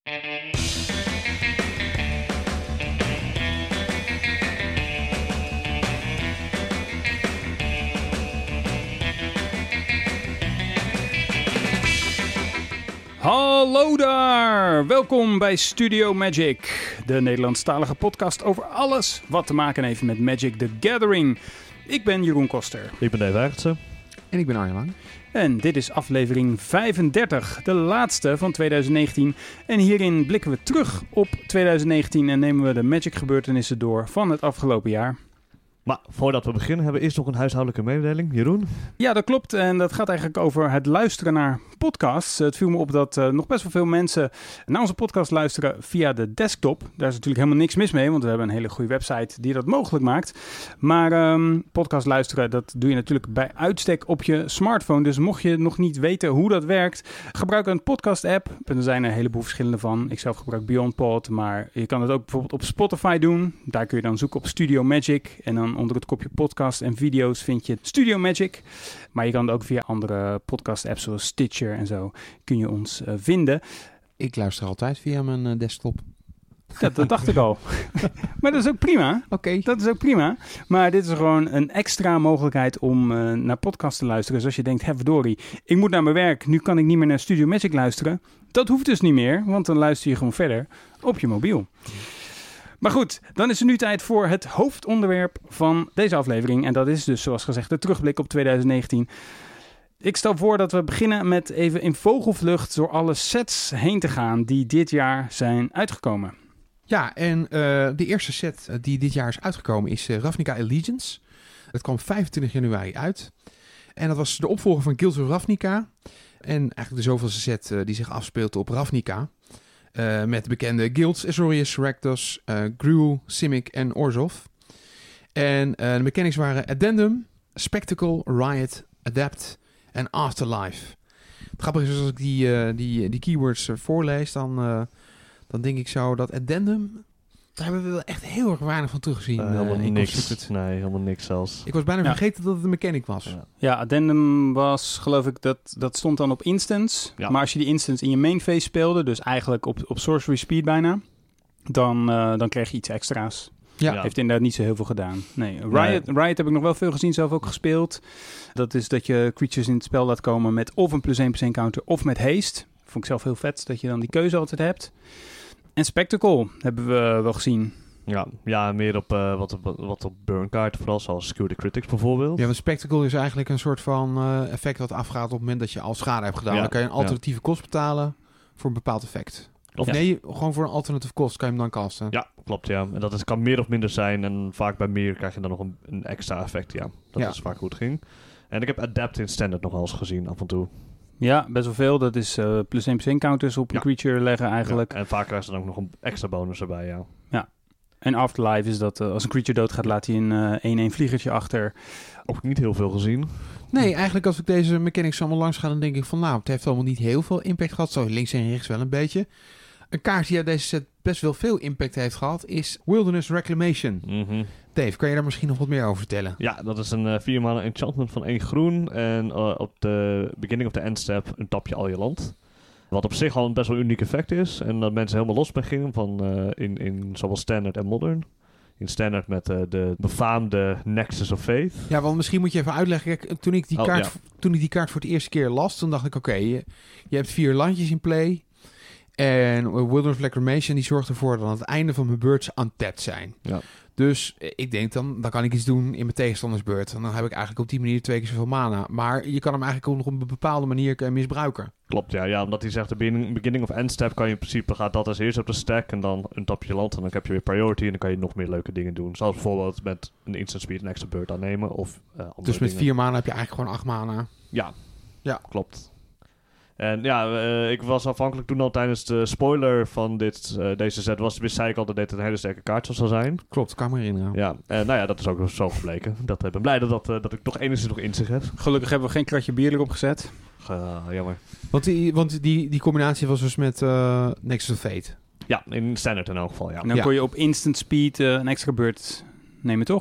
Hallo daar! Welkom bij Studio Magic, de Nederlandstalige podcast over alles wat te maken heeft met Magic the Gathering. Ik ben Jeroen Koster. Ik ben Dave Eigentse. En ik ben Arjen Lang. En dit is aflevering 35, de laatste van 2019. En hierin blikken we terug op 2019 en nemen we de Magic gebeurtenissen door van het afgelopen jaar. Maar voordat we beginnen hebben we eerst nog een huishoudelijke mededeling. Jeroen? Ja, dat klopt. En dat gaat eigenlijk over het luisteren naar podcasts. Het viel me op dat nog best wel veel mensen naar onze podcast luisteren via de desktop. Daar is natuurlijk helemaal niks mis mee, want we hebben een hele goede website die dat mogelijk maakt. Maar podcast luisteren, dat doe je natuurlijk bij uitstek op je smartphone. Dus mocht je nog niet weten hoe dat werkt, gebruik een podcast-app. En er zijn er een heleboel verschillende van. Ik zelf gebruik BeyondPod, maar je kan het ook bijvoorbeeld op Spotify doen. Daar kun je dan zoeken op Studio Magic en dan onder het kopje podcast en video's vind je Studio Magic. Maar je kan het ook via andere podcast-apps zoals Stitcher en zo kun je ons vinden. Ik luister altijd via mijn desktop. Dat dacht ik al. Maar dat is ook prima. Oké. Dat is ook prima. Maar dit is gewoon een extra mogelijkheid om naar podcasts te luisteren. Dus als je denkt, verdorie, ik moet naar mijn werk. Nu kan ik niet meer naar Studio Magic luisteren. Dat hoeft dus niet meer, want dan luister je gewoon verder op je mobiel. Maar goed, dan is er nu tijd voor het hoofdonderwerp van deze aflevering. En dat is dus, zoals gezegd, de terugblik op 2019. Ik stel voor dat we beginnen met even in vogelvlucht door alle sets heen te gaan die dit jaar zijn uitgekomen. Ja, en de eerste set die dit jaar is uitgekomen is Ravnica Allegiance. Dat kwam 25 januari uit. En dat was de opvolger van Guild of Ravnica. En eigenlijk de zoveelste set die zich afspeelt op Ravnica. Met de bekende guilds Azorius, Rakdos, Gruul, Simic en Orzhov. En de mechanics waren Addendum, Spectacle, Riot, Adapt en Afterlife. Het grappige is, als ik die keywords voorlees, dan denk ik zo dat Addendum, daar hebben we wel echt heel erg weinig van teruggezien. Helemaal niks. Constructed. Nee, helemaal niks zelfs. Ik was bijna vergeten dat het een mechanic was. Ja, Addendum was, geloof ik, dat stond dan op instance. Ja. Maar als je die instance in je main phase speelde, dus eigenlijk op sorcery speed bijna, dan kreeg je iets extra's. Ja. Heeft inderdaad niet zo heel veel gedaan. Nee, Riot heb ik nog wel veel gezien, zelf ook gespeeld. Dat is dat je creatures in het spel laat komen met of een +1/+1 counter of met haste. Vond ik zelf heel vet, dat je dan die keuze altijd hebt. En Spectacle hebben we wel gezien. Ja, meer op wat op burnkaart, vooral zoals Secure the Critics bijvoorbeeld. Ja, want Spectacle is eigenlijk een soort van effect wat afgaat op het moment dat je al schade hebt gedaan. Ja, dan kan je een alternatieve kost betalen voor een bepaald effect. Of nee, gewoon voor een alternatieve kost kan je hem dan casten. Ja, klopt, ja. En dat kan meer of minder zijn. En vaak bij meer krijg je dan nog een extra effect, ja. Dat is vaak hoe het ging. En ik heb Adapt in Standard nog wel eens gezien, af en toe. Ja, best wel veel. Dat is +1/+1 counters op een creature leggen eigenlijk. Ja, en vaak krijg je dan ook nog een extra bonus erbij, ja. Ja. En Afterlife is dat als een creature doodgaat, laat hij een 1/1 vliegertje achter. Ook niet heel veel gezien. Nee, eigenlijk als ik deze mechanics allemaal langs ga, dan denk ik van het heeft allemaal niet heel veel impact gehad. Zo links en rechts wel een beetje. Een kaart die uit deze set best wel veel impact heeft gehad is Wilderness Reclamation. Mm-hmm. Dave, kan je daar misschien nog wat meer over vertellen? Ja, dat is een 4-mana enchantment van 1 groen. En op de beginning of the end step tap je al je land. Wat op zich al een best wel uniek effect is. En dat mensen helemaal los mee gingen van in zowel standard en modern. In standard met de befaamde Nexus of Faith. Ja, want misschien moet je even uitleggen. Kijk, toen ik die kaart voor de eerste keer las, toen dacht ik oké, je hebt 4 landjes in play. En Wilderness Reclamation die zorgt ervoor dat aan het einde van mijn beurt ze untapped zijn. Ja. Dus ik denk dan kan ik iets doen in mijn tegenstandersbeurt. En dan heb ik eigenlijk op die manier 2 keer zoveel mana. Maar je kan hem eigenlijk ook nog op een bepaalde manier misbruiken. Klopt, ja. Omdat hij zegt, de beginning of end step kan je in principe, gaat dat als eerst op de stack. En dan tap je land en dan heb je weer priority. En dan kan je nog meer leuke dingen doen. Zoals bijvoorbeeld met een instant speed een extra beurt aannemen. Of dus met 4 mana heb je eigenlijk gewoon 8 mana. Ja, klopt. En ik was afhankelijk toen al tijdens de spoiler van deze set zei ik al dat dit een hele sterke kaart zou zijn. Klopt, kan me herinneren. Ja, dat is ook zo gebleken. Ik ben blij dat ik toch enigszins nog inzicht heb. Gelukkig hebben we geen kratje bier erop gezet. Jammer. Want die combinatie was dus met Nexus of Fate. Ja, in standard in elk geval, ja. En dan kon je op instant speed een extra beurt nemen, toch?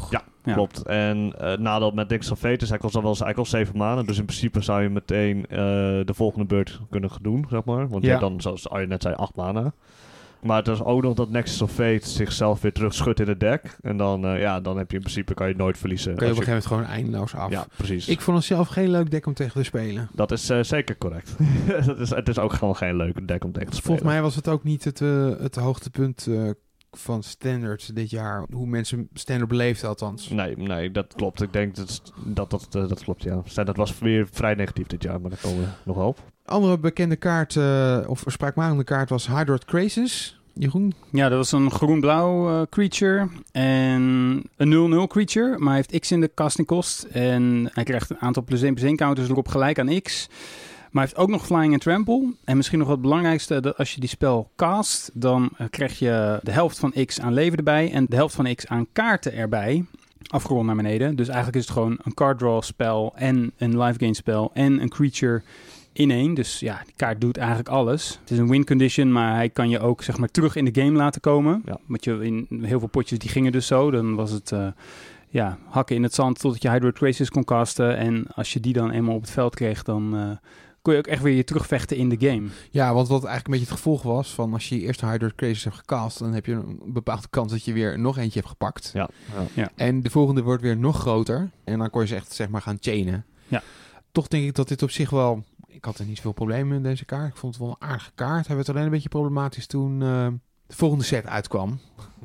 Ja. Klopt. En nadeel met Dicks of Fate is, hij kost dan wel eigenlijk al 7 maanden. Dus in principe zou je meteen de volgende beurt kunnen doen, zeg maar. Want je hebt dan, zoals je net zei, 8 mana. Maar het is ook nog dat Nexus of Fate zichzelf weer terug schudt in het deck. En dan heb je in principe kan je nooit verliezen. Kan je op een gegeven moment gewoon eindeloos af. Ja, precies. Ik vond het zelf geen leuk deck om tegen te spelen. Dat is zeker correct. Het is ook gewoon geen leuk deck om tegen te spelen. Volgens mij was het ook niet het hoogtepunt van Standard dit jaar. Hoe mensen Standard beleefden althans. Nee, dat klopt. Ik denk dat klopt, ja. Standard was weer vrij negatief dit jaar, maar daar komen we nog wel op. Andere bekende kaart, of spraakmakende kaart, was Hydroid Krasis. Jeroen? Ja, dat was een groen-blauw creature en een 0/0 creature, maar hij heeft X in de casting kost en hij krijgt een aantal +1/+1 counters erop gelijk aan X. Maar hij heeft ook nog Flying en Trample. En misschien nog wat het belangrijkste, dat als je die spel cast, dan krijg je de helft van X aan leven erbij en de helft van X aan kaarten erbij. Afgerond naar beneden. Dus eigenlijk is het gewoon een card draw spel en een life gain spel en een creature in één. Dus ja, die kaart doet eigenlijk alles. Het is een win condition, maar hij kan je ook zeg maar terug in de game laten komen. Ja. Want je in heel veel potjes die gingen dus zo. Dan was het hakken in het zand totdat je Hydroid Krasis kon casten. En als je die dan eenmaal op het veld kreeg, dan kon je ook echt weer je terugvechten in de game. Ja, want wat eigenlijk een beetje het gevolg was van als je eerst Hydroid Krasis hebt gecast, dan heb je een bepaalde kans dat je weer nog eentje hebt gepakt. Ja. En de volgende wordt weer nog groter. En dan kon je ze echt zeg maar gaan chainen. Ja. Toch denk ik dat dit op zich wel... Ik had er niet zoveel problemen met deze kaart. Ik vond het wel een aardige kaart. Hij werd alleen een beetje problematisch toen de volgende set uitkwam.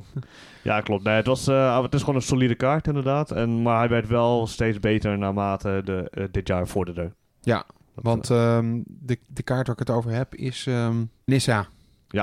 Ja, klopt. Nee, het is gewoon een solide kaart inderdaad. Maar hij werd wel steeds beter naarmate dit jaar vorderde. Ja, want de kaart waar ik het over heb is Nissa. Ja.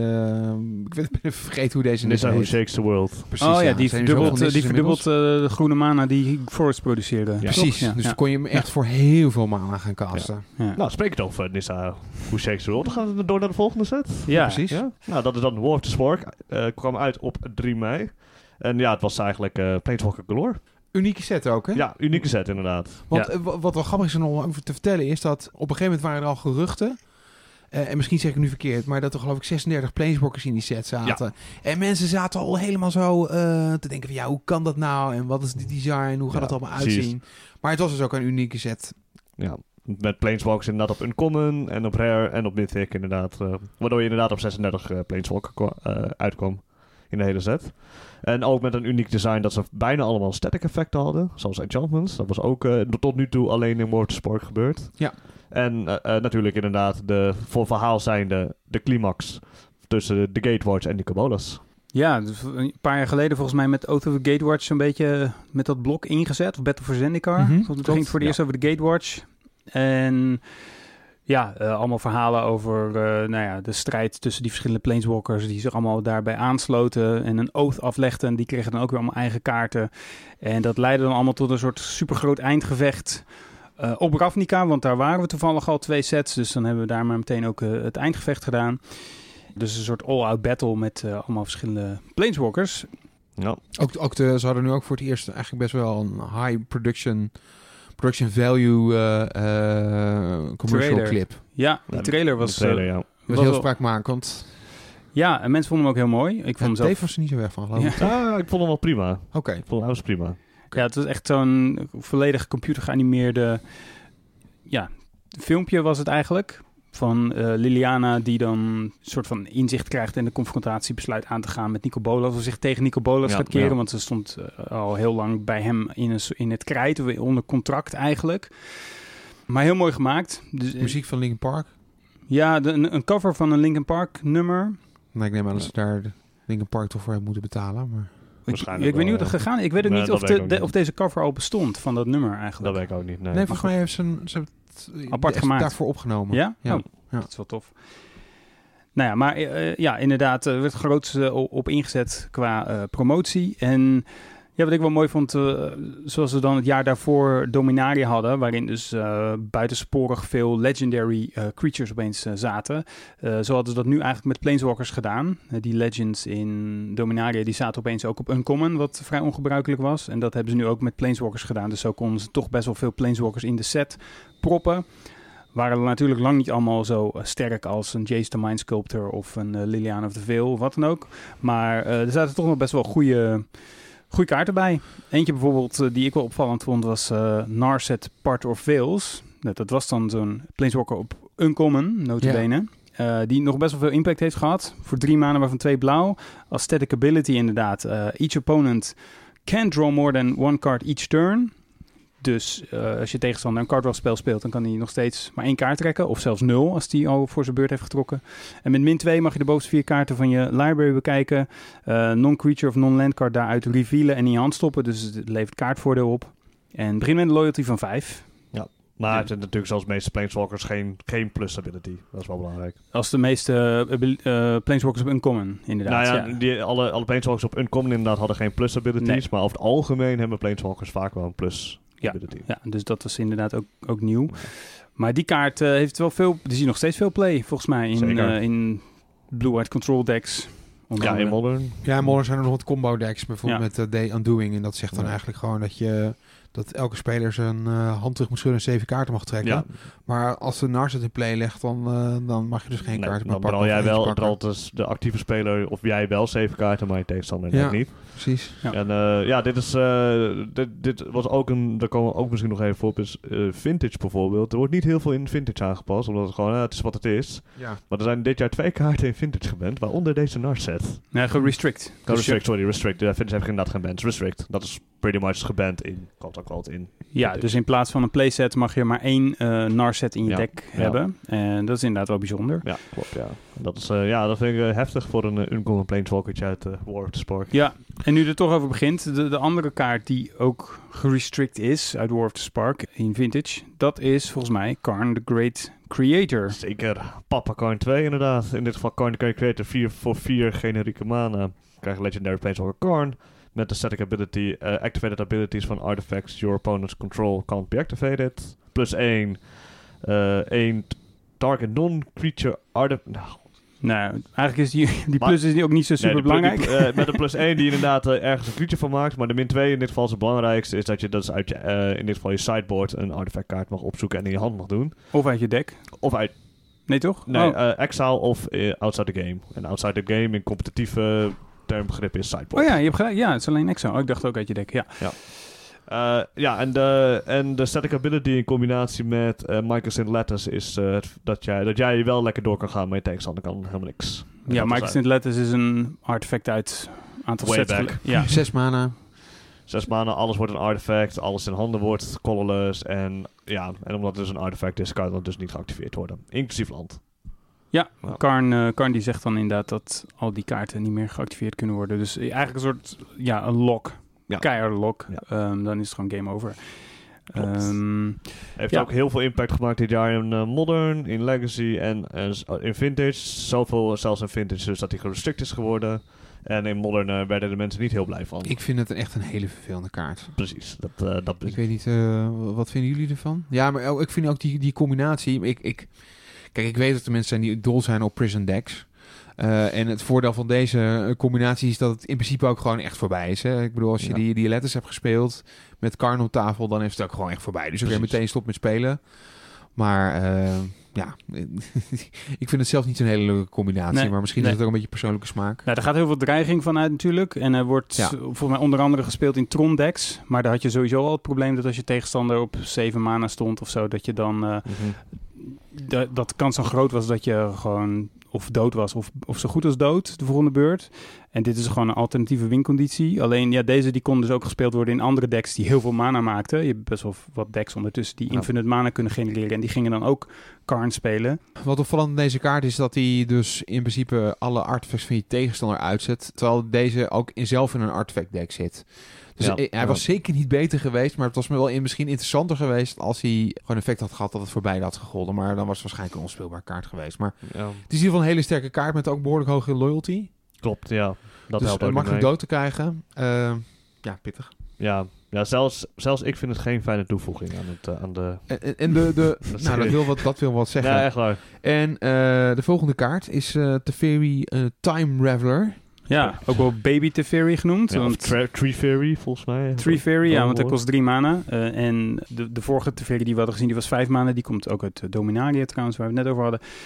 Ik ben even vergeten hoe deze Nissa heet. Who Shakes the World. Precies, Oh ja, er die zijn zoveel verdubbelt Nissas inmiddels. de groene mana die Forest produceerde. Ja. Precies, Ja, dus ja. dan kon je hem echt voor heel veel mana gaan casten. Ja. Nou, spreek het over Nissa Who Shakes the World. Dan gaan we door naar de volgende set. Ja, precies. Ja? Nou, dat is dan War of the Spork. Kwam uit op 3 mei. En ja, het was eigenlijk Planeswalker Galore. Unieke set ook, hè? Ja, unieke set inderdaad. Want wat wel grappig is er nog over te vertellen is dat op een gegeven moment waren er al geruchten. En misschien zeg ik nu verkeerd, maar dat er geloof ik 36 Planeswalkers in die set zaten. Ja. En mensen zaten al helemaal zo te denken van ja, hoe kan dat nou? En wat is die design? Hoe gaat het allemaal uitzien? Maar het was dus ook een unieke set. Ja, met Planeswalkers inderdaad op Uncommon en op Rare en op Mythic inderdaad. Waardoor je inderdaad op 36 Planeswalker uitkwam in de hele set. En ook met een uniek design dat ze bijna allemaal static effecten hadden. Zoals enchantments. Dat was ook tot nu toe alleen in War of the Spork gebeurd. Ja. En natuurlijk inderdaad voor verhaal zijnde de climax tussen de Gatewatch en de Kobolas. Ja, dus een paar jaar geleden volgens mij met Oath of the Gatewatch zo'n beetje met dat blok ingezet. Of Battle for Zendikar. Mhm, Toen ging het voor het eerst over de Gatewatch. En ja, allemaal verhalen over de strijd tussen die verschillende planeswalkers die zich allemaal daarbij aansloten en een oath aflegden. En die kregen dan ook weer allemaal eigen kaarten. En dat leidde dan allemaal tot een soort supergroot eindgevecht op Ravnica, want daar waren we toevallig al 2 sets. Dus dan hebben we daar maar meteen ook het eindgevecht gedaan. Dus een soort all-out battle met allemaal verschillende planeswalkers. Ja. Ze hadden nu ook voor het eerst eigenlijk best wel een high production value commercial Trailer. clip. Ja, die trailer was... ja. Dat was heel spraakmakend. Ja, en mensen vonden hem ook heel mooi. Ik vond hem zelf... Dave was er niet zo weg van, geloof ik. Ik vond hem wel prima. Oké. Ik vond hem was prima. Ja, het was echt zo'n volledig computer geanimeerde filmpje was het eigenlijk. Van Liliana die dan een soort van inzicht krijgt en de confrontatie besluit aan te gaan met Nico Bolas. Of zich tegen Nico Bolas gaat keren, want ze stond al heel lang bij hem in het krijt, onder contract eigenlijk. Maar heel mooi gemaakt. Dus, Muziek van Linkin Park. Ja, een cover van een Linkin Park nummer. Nou, ik neem aan dat ze daar de Linkin Park toch voor hebben moeten betalen. Maar... Ik weet niet hoe dat gegaan is. Ik weet ook niet dat of deze cover al bestond van dat nummer eigenlijk. Dat weet ik ook niet. Nee, volgens mij heeft ze het apart gemaakt. daarvoor opgenomen. Ja? Ja. Oh, dat is wel tof. Nou ja, maar inderdaad, er werd groots op ingezet qua promotie. En ja, wat ik wel mooi vond, zoals we dan het jaar daarvoor Dominaria hadden, waarin dus buitensporig veel legendary creatures opeens zaten. Zo hadden ze dat nu eigenlijk met Planeswalkers gedaan. Die legends in Dominaria, die zaten opeens ook op Uncommon, wat vrij ongebruikelijk was. En dat hebben ze nu ook met Planeswalkers gedaan. Dus zo konden ze toch best wel veel Planeswalkers in de set proppen. Waren er natuurlijk lang niet allemaal zo sterk als een Jace the Mind Sculptor of een Liliana of the Veil of wat dan ook. Maar er zaten toch nog best wel Goeie kaart erbij. Eentje bijvoorbeeld die ik wel opvallend vond was Narset Part or Fails. Dat was dan zo'n Planeswalker op Uncommon, notabene. Die nog best wel veel impact heeft gehad. Voor 3 mana, waarvan 2 blauw. Als static ability inderdaad. Each opponent can draw more than 1 card each turn. Dus als je tegenstander een card-draw-spel speelt, dan kan hij nog steeds maar 1 kaart trekken. Of zelfs 0 als hij al voor zijn beurt heeft getrokken. En met -2 mag je de bovenste 4 kaarten van je library bekijken. Non-creature of non-land card daaruit revealen en in je hand stoppen. Dus het levert kaartvoordeel op. En begin met een loyalty van 5. Ja, maar het is natuurlijk zoals de meeste Planeswalkers geen plus ability. Dat is wel belangrijk. Als de meeste Planeswalkers op Uncommon, inderdaad. Nou ja, alle Planeswalkers op Uncommon inderdaad hadden geen plus abilities. Nee. Maar over het algemeen hebben Planeswalkers vaak wel een plus ability. Ja, dus dat was inderdaad ook nieuw. Ja. Maar die kaart heeft wel veel... Die ziet nog steeds veel play, volgens mij, in Blue-White Control decks. Ja, in Modern. Ja, in Modern zijn er nog wat combo decks, bijvoorbeeld met Day Undoing. En dat zegt dan eigenlijk gewoon dat elke speler zijn hand terug moet schudden en 7 kaarten mag trekken. Ja. Maar als de Narset in play legt, dan mag je dus geen kaarten meer pakken. Dan jij wel, dus de actieve speler, of jij wel 7 kaarten, maar je tegenstander net niet. Precies. Ja. En dit was ook daar komen we ook misschien nog even op, is Vintage bijvoorbeeld. Er wordt niet heel veel in Vintage aangepast, omdat het gewoon, het is wat het is. Ja. Maar er zijn dit jaar 2 kaarten in Vintage geband, waaronder deze Narset. Nee, gewoon Restrict. Restrict. Vintage heeft inderdaad geen bans. Restrict. Dat is pretty much geband in Quote in. Ja, dus in plaats van een playset mag je maar 1 Narset in je deck hebben. En dat is inderdaad wel bijzonder. Ja, klopt, ja. Dat is, dat vind ik heftig voor een Uncommon Planeswalkertje uit War of the Spark. Ja, en nu er toch over begint, de andere kaart die ook gerestrict is uit War of the Spark in Vintage, dat is volgens mij Karn the Great Creator. Zeker. Papa Karn 2 inderdaad. In dit geval Karn the Great Creator 4 voor 4 generieke mana. Krijg je Legendary Planeswalker Karn. Met de static ability, activated abilities van artifacts your opponent's control can't be activated. Plus 1 target non-creature artifact. Nou, eigenlijk is die plus is ook niet zo super belangrijk. Met een plus 1 die inderdaad ergens een creature van maakt. Maar de -2 in dit geval is het belangrijkste. Is dat je dus uit in dit geval je sideboard een artifact kaart mag opzoeken en in je hand mag doen. Of uit je deck. Of uit... Nee, toch? Nee, exile of outside the game. En outside the game in competitieve termbegrip is sideboard. Oh ja, je hebt gelijk. Ja, het is alleen exile. Ik dacht ook uit je deck, ja. En de static ability in combinatie met Mycosynth Lattice is dat jij wel lekker door kan gaan, maar je tegenstander kan helemaal niks. Ja, Mycosynth Lattice is een artefact uit aantal Way sets. back. Ja. 6 mana. 6 mana, alles wordt een artefact, alles in handen wordt colorless en omdat het dus een artefact is, kan het dus niet geactiveerd worden. Inclusief land. Ja, Karn die zegt dan inderdaad dat al die kaarten niet meer geactiveerd kunnen worden. Dus eigenlijk een soort, een lock. Ja. Keihard lock. Ja. Dan is het gewoon game over. Heeft ook heel veel impact gemaakt dit jaar in Modern, in Legacy en in Vintage. Zoveel zelfs in Vintage dus dat hij gerestrict is geworden. En in Modern werden de mensen niet heel blij van. Ik vind het echt een hele vervelende kaart. Precies. Ik weet niet, wat vinden jullie ervan? Ja, maar ik vind ook die combinatie... Kijk, ik weet dat er mensen zijn die dol zijn op prison decks. En het voordeel van deze combinatie is dat het in principe ook gewoon echt voorbij is. Hè? Ik bedoel, als je die letters hebt gespeeld met Karn op tafel, dan is het ook gewoon echt voorbij. Dus oké, meteen stop met spelen. Maar ik vind het zelf niet zo'n hele leuke combinatie. Maar misschien is het ook een beetje persoonlijke smaak. Ja, er gaat heel veel dreiging van uit natuurlijk. En er wordt volgens mij onder andere gespeeld in Tron decks. Maar daar had je sowieso al het probleem dat als je tegenstander op 7 mana stond of zo, dat je dan... dat de kans zo groot was dat je gewoon of dood was of zo goed als dood de volgende beurt. En dit is gewoon een alternatieve winconditie. Alleen deze die kon dus ook gespeeld worden in andere decks die heel veel mana maakten. Je hebt best wel wat decks ondertussen die infinite mana kunnen genereren. En die gingen dan ook Karn spelen. Wat opvallend in deze kaart is dat hij dus in principe alle artefacts van je tegenstander uitzet. Terwijl deze ook zelf in een artefact deck zit. Dus hij was zeker niet beter geweest, maar het was me wel misschien interessanter geweest als hij gewoon effect had gehad dat het voorbij had gegolden. Maar dan was het waarschijnlijk een onspelbare kaart geweest. Maar het is in ieder geval een hele sterke kaart met ook behoorlijk hoge loyalty. Klopt, ja. Dat dus helpt ook makkelijk dood te krijgen. Pittig. Ja, zelfs ik vind het geen fijne toevoeging aan de... Dat wil wat zeggen. Ja, echt waar. En de volgende kaart is Teferi Time Raveler. Ja, ook wel Baby Teferi genoemd. Ja, of Tree Fairy, volgens mij. Tree Fairy, want dat kost 3 mana. En de vorige Teferi die we hadden gezien, die was 5 mana. Die komt ook uit Dominaria trouwens, waar we het net over hadden.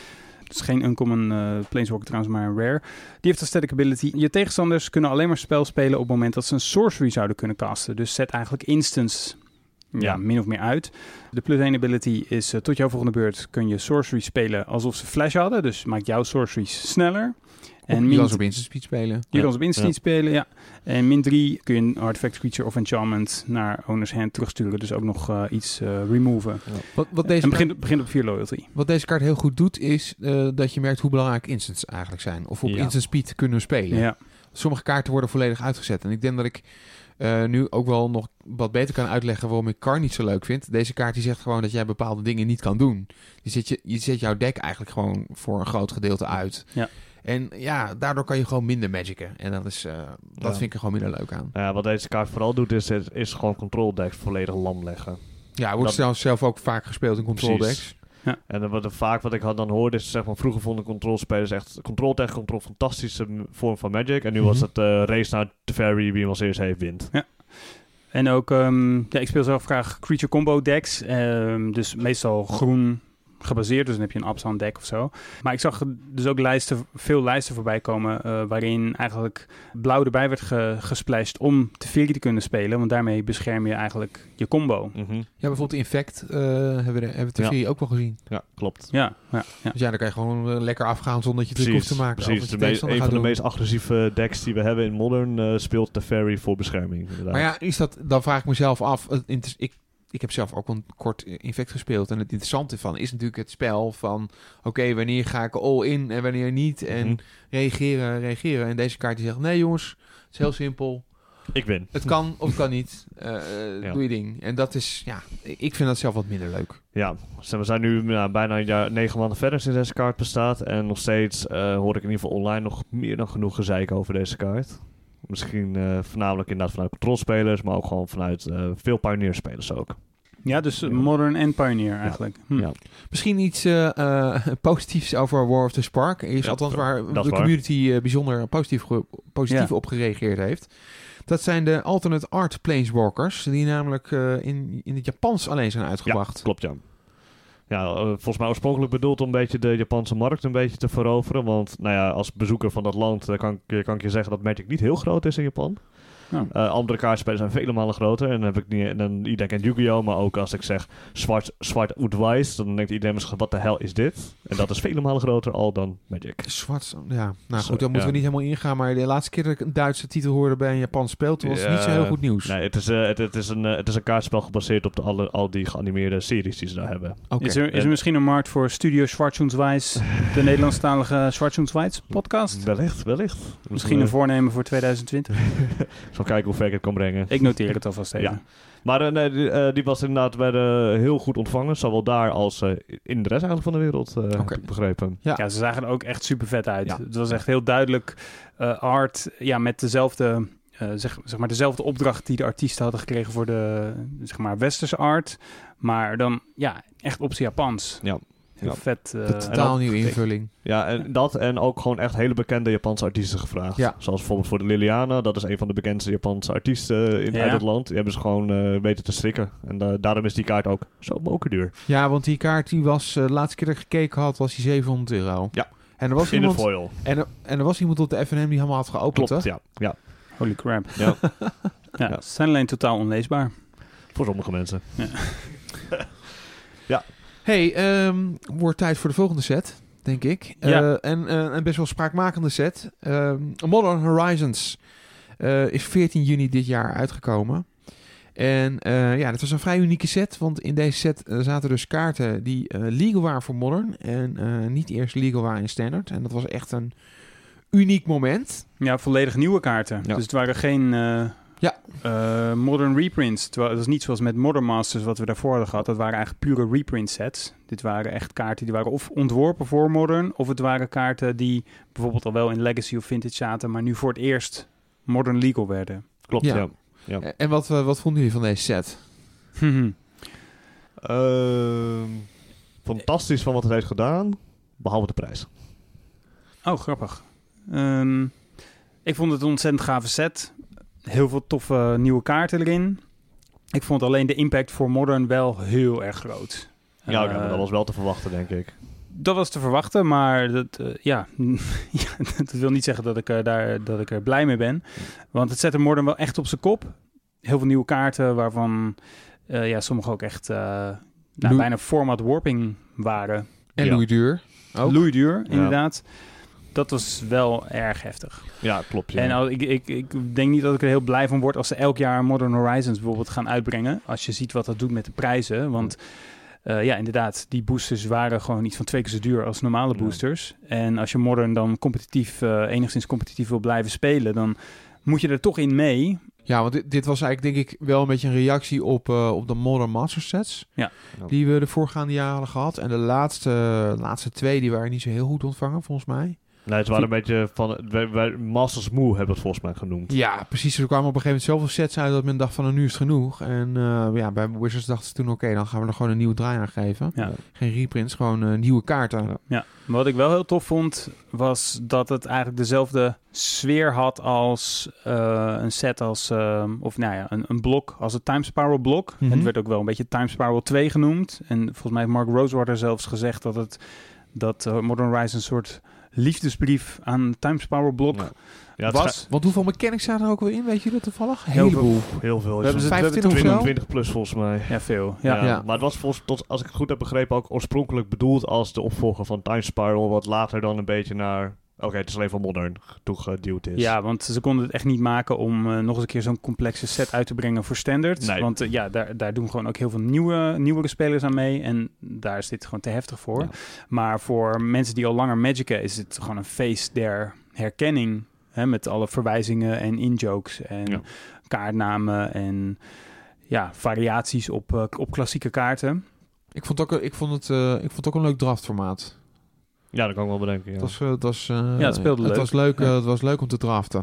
Het is geen uncommon planeswalker trouwens, maar een rare. Die heeft een static ability. Je tegenstanders kunnen alleen maar spel spelen op het moment dat ze een sorcery zouden kunnen casten. Dus zet eigenlijk instants min of meer uit. De plus 1 ability is tot jouw volgende beurt kun je sorcery spelen alsof ze flash hadden. Dus maakt jouw sorceries sneller. En je kan ze op instant speed spelen. Je kan ze op instant spelen, ja. En min 3 kun je een artifact, creature of enchantment naar owner's hand terugsturen. Dus ook nog iets removen. Ja. Wat deze en begint op 4 loyalty. Wat deze kaart heel goed doet, is dat je merkt hoe belangrijk instants eigenlijk zijn. Of op instant speed kunnen spelen. Ja. Sommige kaarten worden volledig uitgezet. En ik denk dat ik nu ook wel nog wat beter kan uitleggen waarom ik Karn niet zo leuk vind. Deze kaart die zegt gewoon dat jij bepaalde dingen niet kan doen. Je zet jouw deck eigenlijk gewoon voor een groot gedeelte uit. Ja. En ja, daardoor kan je gewoon minder magicen. En dat vind ik er gewoon minder leuk aan. Ja, wat deze kaart vooral doet, is gewoon control decks volledig lam leggen. Ja, wordt zelf ook vaak gespeeld in control decks. Ja. En wat ik dan hoorde is, zeg maar, vroeger vonden controlspelers echt control tegen control fantastische vorm van Magic. En nu was het race naar Teferi, wie hem als eerst heeft, wint. Ja. En ook, ik speel zelf graag creature combo decks. Dus meestal groen gebaseerd, dus dan heb je een Abzan deck of zo. Maar ik zag dus ook veel lijsten voorbij komen waarin eigenlijk blauw erbij werd gesplashed om Teferi te kunnen spelen, want daarmee bescherm je eigenlijk je combo. Mm-hmm. Ja, bijvoorbeeld Infect hebben we Teferi ook wel gezien. Ja, klopt. Ja. Dus ja, dan kan je gewoon lekker afgaan zonder dat je druk hoeft te maken. Precies, een van de meest agressieve decks die we hebben in Modern speelt Teferi voor bescherming. Inderdaad. Maar ja, dan vraag ik mezelf af, ik heb zelf ook een kort Infect gespeeld. En het interessante van is natuurlijk het spel van oké, wanneer ga ik all in en wanneer niet. En reageren. En deze kaart die zegt, nee jongens, het is heel simpel. Ik win. Het kan of het kan niet. Doe je ding. En dat is, ik vind dat zelf wat minder leuk. Ja, we zijn nu bijna een jaar 9 maanden verder sinds deze kaart bestaat. En nog steeds hoor ik in ieder geval online nog meer dan genoeg gezeik over deze kaart. Misschien voornamelijk inderdaad vanuit controlspelers, maar ook gewoon vanuit veel pioneerspelers ook. Ja, dus Modern en Pioneer eigenlijk. Ja. Misschien iets positiefs over War of the Spark. Althans waar de community bijzonder positief op gereageerd heeft. Dat zijn de alternate art planeswalkers, die namelijk in het Japans alleen zijn uitgebracht. Ja, klopt, ja. Ja, volgens mij oorspronkelijk bedoeld om een beetje de Japanse markt een beetje te veroveren. Want als bezoeker van dat land kan ik je zeggen dat Magic niet heel groot is in Japan. Ja. Andere kaartspelers zijn vele malen groter. En dan heb ik niet. En dan iedereen kent Yu-Gi-Oh! Maar ook als ik zeg zwart Udwijs, dan denkt iedereen misschien, wat de hel is dit? En dat is vele malen groter al dan Magic. Zwart, ja. Nou goed, dan moeten we niet helemaal ingaan. Maar de laatste keer dat ik een Duitse titel hoorde bij een Japans spel, was niet zo heel goed nieuws. Nee, het is een kaartspel gebaseerd op al die geanimeerde series die ze daar hebben. Okay. Is er misschien een markt voor Studio Schwarzundswijs, de Nederlandstalige Schwarzundswijs podcast? Wellicht. Misschien een voornemen voor 2020. Zal kijken hoe ver ik het kan brengen. Ik noteer het alvast even. Ja. Maar die was inderdaad heel goed ontvangen. Zowel daar als in de rest eigenlijk van de wereld, heb ik begrepen. Ja, ze zagen er ook echt super vet uit. Ja. Het was echt heel duidelijk art met dezelfde, zeg maar dezelfde opdracht die de artiesten hadden gekregen voor de westerse art. Maar dan echt op zijn Japans. Ja. Heel vet. Totaal nieuwe invulling. Ja, en ook gewoon echt hele bekende Japanse artiesten gevraagd. Ja. Zoals bijvoorbeeld voor de Liliana. Dat is een van de bekendste Japanse artiesten uit het land. Die hebben ze gewoon weten te strikken. En daarom is die kaart ook zo mokerduur. Ja, want die kaart die was, de laatste keer dat ik gekeken had, was die €700. Ja, en er was in de foil. En er was iemand op de FNM die helemaal had geopend. Klopt, ja. Holy crap. Ja. Ze zijn alleen totaal onleesbaar. Voor sommige mensen. Ja. Ja. Hey, wordt tijd voor de volgende set, denk ik. En best wel spraakmakende set. Modern Horizons is 14 juni dit jaar uitgekomen. En dat was een vrij unieke set, want in deze set zaten dus kaarten die legal waren voor Modern en niet eerst legal waren in Standard. En dat was echt een uniek moment. Ja, volledig nieuwe kaarten. Ja. Dus het waren geen Modern reprints. Dat is niet zoals met Modern Masters wat we daarvoor hadden gehad. Dat waren eigenlijk pure reprint sets. Dit waren echt kaarten die waren of ontworpen voor Modern, of het waren kaarten die bijvoorbeeld al wel in Legacy of Vintage zaten, maar nu voor het eerst Modern legal werden. Klopt, ja. En wat vonden jullie van deze set? Fantastisch van wat het heeft gedaan, behalve de prijs. Oh, grappig. Ik vond het een ontzettend gave set. Heel veel toffe nieuwe kaarten erin. Ik vond alleen de impact voor Modern wel heel erg groot. Ja, maar dat was wel te verwachten, denk ik. dat was te verwachten, maar dat wil niet zeggen dat ik er blij mee ben. Want het zet de Modern wel echt op zijn kop. Heel veel nieuwe kaarten, waarvan sommige ook echt bijna format warping waren. En Louis Duur. Louis Duur, inderdaad. Dat was wel erg heftig. Ja, klopt. Ja. En ik denk niet dat ik er heel blij van word als ze elk jaar Modern Horizons bijvoorbeeld gaan uitbrengen. Als je ziet wat dat doet met de prijzen. Want inderdaad, die boosters waren gewoon niet van 2 keer zo duur als normale boosters. En als je Modern dan enigszins competitief wil blijven spelen, dan moet je er toch in mee. Ja, want dit was eigenlijk denk ik wel een beetje een reactie op de Modern Master Sets. Ja. Die we de voorgaande jaren hadden gehad. En de laatste 2 die waren niet zo heel goed ontvangen volgens mij. Nee, het waren een beetje van... Masters Moo hebben we het volgens mij genoemd. Ja, precies. Er kwamen op een gegeven moment zoveel sets uit dat men dacht van nu is het genoeg. En bij Wizards dachten ze toen oké, dan gaan we er gewoon een nieuwe draai aan geven. Ja. Geen reprints, gewoon nieuwe kaarten. Ja, maar wat ik wel heel tof vond, was dat het eigenlijk dezelfde sfeer had als een set als... een blok als het Time Spiral blok. Mm-hmm. Het werd ook wel een beetje Time Spiral 2 genoemd. En volgens mij heeft Mark Rosewater zelfs gezegd dat Modern Horizons een soort liefdesbrief aan Time Spiral blok was. Want hoeveel mechanics zaten er ook weer in? Weet je dat toevallig? Heel veel. We hebben 25 of zo? 20 plus volgens mij. Ja, veel. Ja. Maar het was als ik het goed heb begrepen, ook oorspronkelijk bedoeld als de opvolger van Time Spiral, wat later dan een beetje naar... Oké, het is alleen van Modern toegeduwd is. Ja, want ze konden het echt niet maken om nog eens een keer zo'n complexe set uit te brengen voor Standard. Nee. Want daar doen gewoon ook heel veel nieuwere spelers aan mee. En daar is dit gewoon te heftig voor. Ja. Maar voor mensen die al langer magicen is het gewoon een feest der herkenning. Hè, met alle verwijzingen en in-jokes en kaartnamen en variaties op klassieke kaarten. Ik vond het ook een leuk draftformaat. Ja, dat kan ik wel bedenken. Ja. Het speelde leuk. Het was leuk om te draften.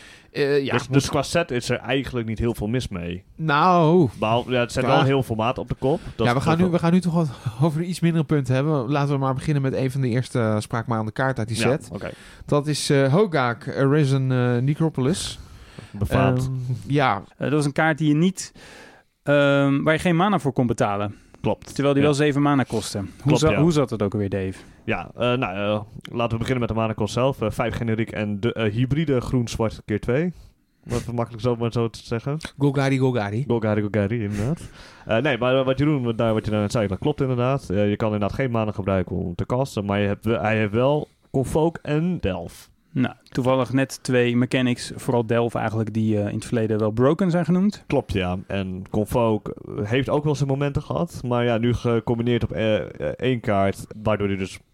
Ja. Dus qua set is er eigenlijk niet heel veel mis mee. Nou... het zet wel een heel formaat op de kop. We gaan nu toch wat over iets mindere punten hebben. Laten we maar beginnen met een van de eerste spraakmakende kaarten uit die set. Okay. Dat is Hogaak Arisen Necropolis. Befaamd. Dat was een kaart die je niet... waar je geen mana voor kon betalen. Klopt. Terwijl die wel 7 mana kostte. Hoe zat het ook alweer, Dave? Ja, laten we beginnen met de mana kost zelf. 5 generiek en de hybride groen-zwart keer 2. Wat makkelijk zo te zeggen. Golgari, inderdaad. Nee, maar wat je net zei, dat klopt inderdaad. Je kan inderdaad geen mana gebruiken om te casten. Maar hij heeft wel Convoke en Delve. Nou, toevallig net 2 mechanics, vooral Delve eigenlijk, die in het verleden wel broken zijn genoemd. Klopt, ja. En Convoke heeft ook wel zijn momenten gehad. Maar ja, nu gecombineerd op 1 kaart, waardoor hij dus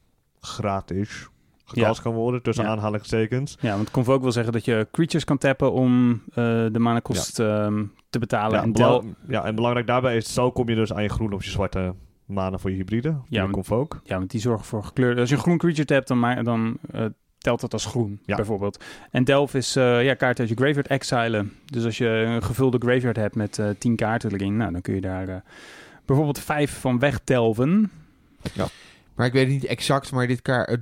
gratis gecast kan worden, tussen aanhalingstekens. Ja, want Convoke wil zeggen dat je creatures kan tappen om de mana kost te betalen. Ja, en belangrijk daarbij is, zo kom je dus aan je groen of je zwarte mana voor je hybride. Convoke. Ja, want die zorgen voor gekleurde... Als je een groen creature tapt, dan telt dat als groen, bijvoorbeeld. En Delve is kaart uit je graveyard exilen. Dus als je een gevulde graveyard hebt met 10 kaarten erin, dan kun je daar bijvoorbeeld 5 van wegdelven. Ja. Maar ik weet het niet exact, maar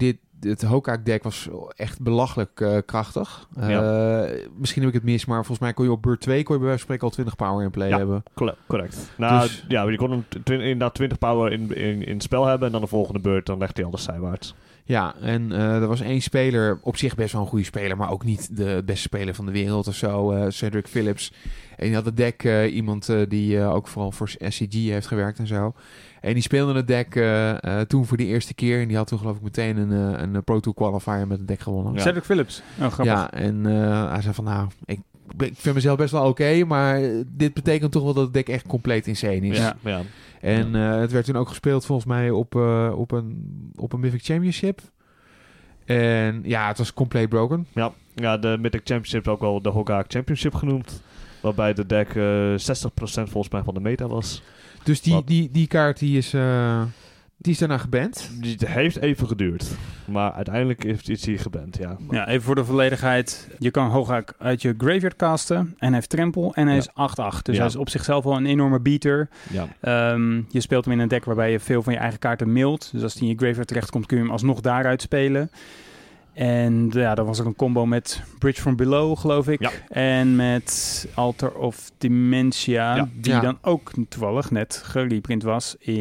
dit Hogaak deck was echt belachelijk krachtig. Misschien heb ik het mis, maar volgens mij kon je op beurt 2 bij wijze van spreken al 20 power in play hebben. Correct. Nou, je kon inderdaad 20 power in het spel hebben en dan de volgende beurt, dan legt hij alles zijwaarts. Ja, en er was 1 speler, op zich best wel een goede speler, maar ook niet de beste speler van de wereld of zo, Cedric Phillips. En die had het deck, iemand die ook vooral voor SCG heeft gewerkt en zo. En die speelde het deck toen voor de eerste keer. En die had toen geloof ik meteen een Pro Tour qualifier met het deck gewonnen. Ja. Cedric Phillips. Oh, grappig. Ja, en hij zei van ik vind mezelf best wel oké, maar dit betekent toch wel dat het deck echt compleet insane is. Ja. En het werd toen ook gespeeld volgens mij op een Mythic Championship. En ja, het was compleet broken. Ja, de Mythic Championship ook wel de Hogaak Championship genoemd. Waarbij de deck 60% volgens mij van de meta was. Dus die kaart die is daarna geband? Het heeft even geduurd. Maar uiteindelijk is hij geband, ja. Ja, even voor de volledigheid. Je kan Hogaak uit je graveyard casten. En hij heeft trample. En hij is 8-8. Dus hij is op zichzelf wel een enorme beater. Ja. Je speelt hem in een deck waarbij je veel van je eigen kaarten mailt. Dus als die in je graveyard terechtkomt, kun je hem alsnog daaruit spelen. En dan was er een combo met Bridge from Below, geloof ik. Ja. En met Altar of Dementia, die dan ook toevallig net gereprint was in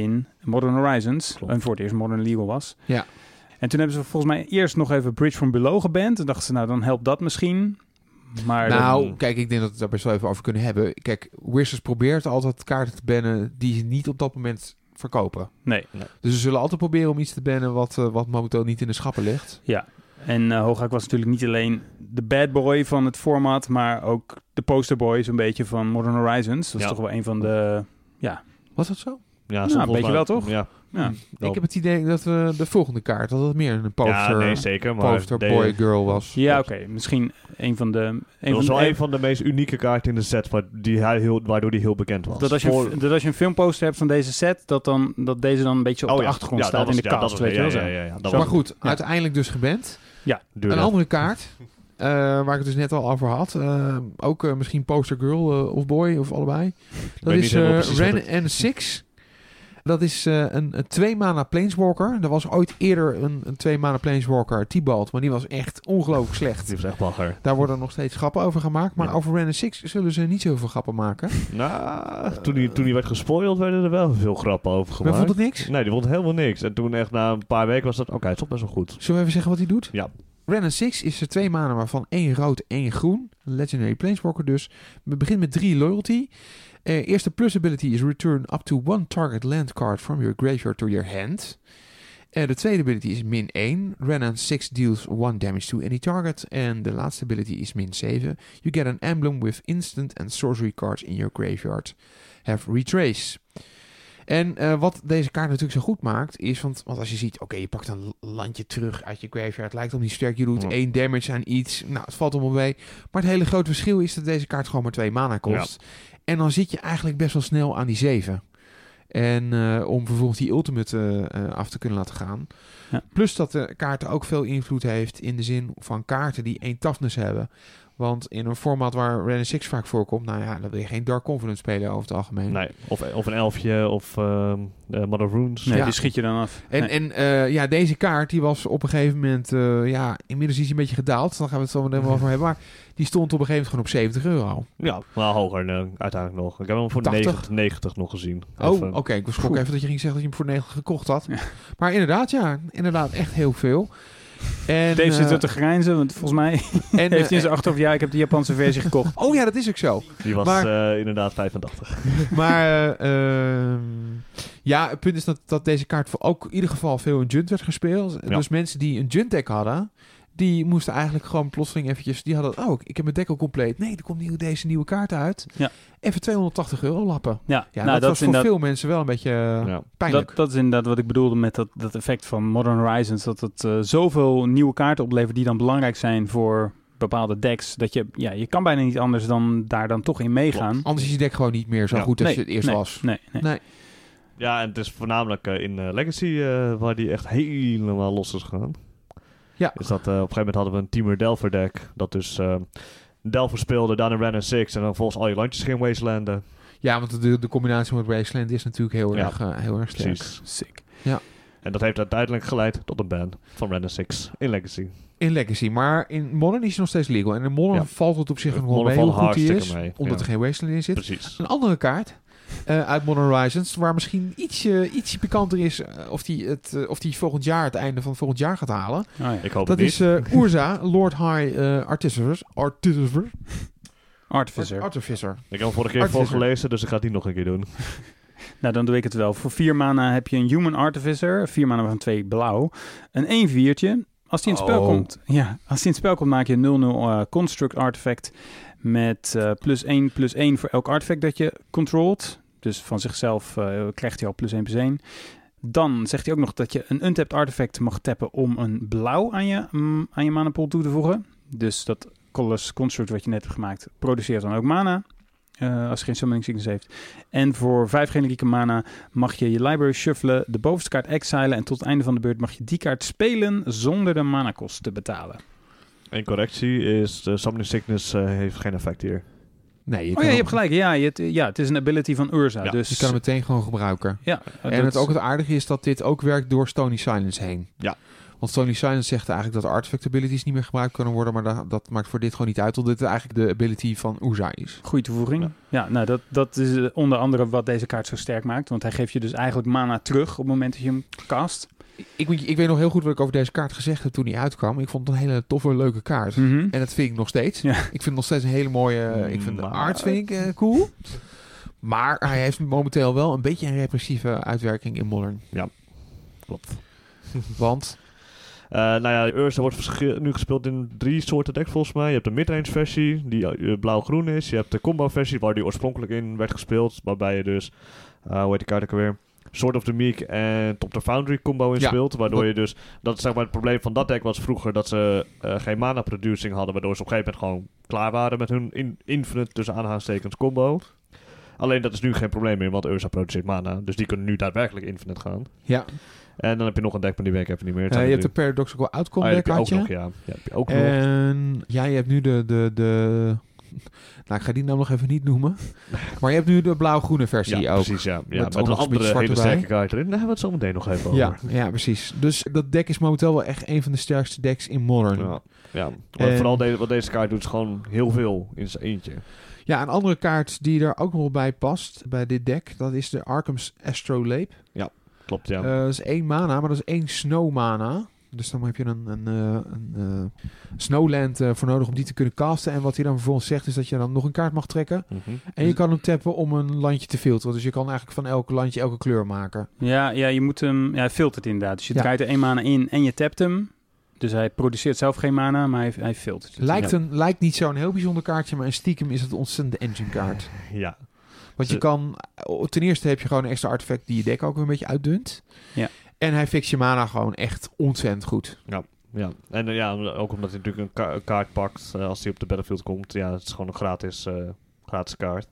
Modern Horizons. Klopt. En voor het eerst Modern Legal was. Ja. En toen hebben ze volgens mij eerst nog even Bridge from Below geband. En dachten ze, nou dan helpt dat misschien. Maar Kijk, ik denk dat we het daar best wel even over kunnen hebben. Kijk, Wizards probeert altijd kaarten te bannen die ze niet op dat moment verkopen. Nee. Dus ze zullen altijd proberen om iets te bannen wat momenteel niet in de schappen ligt. Ja. En Hooghaak was natuurlijk niet alleen de bad boy van het format, maar ook de posterboy zo'n beetje van Modern Horizons. Dat is toch wel een van de... Was dat zo? Ja, een beetje wel, toch? Ja. Ja. Ik heb het idee dat we de volgende kaart, dat het meer een Ja, nee, zeker. Maar posterboy girl was. Ja, oké. Misschien een van de... Dat was wel een van de meest unieke kaarten in de set, waardoor die heel bekend was. Dat als je een filmposter hebt van deze set, dat deze dan een beetje op de achtergrond staat in de cast, weet je wel zo. Ja, Maar goed, uiteindelijk dus geband. Ja. Een andere kaart, waar ik het dus net al over had. Ook misschien poster girl of boy of allebei. Dat is Ren N6. Dat is een 2-mana Planeswalker. Er was ooit eerder een 2-mana Planeswalker, Tibalt, maar die was echt ongelooflijk slecht. Die was echt bagger. Daar worden nog steeds grappen over gemaakt. Maar over Ren N6 zullen ze niet zoveel grappen maken. Nou, toen die werd gespoild, werden er wel veel grappen over gemaakt. Maar vond het niks? Nee, die vond helemaal niks. En toen echt na een paar weken was dat, oké, het is toch best wel goed. Zullen we even zeggen wat hij doet? Ja. Ren N6 is er 2 mana, waarvan 1 rood, 1 groen. Een Legendary Planeswalker dus. We beginnen met 3 loyalty. Eerste plus ability is return up to 1 target land card from your graveyard to your hand. De tweede ability is min 1. Ren N6 deals 1 damage to any target. En de laatste ability is min 7. You get an emblem with instant and sorcery cards in your graveyard. Have retrace. En wat deze kaart natuurlijk zo goed maakt, is, want als je ziet, oké, je pakt een landje terug uit je graveyard, het lijkt om die sterk, je doet 1 damage aan iets, nou, het valt allemaal mee. Maar het hele grote verschil is dat deze kaart gewoon maar 2 mana kost. Ja. En dan zit je eigenlijk best wel snel aan die 7. En om vervolgens die ultimate af te kunnen laten gaan. Ja. Plus dat de kaart ook veel invloed heeft in de zin van kaarten die 1 toughness hebben. Want in een format waar Ren 6 vaak voorkomt, nou ja, dan wil je geen Dark Confidence spelen over het algemeen. Nee, of een elfje of Mother Runes. Nee, die schiet je dan af. En deze kaart die was op een gegeven moment, inmiddels is hij een beetje gedaald. Dan gaan we het zo meteen wel over hebben. Maar die stond op een gegeven moment gewoon op €70. Ja, maar hoger uiteindelijk nog. Ik heb hem voor 90 nog gezien. Oké. Ik was schrok even dat je ging zeggen dat je hem voor 90 gekocht had. Ja. Maar inderdaad echt heel veel. En, Dave zit er te grijnzen, want volgens mij heeft hij in zijn achterhoofd, ja, ik heb de Japanse versie gekocht. Oh ja, dat is ook zo. Die was inderdaad 85. Maar het punt is dat deze kaart voor ook in ieder geval veel in Junt werd gespeeld. Ja. Dus mensen die een Junt deck hadden, die moesten eigenlijk gewoon plotseling eventjes, die hadden, ik heb mijn deck al compleet. Nee, er komt deze nieuwe kaart uit. Ja. Even €280 lappen. Ja, dat was voor veel mensen wel een beetje pijnlijk. Dat is inderdaad wat ik bedoelde met dat effect van Modern Horizons. Dat het zoveel nieuwe kaarten oplevert die dan belangrijk zijn voor bepaalde decks. Dat je kan bijna niet anders dan daar dan toch in meegaan. Klopt. Anders is je deck gewoon niet meer zo goed als je het eerst was. Nee. Ja, en het is voornamelijk in Legacy waar die echt helemaal los is gegaan. Ja. Dus dat op een gegeven moment hadden we een Temur Delver deck. Dat dus Delver speelde, daarna Ren N6 en dan volgens al je landjes ging wastelanden. Ja, want de combinatie met Wasteland is natuurlijk heel erg sterk. Precies. Sick. Ja. En dat heeft uiteindelijk geleid tot een ban van Ren N6 in Legacy. In Legacy, maar in Modern is hij nog steeds legal. En in Modern valt het op zich nog wel mee hoe goed hij is, omdat er geen Wasteland in zit. Precies. Een andere kaart uit Modern Horizons, waar misschien ietsje pikanter is of die volgend jaar, het einde van volgend jaar gaat halen. Oh ja. Ik hoop dat het is Urza, Lord High Artificer. Ik heb hem vorige keer voorgelezen, dus ik ga het niet nog een keer doen. Nou, dan doe ik het wel. Voor 4 mana heb je een Human Artificer. 4 mana van 2 blauw. Een 1/4'tje. Als die in het spel komt, maak je een 0/0 Construct Artifact met +1/+1 voor elk artefact dat je controlt. Dus van zichzelf krijgt hij al +1/+1. Dan zegt hij ook nog dat je een untapped artefact mag tappen om een blauw aan je mana pool toe te voegen. Dus dat Colorless Construct wat je net hebt gemaakt, produceert dan ook mana. Als je geen summoning sickness heeft. En voor 5 generieke mana mag je library shuffelen, de bovenste kaart exilen en tot het einde van de beurt mag je die kaart spelen zonder de mana kost te betalen. En correctie is, de summoning sickness heeft geen effect hier. Nee, je hebt gelijk. Ja, het is een ability van Urza. Ja, dus je kan hem meteen gewoon gebruiken. Ja, en het aardige is dat dit ook werkt door Stony Silence heen. Ja. Want Stony Silence zegt eigenlijk dat artifact abilities niet meer gebruikt kunnen worden, maar dat maakt voor dit gewoon niet uit, omdat dit eigenlijk de ability van Urza is. Goeie toevoeging. Ja, nou dat is onder andere wat deze kaart zo sterk maakt, want hij geeft je dus eigenlijk mana terug op het moment dat je hem cast. Ik weet nog heel goed wat ik over deze kaart gezegd heb toen hij uitkwam. Ik vond het een hele toffe, leuke kaart. Mhm. En dat vind ik nog steeds. Ja. Ik vind het nog steeds een hele mooie... Ik vind de art vind ik cool. Maar hij heeft momenteel wel een beetje een repressieve uitwerking in Modern. Ja, klopt. Want... Urza wordt nu gespeeld in 3 soorten deck volgens mij. Je hebt de midrange versie, die blauw-groen is. Je hebt de combo versie, waar die oorspronkelijk in werd gespeeld. Waarbij je dus, hoe heet die kaart ook alweer? Sword of the Meek en Top the Foundry combo in speelt. Waardoor je dus, dat is zeg maar het probleem van dat deck was vroeger dat ze geen mana producing hadden. Waardoor ze op een gegeven moment gewoon klaar waren met hun infinite tussen aanhalingstekens combo. Alleen dat is nu geen probleem meer, want Urza produceert mana. Dus die kunnen nu daadwerkelijk infinite gaan. Ja. En dan heb je nog een deck, maar die weet ik even niet meer. je hebt de Paradoxical Outcome deck, had je. Ook nog, ja. Heb je ook nog. En ja, je hebt nu de nou, ik ga die naam nog even niet noemen. Maar je hebt nu de blauw-groene versie ja, ook. Precies, ja. Met een andere hele erbij. sterke kaart erin. Daar hebben we het zo meteen nog even over. Ja, precies. Dus dat deck is momenteel wel echt een van de sterkste decks in Modern. Ja. Vooral wat deze kaart doet is gewoon heel veel in zijn eentje. Ja, een andere kaart die er ook nog bij past bij dit deck, dat is de Arkham's Astrolabe. Ja, klopt, ja. Dat is 1 mana, maar dat is 1 snow mana. Dus dan heb je een Snowland voor nodig om die te kunnen casten. En wat hij dan vervolgens zegt is dat je dan nog een kaart mag trekken. Mm-hmm. En je kan hem tappen om een landje te filteren. Dus je kan eigenlijk van elk landje elke kleur maken. Ja, je moet hem... Ja, hij filtert inderdaad. Dus je draait er 1 mana in en je tapt hem. Dus hij produceert zelf geen mana, maar hij filtert. Lijkt niet zo'n heel bijzonder kaartje, maar in stiekem is het een ontzettende engine kaart. Ja. Want je kan... Ten eerste heb je gewoon een extra artefact die je deck ook weer een beetje uitdunt. Ja. En hij fixt je mana gewoon echt ontzettend goed. Ja. En ook omdat hij natuurlijk een kaart pakt als hij op de battlefield komt. Ja, het is gewoon een gratis kaart.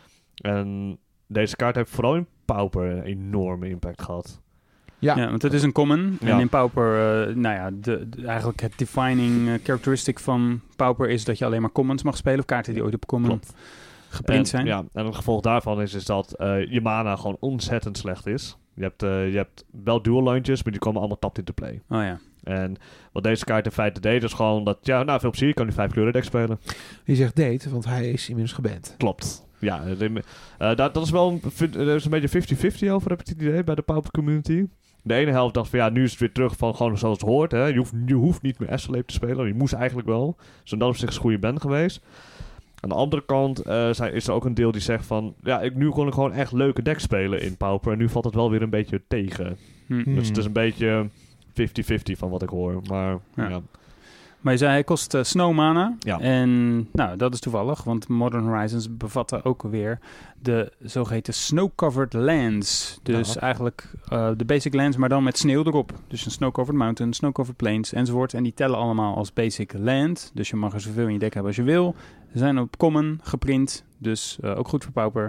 En deze kaart heeft vooral in Pauper een enorme impact gehad. Ja, want het is een common. Ja. En in Pauper, eigenlijk het defining characteristic van Pauper is dat je alleen maar commons mag spelen. Of kaarten die ooit op common geprint zijn. Ja, en het gevolg daarvan is dat je mana gewoon ontzettend slecht is. Je hebt wel dual landjes, maar die komen allemaal tapped into play. Oh ja. En wat deze kaart in feite deed, is gewoon dat, veel plezier, je kan die 5 kleuren deck spelen. Je zegt deed, want hij is inmiddels geband. Klopt. Ja, dat is wel er is een beetje 50-50 over, heb ik het idee, bij de Pauper community. De ene helft dacht van, nu is het weer terug van gewoon zoals het hoort. Hè. Je hoeft niet meer Astrolabe te spelen, je moest eigenlijk wel. Dus in dat opzicht is een goede band geweest. Aan de andere kant is er ook een deel die zegt van... nu kon ik gewoon echt leuke decks spelen in Pauper. En nu valt het wel weer een beetje tegen. Dus het is een beetje 50-50 van wat ik hoor. Maar ja. Maar je zei, hij kost snow mana. Ja. En dat is toevallig, want Modern Horizons bevatte ook weer de zogeheten snow-covered lands. Dus eigenlijk de basic lands, maar dan met sneeuw erop. Dus een snow-covered mountain, snow-covered plains enzovoort. En die tellen allemaal als basic land. Dus je mag er zoveel in je deck hebben als je wil. Ze zijn op common geprint, dus ook goed voor Pauper.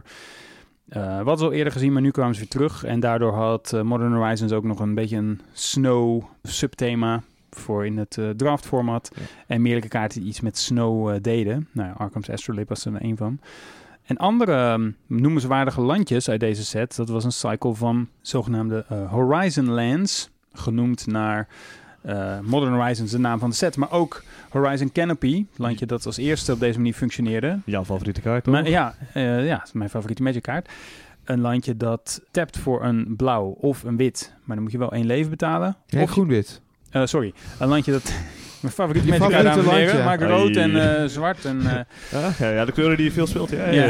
Wat al eerder gezien, maar nu kwamen ze weer terug. En daardoor had Modern Horizons ook nog een beetje een snow subthema voor in het draft format. Ja. En meerdere kaarten die iets met snow deden. Arkham's Astrolabe was er een van. En andere noemenswaardige landjes uit deze set, dat was een cycle van zogenaamde Horizon Lands, genoemd naar Modern Horizons, de naam van de set, maar ook Horizon Canopy, landje dat als eerste op deze manier functioneerde. Jouw favoriete kaart, toch? Maar, ja, het is mijn favoriete Magic kaart. Een landje dat tapt voor een blauw of een wit, maar dan moet je wel 1 leven betalen. Ja, of groen-wit. Sorry, een landje dat... Mijn favoriete Magic kaart, dames en heren. Maak rood en zwart. En, de kleuren die je veel speelt. Ja.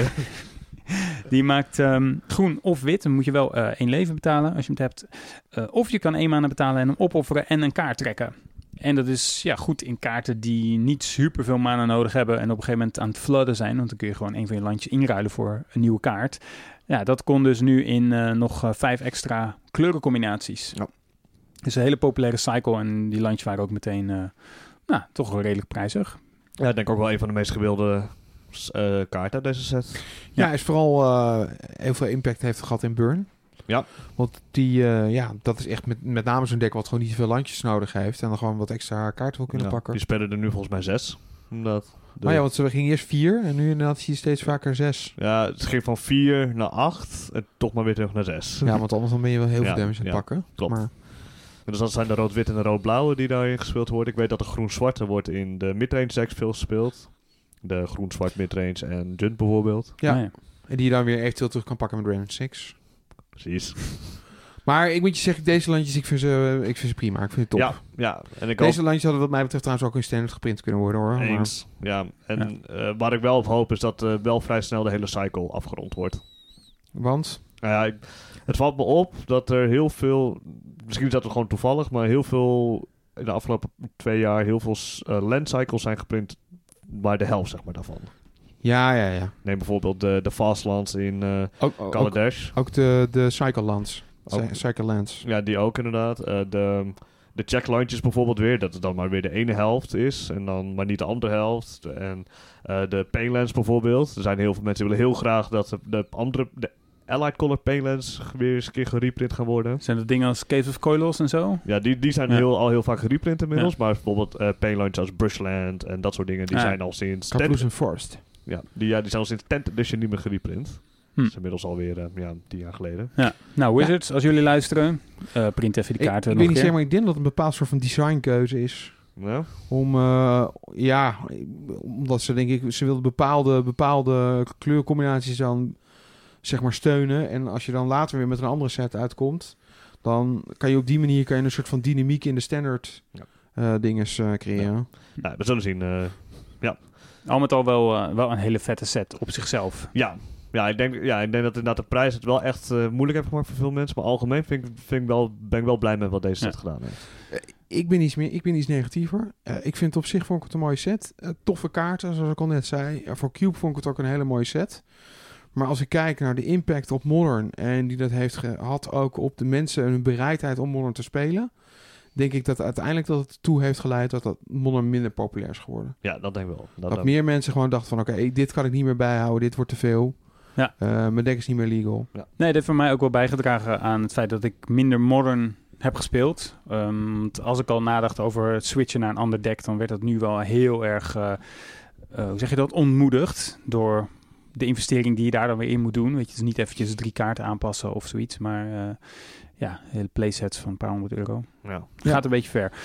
Die maakt groen of wit. Dan moet je wel 1 leven betalen als je het hebt. Of je kan 1 mana betalen en hem opofferen en een kaart trekken. En dat is goed in kaarten die niet super veel mana nodig hebben en op een gegeven moment aan het flooden zijn. Want dan kun je gewoon 1 van je landjes inruilen voor een nieuwe kaart. Ja, dat kon dus nu in nog 5 extra kleurencombinaties. Ja. Dus een hele populaire cycle en die landjes waren ook meteen toch wel redelijk prijzig. Ja, ik denk ook wel een van de meest gewilde kaarten uit deze set. Ja, hij is vooral heel veel impact heeft gehad in Burn. Ja. Want dat is echt met name zo'n deck wat gewoon niet veel landjes nodig heeft en dan gewoon wat extra kaarten wil kunnen pakken. Die spelen er nu volgens mij 6. Want ze gingen eerst 4 en nu inderdaad zie je steeds vaker 6. Ja, het ging van 4 naar 8 en toch maar weer terug naar 6. Ja, want anders dan ben je wel heel veel damage aan het pakken. Klopt. Maar Dus dat zijn de rood-wit en de rood-blauwe die daarin gespeeld worden. Ik weet dat de groen-zwarte wordt in de midrange decks veel gespeeld. De groen-zwart midrange en Junt bijvoorbeeld. Ja. Ah, ja. En die je dan weer eventueel terug kan pakken met Raymond 6. Precies. Maar ik moet je zeggen, deze landjes, ik vind ze prima. Ik vind het top. Ja. En ik Deze landjes hadden wat mij betreft trouwens ook in standaard geprint kunnen worden, hoor. eens. Ja. En waar ik wel op hoop is dat wel vrij snel de hele cycle afgerond wordt. Want? Nou ja, het valt me op dat er heel veel... Misschien is dat gewoon toevallig, maar heel veel... In de afgelopen 2 jaar heel veel land cycles zijn geprint bij de helft, zeg maar, daarvan. Ja. Neem bijvoorbeeld de Fastlands in Kaladesh. Ook de Cycle Lands. Ook. Cycle Lands. Ja, die ook inderdaad. De checklandjes bijvoorbeeld weer, dat het dan maar weer de ene helft is. En dan maar niet de andere helft. En de Painlands bijvoorbeeld. Er zijn heel veel mensen die willen heel graag dat de Allied Color Painlands weer eens een keer gereprint gaan worden. Zijn dat dingen als Caves of Koilos en zo? Ja, die zijn al heel vaak gereprint inmiddels. Ja. Maar bijvoorbeeld Painlands als Brushland en dat soort dingen, die zijn al sinds... Kaploes Forest. Ja, die zijn al sinds 10th edition niet meer gereprint. Dat is inmiddels alweer 10 jaar geleden. Ja. Nou, Wizards, als jullie luisteren, print even die kaarten. Ik weet niet zeker, maar ik denk dat het een bepaald soort van designkeuze is. Ja? Omdat ze, denk ik, ze willen bepaalde kleurcombinaties dan, zeg maar, steunen. En als je dan later weer met een andere set uitkomt, dan kan je op die manier een soort van dynamiek in de standaard dinges creëren. Ja, we zullen zien. Al met al wel een hele vette set op zichzelf. Ja, ik denk dat inderdaad de prijs het wel echt moeilijk heeft gemaakt voor veel mensen. Maar algemeen ben ik wel blij met wat deze set gedaan heeft. Ik ben iets negatiever. Ik vind het op zich vond ik het een mooie set. Toffe kaarten, zoals ik al net zei. Voor Cube vond ik het ook een hele mooie set. Maar als ik kijk naar de impact op Modern en die dat heeft gehad ook op de mensen en hun bereidheid om Modern te spelen, denk ik dat uiteindelijk dat het toe heeft geleid dat Modern minder populair is geworden. Ja, dat denk ik wel. Dat meer mensen gewoon dachten van oké, dit kan ik niet meer bijhouden, dit wordt te veel. Ja. Mijn deck is niet meer legal. Ja. Nee, dat heeft voor mij ook wel bijgedragen aan het feit dat ik minder Modern heb gespeeld. Want als ik al nadacht over het switchen naar een ander deck, dan werd dat nu wel heel erg, hoe zeg je dat, ontmoedigd door de investering die je daar dan weer in moet doen. Weet je, dus niet eventjes 3 kaarten aanpassen of zoiets, maar hele playsets van een paar €100. Gaat een beetje ver.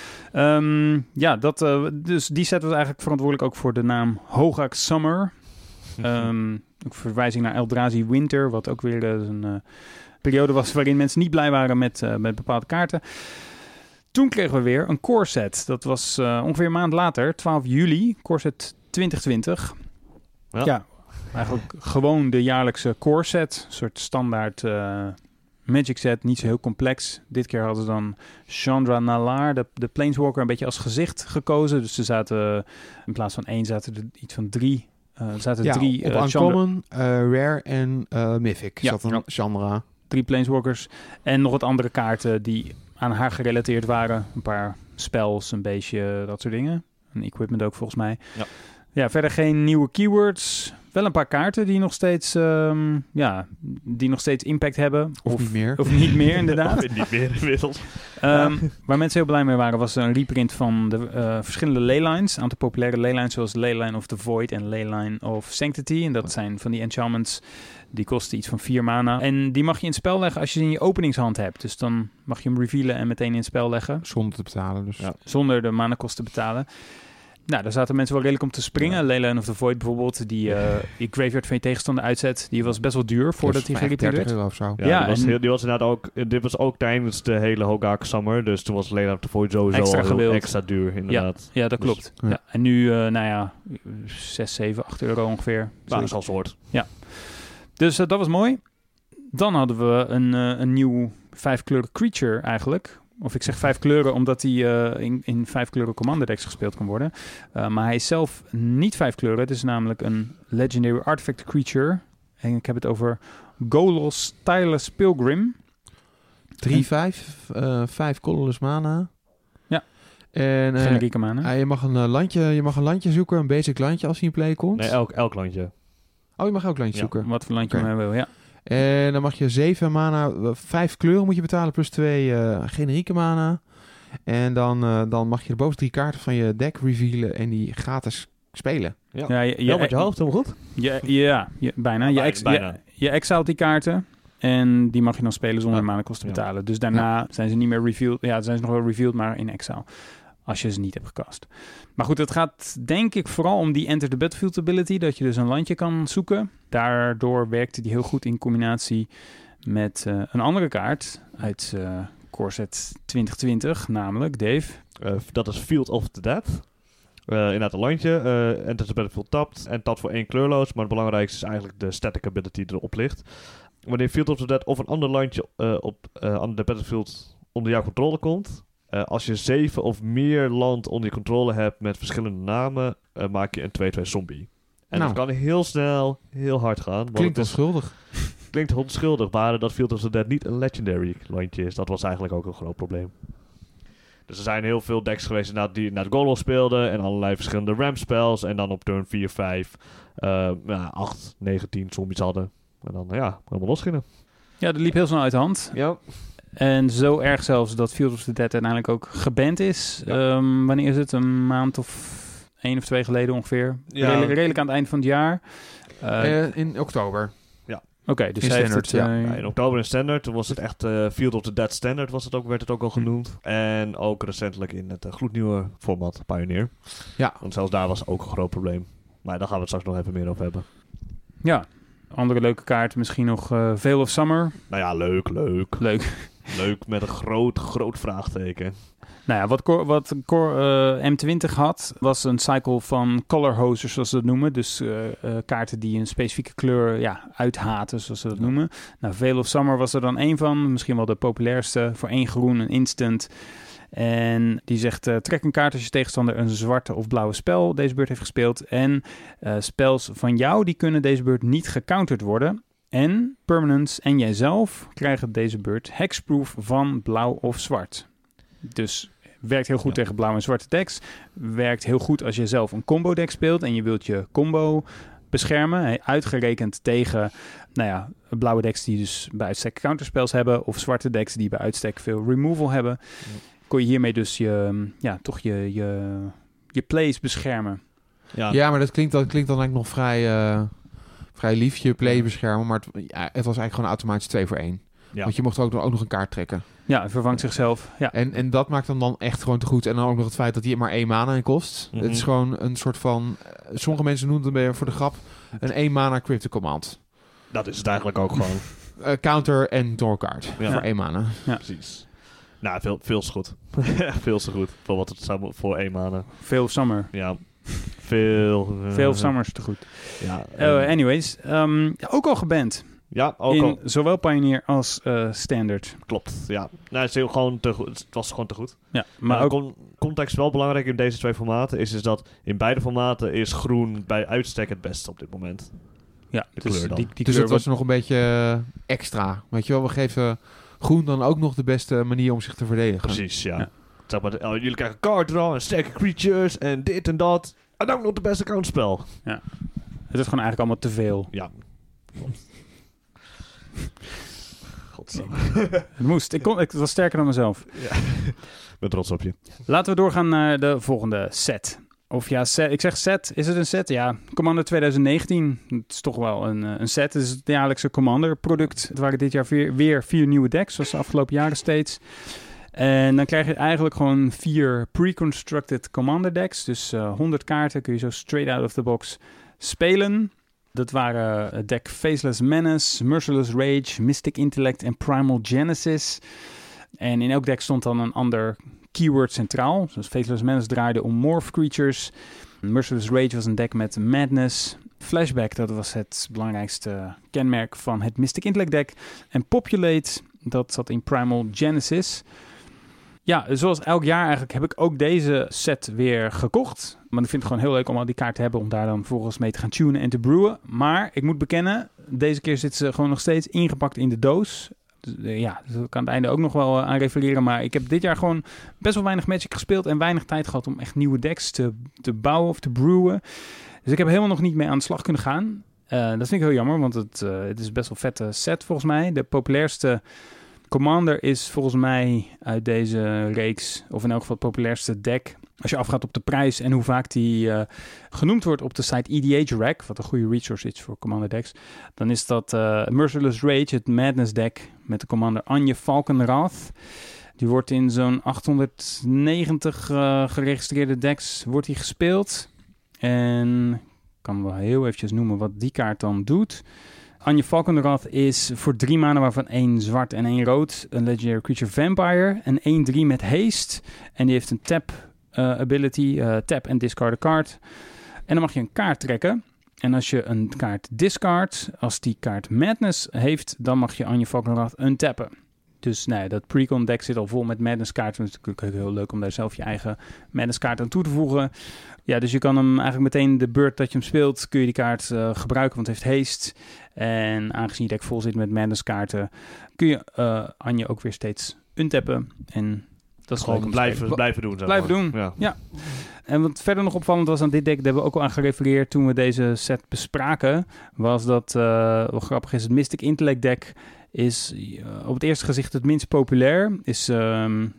Dus die set was eigenlijk verantwoordelijk ook voor de naam Hogaak Summer. Ook verwijzing naar Eldrazi Winter, wat ook weer een periode was waarin mensen niet blij waren met bepaalde kaarten. Toen kregen we weer een core set. Dat was ongeveer een maand later, 12 juli, core set 2020. Ja, eigenlijk gewoon de jaarlijkse core set. Een soort standaard Magic set, niet zo heel complex. Dit keer hadden ze dan Chandra Nalaar, de Planeswalker, een beetje als gezicht gekozen. Dus er zaten, in plaats van 1, zaten er iets van 3. Er zaten 3 op Uncommon, Rare en Mythic. Zat een Chandra. 3 Planeswalkers. En nog wat andere kaarten die aan haar gerelateerd waren. Een paar spells, een beetje dat soort dingen. Een equipment ook volgens mij. Ja, verder geen nieuwe keywords. Wel een paar kaarten die nog steeds, impact hebben. Of niet meer. Of niet meer, inderdaad. Niet meer inmiddels. Waar mensen heel blij mee waren, was een reprint van de verschillende leylines. Een aantal populaire leylines, zoals Leyline of the Void en Leyline of Sanctity. En dat zijn van die enchantments, die kosten iets van 4 mana. En die mag je in het spel leggen als je ze in je openingshand hebt. Dus dan mag je hem revealen en meteen in het spel leggen. Zonder te betalen dus. Ja. Zonder de mana-kosten te betalen. Nou, daar zaten mensen wel redelijk om te springen. Ja. Leyline of the Void bijvoorbeeld, die graveyard van je tegenstander uitzet, die was best wel duur voordat hij gereprint werd. €30 of zo. Ja, die was inderdaad ook, dit was ook tijdens de hele Hogaak Summer, dus toen was Leyline of the Void sowieso extra duur, inderdaad. Ja, dat klopt. Ja. En nu, €6, €7, €8 ongeveer. Zo'n soort. Ja. Dus dat was mooi. Dan hadden we een nieuw 5-kleurig creature eigenlijk. Of ik zeg 5 kleuren, omdat hij in 5 kleuren commander decks gespeeld kan worden. Maar hij is zelf niet 5 kleuren. Het is namelijk een legendary artifact creature. En ik heb het over Golos Tireless Pilgrim. 3/5, 5 colorless mana. Ja. En generieke mana. Je mag een landje zoeken, een basic landje als hij in play komt. Nee, elk landje. Oh, je mag elk landje zoeken. Wat voor landje je maar wil, ja. En dan mag je 7 mana, 5 kleuren moet je betalen, plus 2 generieke mana. En dan mag je de bovenste 3 kaarten van je deck revealen en die gratis spelen. Ja, met je hoofd, helemaal goed. Ja, bijna. Je exilt die kaarten En die mag je dan spelen zonder Ja. mana-kosten Ja. betalen. Dus daarna zijn ze niet meer revealed. Ja, zijn ze nog wel revealed, maar in Exile. Als je ze niet hebt gecast. Maar goed, het gaat denk ik vooral om die Enter the Battlefield ability. Dat je dus een landje kan zoeken. Daardoor werkte die heel goed in combinatie met een andere kaart uit Core Set 2020. Namelijk, Dave. Dat is Field of the Dead. Inderdaad een landje. Enter the Battlefield tapt. En tapt voor 1 kleurloos. Maar het belangrijkste is eigenlijk de static ability die erop ligt. Wanneer Field of the Dead of een ander landje aan de Battlefield onder jouw controle komt. Als je 7 of meer land onder je controle hebt met verschillende namen, maak je een 2-2 zombie. En Nou. dat kan heel snel, heel hard gaan. Klinkt onschuldig. Klinkt onschuldig, maar dat Field of the Dead niet een legendary landje is. Dat was eigenlijk ook een groot probleem. Dus er zijn heel veel decks geweest die naar de Golem speelden en allerlei verschillende ramp spells. En dan op turn 4, 5, 8, 9, 10 zombies hadden. En dan helemaal los gingen. Ja, dat liep heel snel uit de hand. Ja. En zo erg zelfs dat Field of the Dead uiteindelijk ook geband is. Ja. Wanneer is het? Een maand of 1 of 2 geleden ongeveer. Ja. Redelijk aan het eind van het jaar. In oktober. Oké, dus in hij heeft Standard, het... ja. In oktober in Standard was het echt Field of the Dead Standard werd het ook al genoemd. En ook recentelijk in het gloednieuwe format Pioneer. Ja. Want zelfs daar was ook een groot probleem. Maar daar gaan we het straks nog even meer over hebben. Ja, andere leuke kaart. Misschien nog Veil of Summer. Nou ja, leuk. Leuk. Leuk met een groot vraagteken. Nou ja, wat Core M20 had, was een cycle van color hosers, zoals ze dat noemen. Dus kaarten die een specifieke kleur uithaten, zoals ze dat noemen. Nou, Veil of Summer was er dan één van. Misschien wel de populairste. Voor 1 groen, een instant. En die zegt, trek een kaart als je tegenstander een zwarte of blauwe spel deze beurt heeft gespeeld. En spels van jou, die kunnen deze beurt niet gecounterd worden. En permanents en jijzelf krijgen deze beurt hexproof van blauw of zwart. Dus werkt heel goed tegen blauw en zwarte decks. Werkt heel goed als je zelf een combo deck speelt en je wilt je combo beschermen. Uitgerekend tegen blauwe decks die dus bij uitstek counterspells hebben. Of zwarte decks die bij uitstek veel removal hebben. Kon je hiermee dus je plays beschermen. Ja, maar dat klinkt dan eigenlijk nog vrij lief, je play beschermen. Maar het was eigenlijk gewoon automatisch 2 voor 1. Ja. Want je mocht ook nog een kaart trekken. Ja, het vervangt zichzelf. Ja. En dat maakt dan echt gewoon te goed. En dan ook nog het feit dat die maar 1 mana in kost. Mhm. Het is gewoon een soort van... sommige mensen noemen het voor de grap een 1 mana cryptic command. Dat is het eigenlijk ook gewoon. Counter en doorkaart. Ja. Voor 1 mana. Ja. Precies. Nou, veel te goed. Veel te goed. Voor wat het zou voor 1 maanden. Veel Summer. Ja. Veel Summers te goed. Ja. Anyways, ook al geband. Ja, ook in al. zowel Pioneer als Standard. Klopt, ja. Nou, het is gewoon te goed. Het was gewoon te goed. Ja, Maar maar ook... context wel belangrijk in deze 2 formaten is dat in beide formaten is groen bij uitstek het beste op dit moment. Ja, de dus kleur dan. die Dus kleur het was nog een beetje extra. Weet je wel, we geven groen dan ook nog de beste manier om zich te verdedigen. Precies, ja. Ja. Zeg maar, jullie krijgen card draw en sterke creatures en dit en dat. En ook nog de beste counterspel. Het is gewoon eigenlijk allemaal te veel. Ja. Godsamme. Het moest. Ik was sterker dan mezelf. Ja. Ik ben trots op je. Laten we doorgaan naar de volgende set. Of ja, ik zeg set. Is het een set? Ja, Commander 2019. Het is toch wel een set. Het is het jaarlijkse Commander product. Het waren dit jaar weer 4 nieuwe decks, zoals de afgelopen jaren steeds. En dan krijg je eigenlijk gewoon 4 pre-constructed Commander decks. Dus 100 kaarten kun je zo straight out of the box spelen. Dat waren het deck Faceless Menace, Merciless Rage, Mystic Intellect en Primal Genesis. En in elk deck stond dan een ander keyword centraal. Dus Faceless Menace draaide om Morph Creatures. Merciless Rage was een deck met Madness. Flashback, dat was het belangrijkste kenmerk van het Mystic Intellect deck. En Populate, dat zat in Primal Genesis. Ja, zoals elk jaar eigenlijk heb ik ook deze set weer gekocht. Maar ik vind het gewoon heel leuk om al die kaarten te hebben, om daar dan vervolgens mee te gaan tunen en te brewen. Maar ik moet bekennen, deze keer zit ze gewoon nog steeds ingepakt in de doos. Dus, ja, dus ik kan het einde ook nog wel aan refereren. Maar ik heb dit jaar gewoon best wel weinig Magic gespeeld en weinig tijd gehad om echt nieuwe decks te bouwen of te brewen. Dus ik heb helemaal nog niet mee aan de slag kunnen gaan. Dat vind ik heel jammer, want het is best wel vette set volgens mij. De populairste Commander is volgens mij uit deze reeks, of in elk geval het populairste deck, Als je afgaat op de prijs en hoe vaak die genoemd wordt op de site EDH Rack, wat een goede resource is voor Commander decks, dan is dat Merciless Rage, het Madness deck met de Commander Anje Valkenrath. Die wordt in zo'n 890 geregistreerde decks wordt die gespeeld. En ik kan wel heel eventjes noemen wat die kaart dan doet. Anje Valkenrath is voor 3 mana, waarvan 1 zwart en 1 rood, een Legendary Creature Vampire. En 1/3 met haste. En die heeft een tap ability, tap en discard a card. En dan mag je een kaart trekken. En als je een kaart discard, als die kaart Madness heeft, dan mag je Anje Valkenrath untappen. Dus nou ja, dat Precon deck zit al vol met Madness kaarten. Het is natuurlijk heel leuk om daar zelf je eigen Madness kaart aan toe te voegen. Ja, dus je kan hem eigenlijk meteen de beurt dat je hem speelt, kun je die kaart gebruiken, want het heeft haste. En aangezien je deck vol zit met Madness kaarten, kun je Anje ook weer steeds untappen. En dat is gewoon blijven doen. Blijven doen, ja. En wat verder nog opvallend was aan dit deck, daar hebben we ook al aan gerefereerd toen we deze set bespraken, was dat, wat grappig is, het Mystic Intellect deck is op het eerste gezicht het minst populair. Is een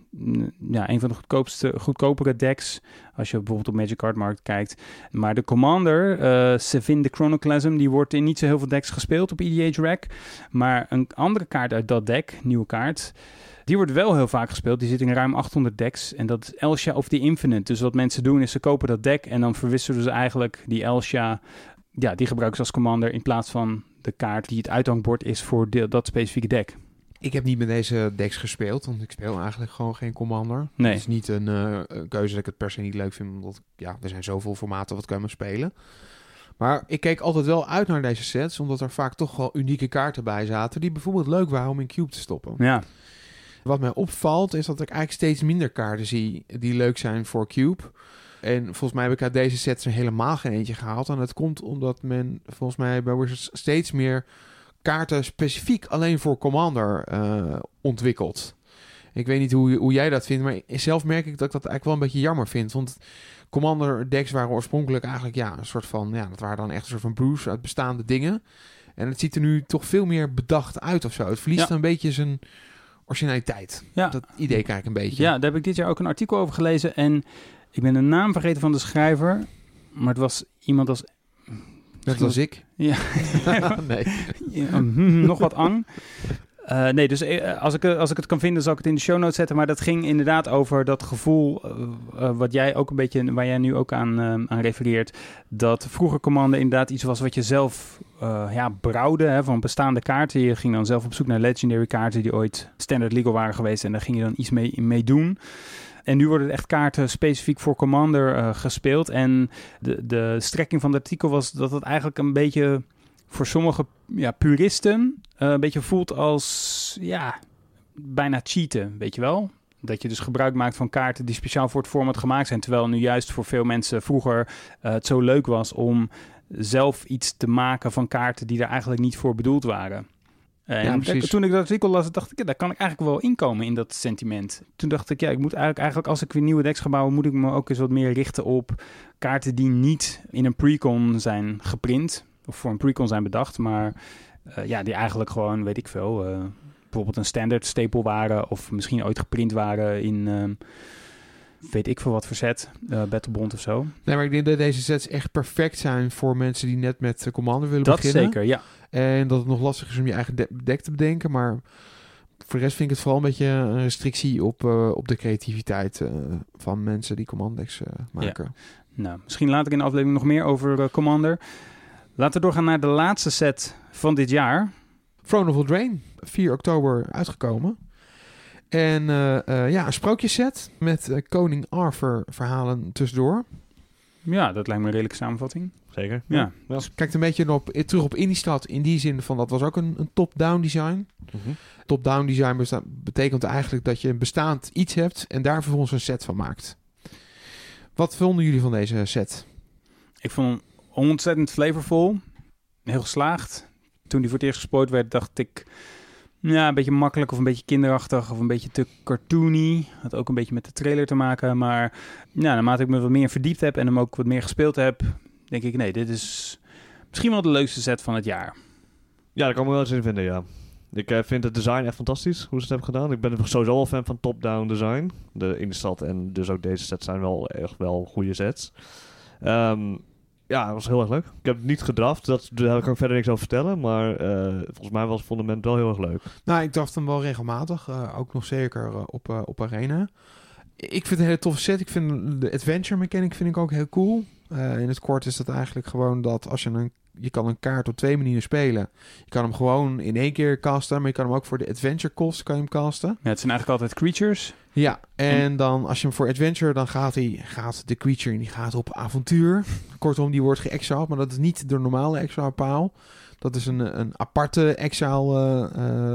van de goedkopere decks als je bijvoorbeeld op Magic Card Market kijkt. Maar de Commander, Sevin the Chronoclasm, die wordt in niet zo heel veel decks gespeeld op EDH Rack. Maar een andere kaart uit dat deck, nieuwe kaart, die wordt wel heel vaak gespeeld. Die zit in ruim 800 decks. En dat is Elsha of the Infinite. Dus wat mensen doen is ze kopen dat deck en dan verwisselen ze eigenlijk die Elsha. Ja, die gebruiken ze als Commander in plaats van de kaart die het uithangbord is voor dat specifieke deck. Ik heb niet met deze decks gespeeld, want ik speel eigenlijk gewoon geen Commander. Nee. Het is niet een keuze dat ik het per se niet leuk vind, omdat er zijn zoveel formaten wat kunnen spelen. Maar ik keek altijd wel uit naar deze sets, omdat er vaak toch wel unieke kaarten bij zaten, die bijvoorbeeld leuk waren om in Cube te stoppen. Ja. Wat mij opvalt is dat ik eigenlijk steeds minder kaarten zie die leuk zijn voor Cube. En volgens mij heb ik uit deze sets er helemaal geen eentje gehaald. En dat komt omdat men volgens mij bij Wizards steeds meer kaarten specifiek alleen voor Commander ontwikkelt. Ik weet niet hoe jij dat vindt, maar zelf merk ik dat ik dat eigenlijk wel een beetje jammer vind. Want Commander decks waren oorspronkelijk eigenlijk een soort van, dat waren dan echt een soort van brews uit bestaande dingen. En het ziet er nu toch veel meer bedacht uit of zo. Het verliest een beetje zijn originaliteit. Ja. Dat idee krijg ik een beetje. Ja, daar heb ik dit jaar ook een artikel over gelezen en ik ben de naam vergeten van de schrijver, maar het was iemand als... Net als ik? Ja. Nee. Ja, nog wat ang. Nee, dus als ik het kan vinden, zal ik het in de show notes zetten. Maar dat ging inderdaad over dat gevoel, wat jij ook een beetje, waar jij nu ook aan refereert, dat vroeger Commander inderdaad iets was wat je zelf brouwde, van bestaande kaarten. Je ging dan zelf op zoek naar legendary kaarten die ooit standard legal waren geweest en daar ging je dan iets mee doen. En nu worden echt kaarten specifiek voor Commander gespeeld. En de strekking van het artikel was dat het eigenlijk een beetje voor sommige puristen een beetje voelt als bijna cheaten, weet je wel? Dat je dus gebruik maakt van kaarten die speciaal voor het format gemaakt zijn. Terwijl nu juist voor veel mensen vroeger het zo leuk was om zelf iets te maken van kaarten die er eigenlijk niet voor bedoeld waren. En toen ik dat artikel las, dacht ik, daar kan ik eigenlijk wel inkomen in dat sentiment. Toen dacht ik, ik moet eigenlijk als ik weer nieuwe decks ga bouwen, moet ik me ook eens wat meer richten op kaarten die niet in een precon zijn geprint. Of voor een precon zijn bedacht, maar die eigenlijk gewoon, weet ik veel, bijvoorbeeld een standard staple waren of misschien ooit geprint waren in... weet ik veel wat voor set, Battlebond of zo. Nee, maar ik denk dat deze sets echt perfect zijn voor mensen die net met Commander willen beginnen. Dat zeker, ja. En dat het nog lastig is om je eigen deck te bedenken, maar voor de rest vind ik het vooral een beetje een restrictie op de creativiteit van mensen die Commander decks maken. Ja. Nou, misschien later in de aflevering nog meer over Commander. Laten we doorgaan naar de laatste set van dit jaar. Throne of Eldraine, 4 oktober uitgekomen. En een sprookjesset met koning Arthur verhalen tussendoor. Ja, dat lijkt me een redelijke samenvatting. Zeker. Ja. Dus kijkt een beetje terug op Innistrad in die zin van dat was ook een top-down design. Mm-hmm. Top-down design betekent eigenlijk dat je een bestaand iets hebt en daar vervolgens een set van maakt. Wat vonden jullie van deze set? Ik vond hem ontzettend flavorvol. Heel geslaagd. Toen die voor het eerst gespoord werd, dacht ik... een beetje makkelijk of een beetje kinderachtig of een beetje te cartoony. Had ook een beetje met de trailer te maken. Maar naarmate ik me wat meer verdiept heb en hem ook wat meer gespeeld heb, denk ik, nee, dit is misschien wel de leukste set van het jaar. Ja, daar kan ik me wel eens in vinden, ja. Ik vind het design echt fantastisch, hoe ze het hebben gedaan. Ik ben sowieso wel fan van top-down design. De in de stad en dus ook deze sets zijn wel echt wel goede sets. Ja, het was heel erg leuk. Ik heb het niet gedraft, daar kan ik verder niks over vertellen. Maar volgens mij was het fundament wel heel erg leuk. Nou, ik draft hem wel regelmatig. Ook nog zeker op Arena. Ik vind het een hele toffe set. Ik vind de adventure mechanic vind ik ook heel cool. In het kort is dat eigenlijk gewoon dat als je kan een kaart op 2 manieren spelen. Je kan hem gewoon in 1 keer casten, maar je kan hem ook voor de adventure cost kan je hem casten. Ja, het zijn eigenlijk altijd creatures. Ja, en dan als je hem voor adventure, dan gaat de creature die gaat op avontuur. Kortom, die wordt geëxiled, maar dat is niet de normale exile paal. Dat is een aparte exile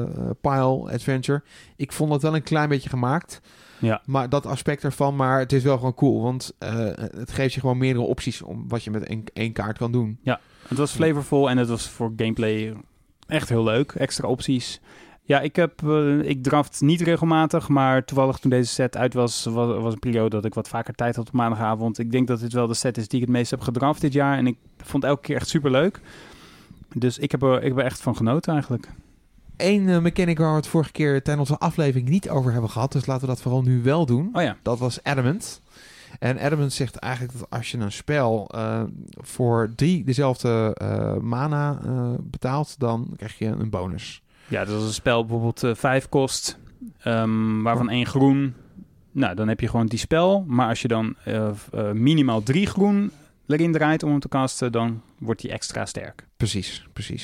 pile adventure. Ik vond dat wel een klein beetje gemaakt. Ja. Maar dat aspect ervan, maar het is wel gewoon cool. Want het geeft je gewoon meerdere opties om wat je met één kaart kan doen. Ja, het was flavorvol en het was voor gameplay echt heel leuk. Extra opties. Ja, ik draft niet regelmatig, maar toevallig toen deze set uit was een periode dat ik wat vaker tijd had op maandagavond. Ik denk dat dit wel de set is die ik het meest heb gedraft dit jaar. En ik vond elke keer echt super leuk. Dus ik heb er echt van genoten eigenlijk. Eén mechanic waar we het vorige keer tijdens onze aflevering niet over hebben gehad. Dus laten we dat vooral nu wel doen. Oh ja. Dat was Adamant. En Adamant zegt eigenlijk dat als je een spel voor 3 dezelfde mana betaalt, dan krijg je een bonus. Ja, dus als een spel bijvoorbeeld 5 kost, waarvan 1 groen, nou dan heb je gewoon die spel. Maar als je dan minimaal 3 groen erin draait om hem te casten, dan wordt die extra sterk. Precies.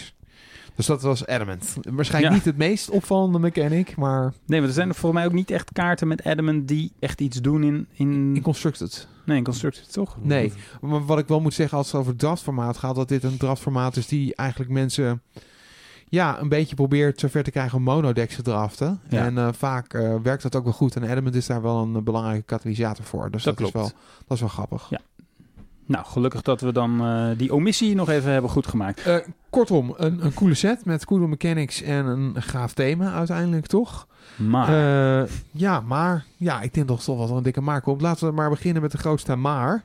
Dus dat was Adamant. Waarschijnlijk niet het meest opvallende mechanic, maar... Nee, maar er zijn er volgens mij ook niet echt kaarten met Adamant die echt iets doen in Constructed. Nee, in Constructed, toch? Nee, maar wat ik wel moet zeggen als het over het draftformaat gaat, dat dit een draftformaat is die eigenlijk mensen een beetje probeert zover te krijgen om monodecks te draften. Ja. En vaak werkt dat ook wel goed. En Adamant is daar wel een belangrijke katalysator voor. Dus dat is wel grappig. Ja. Nou, gelukkig dat we dan die omissie nog even hebben goed gemaakt. Kortom, een coole set met coole mechanics en een gaaf thema uiteindelijk, toch? Maar... ik denk toch wel een dikke maar komt. Laten we maar beginnen met de grootste maar.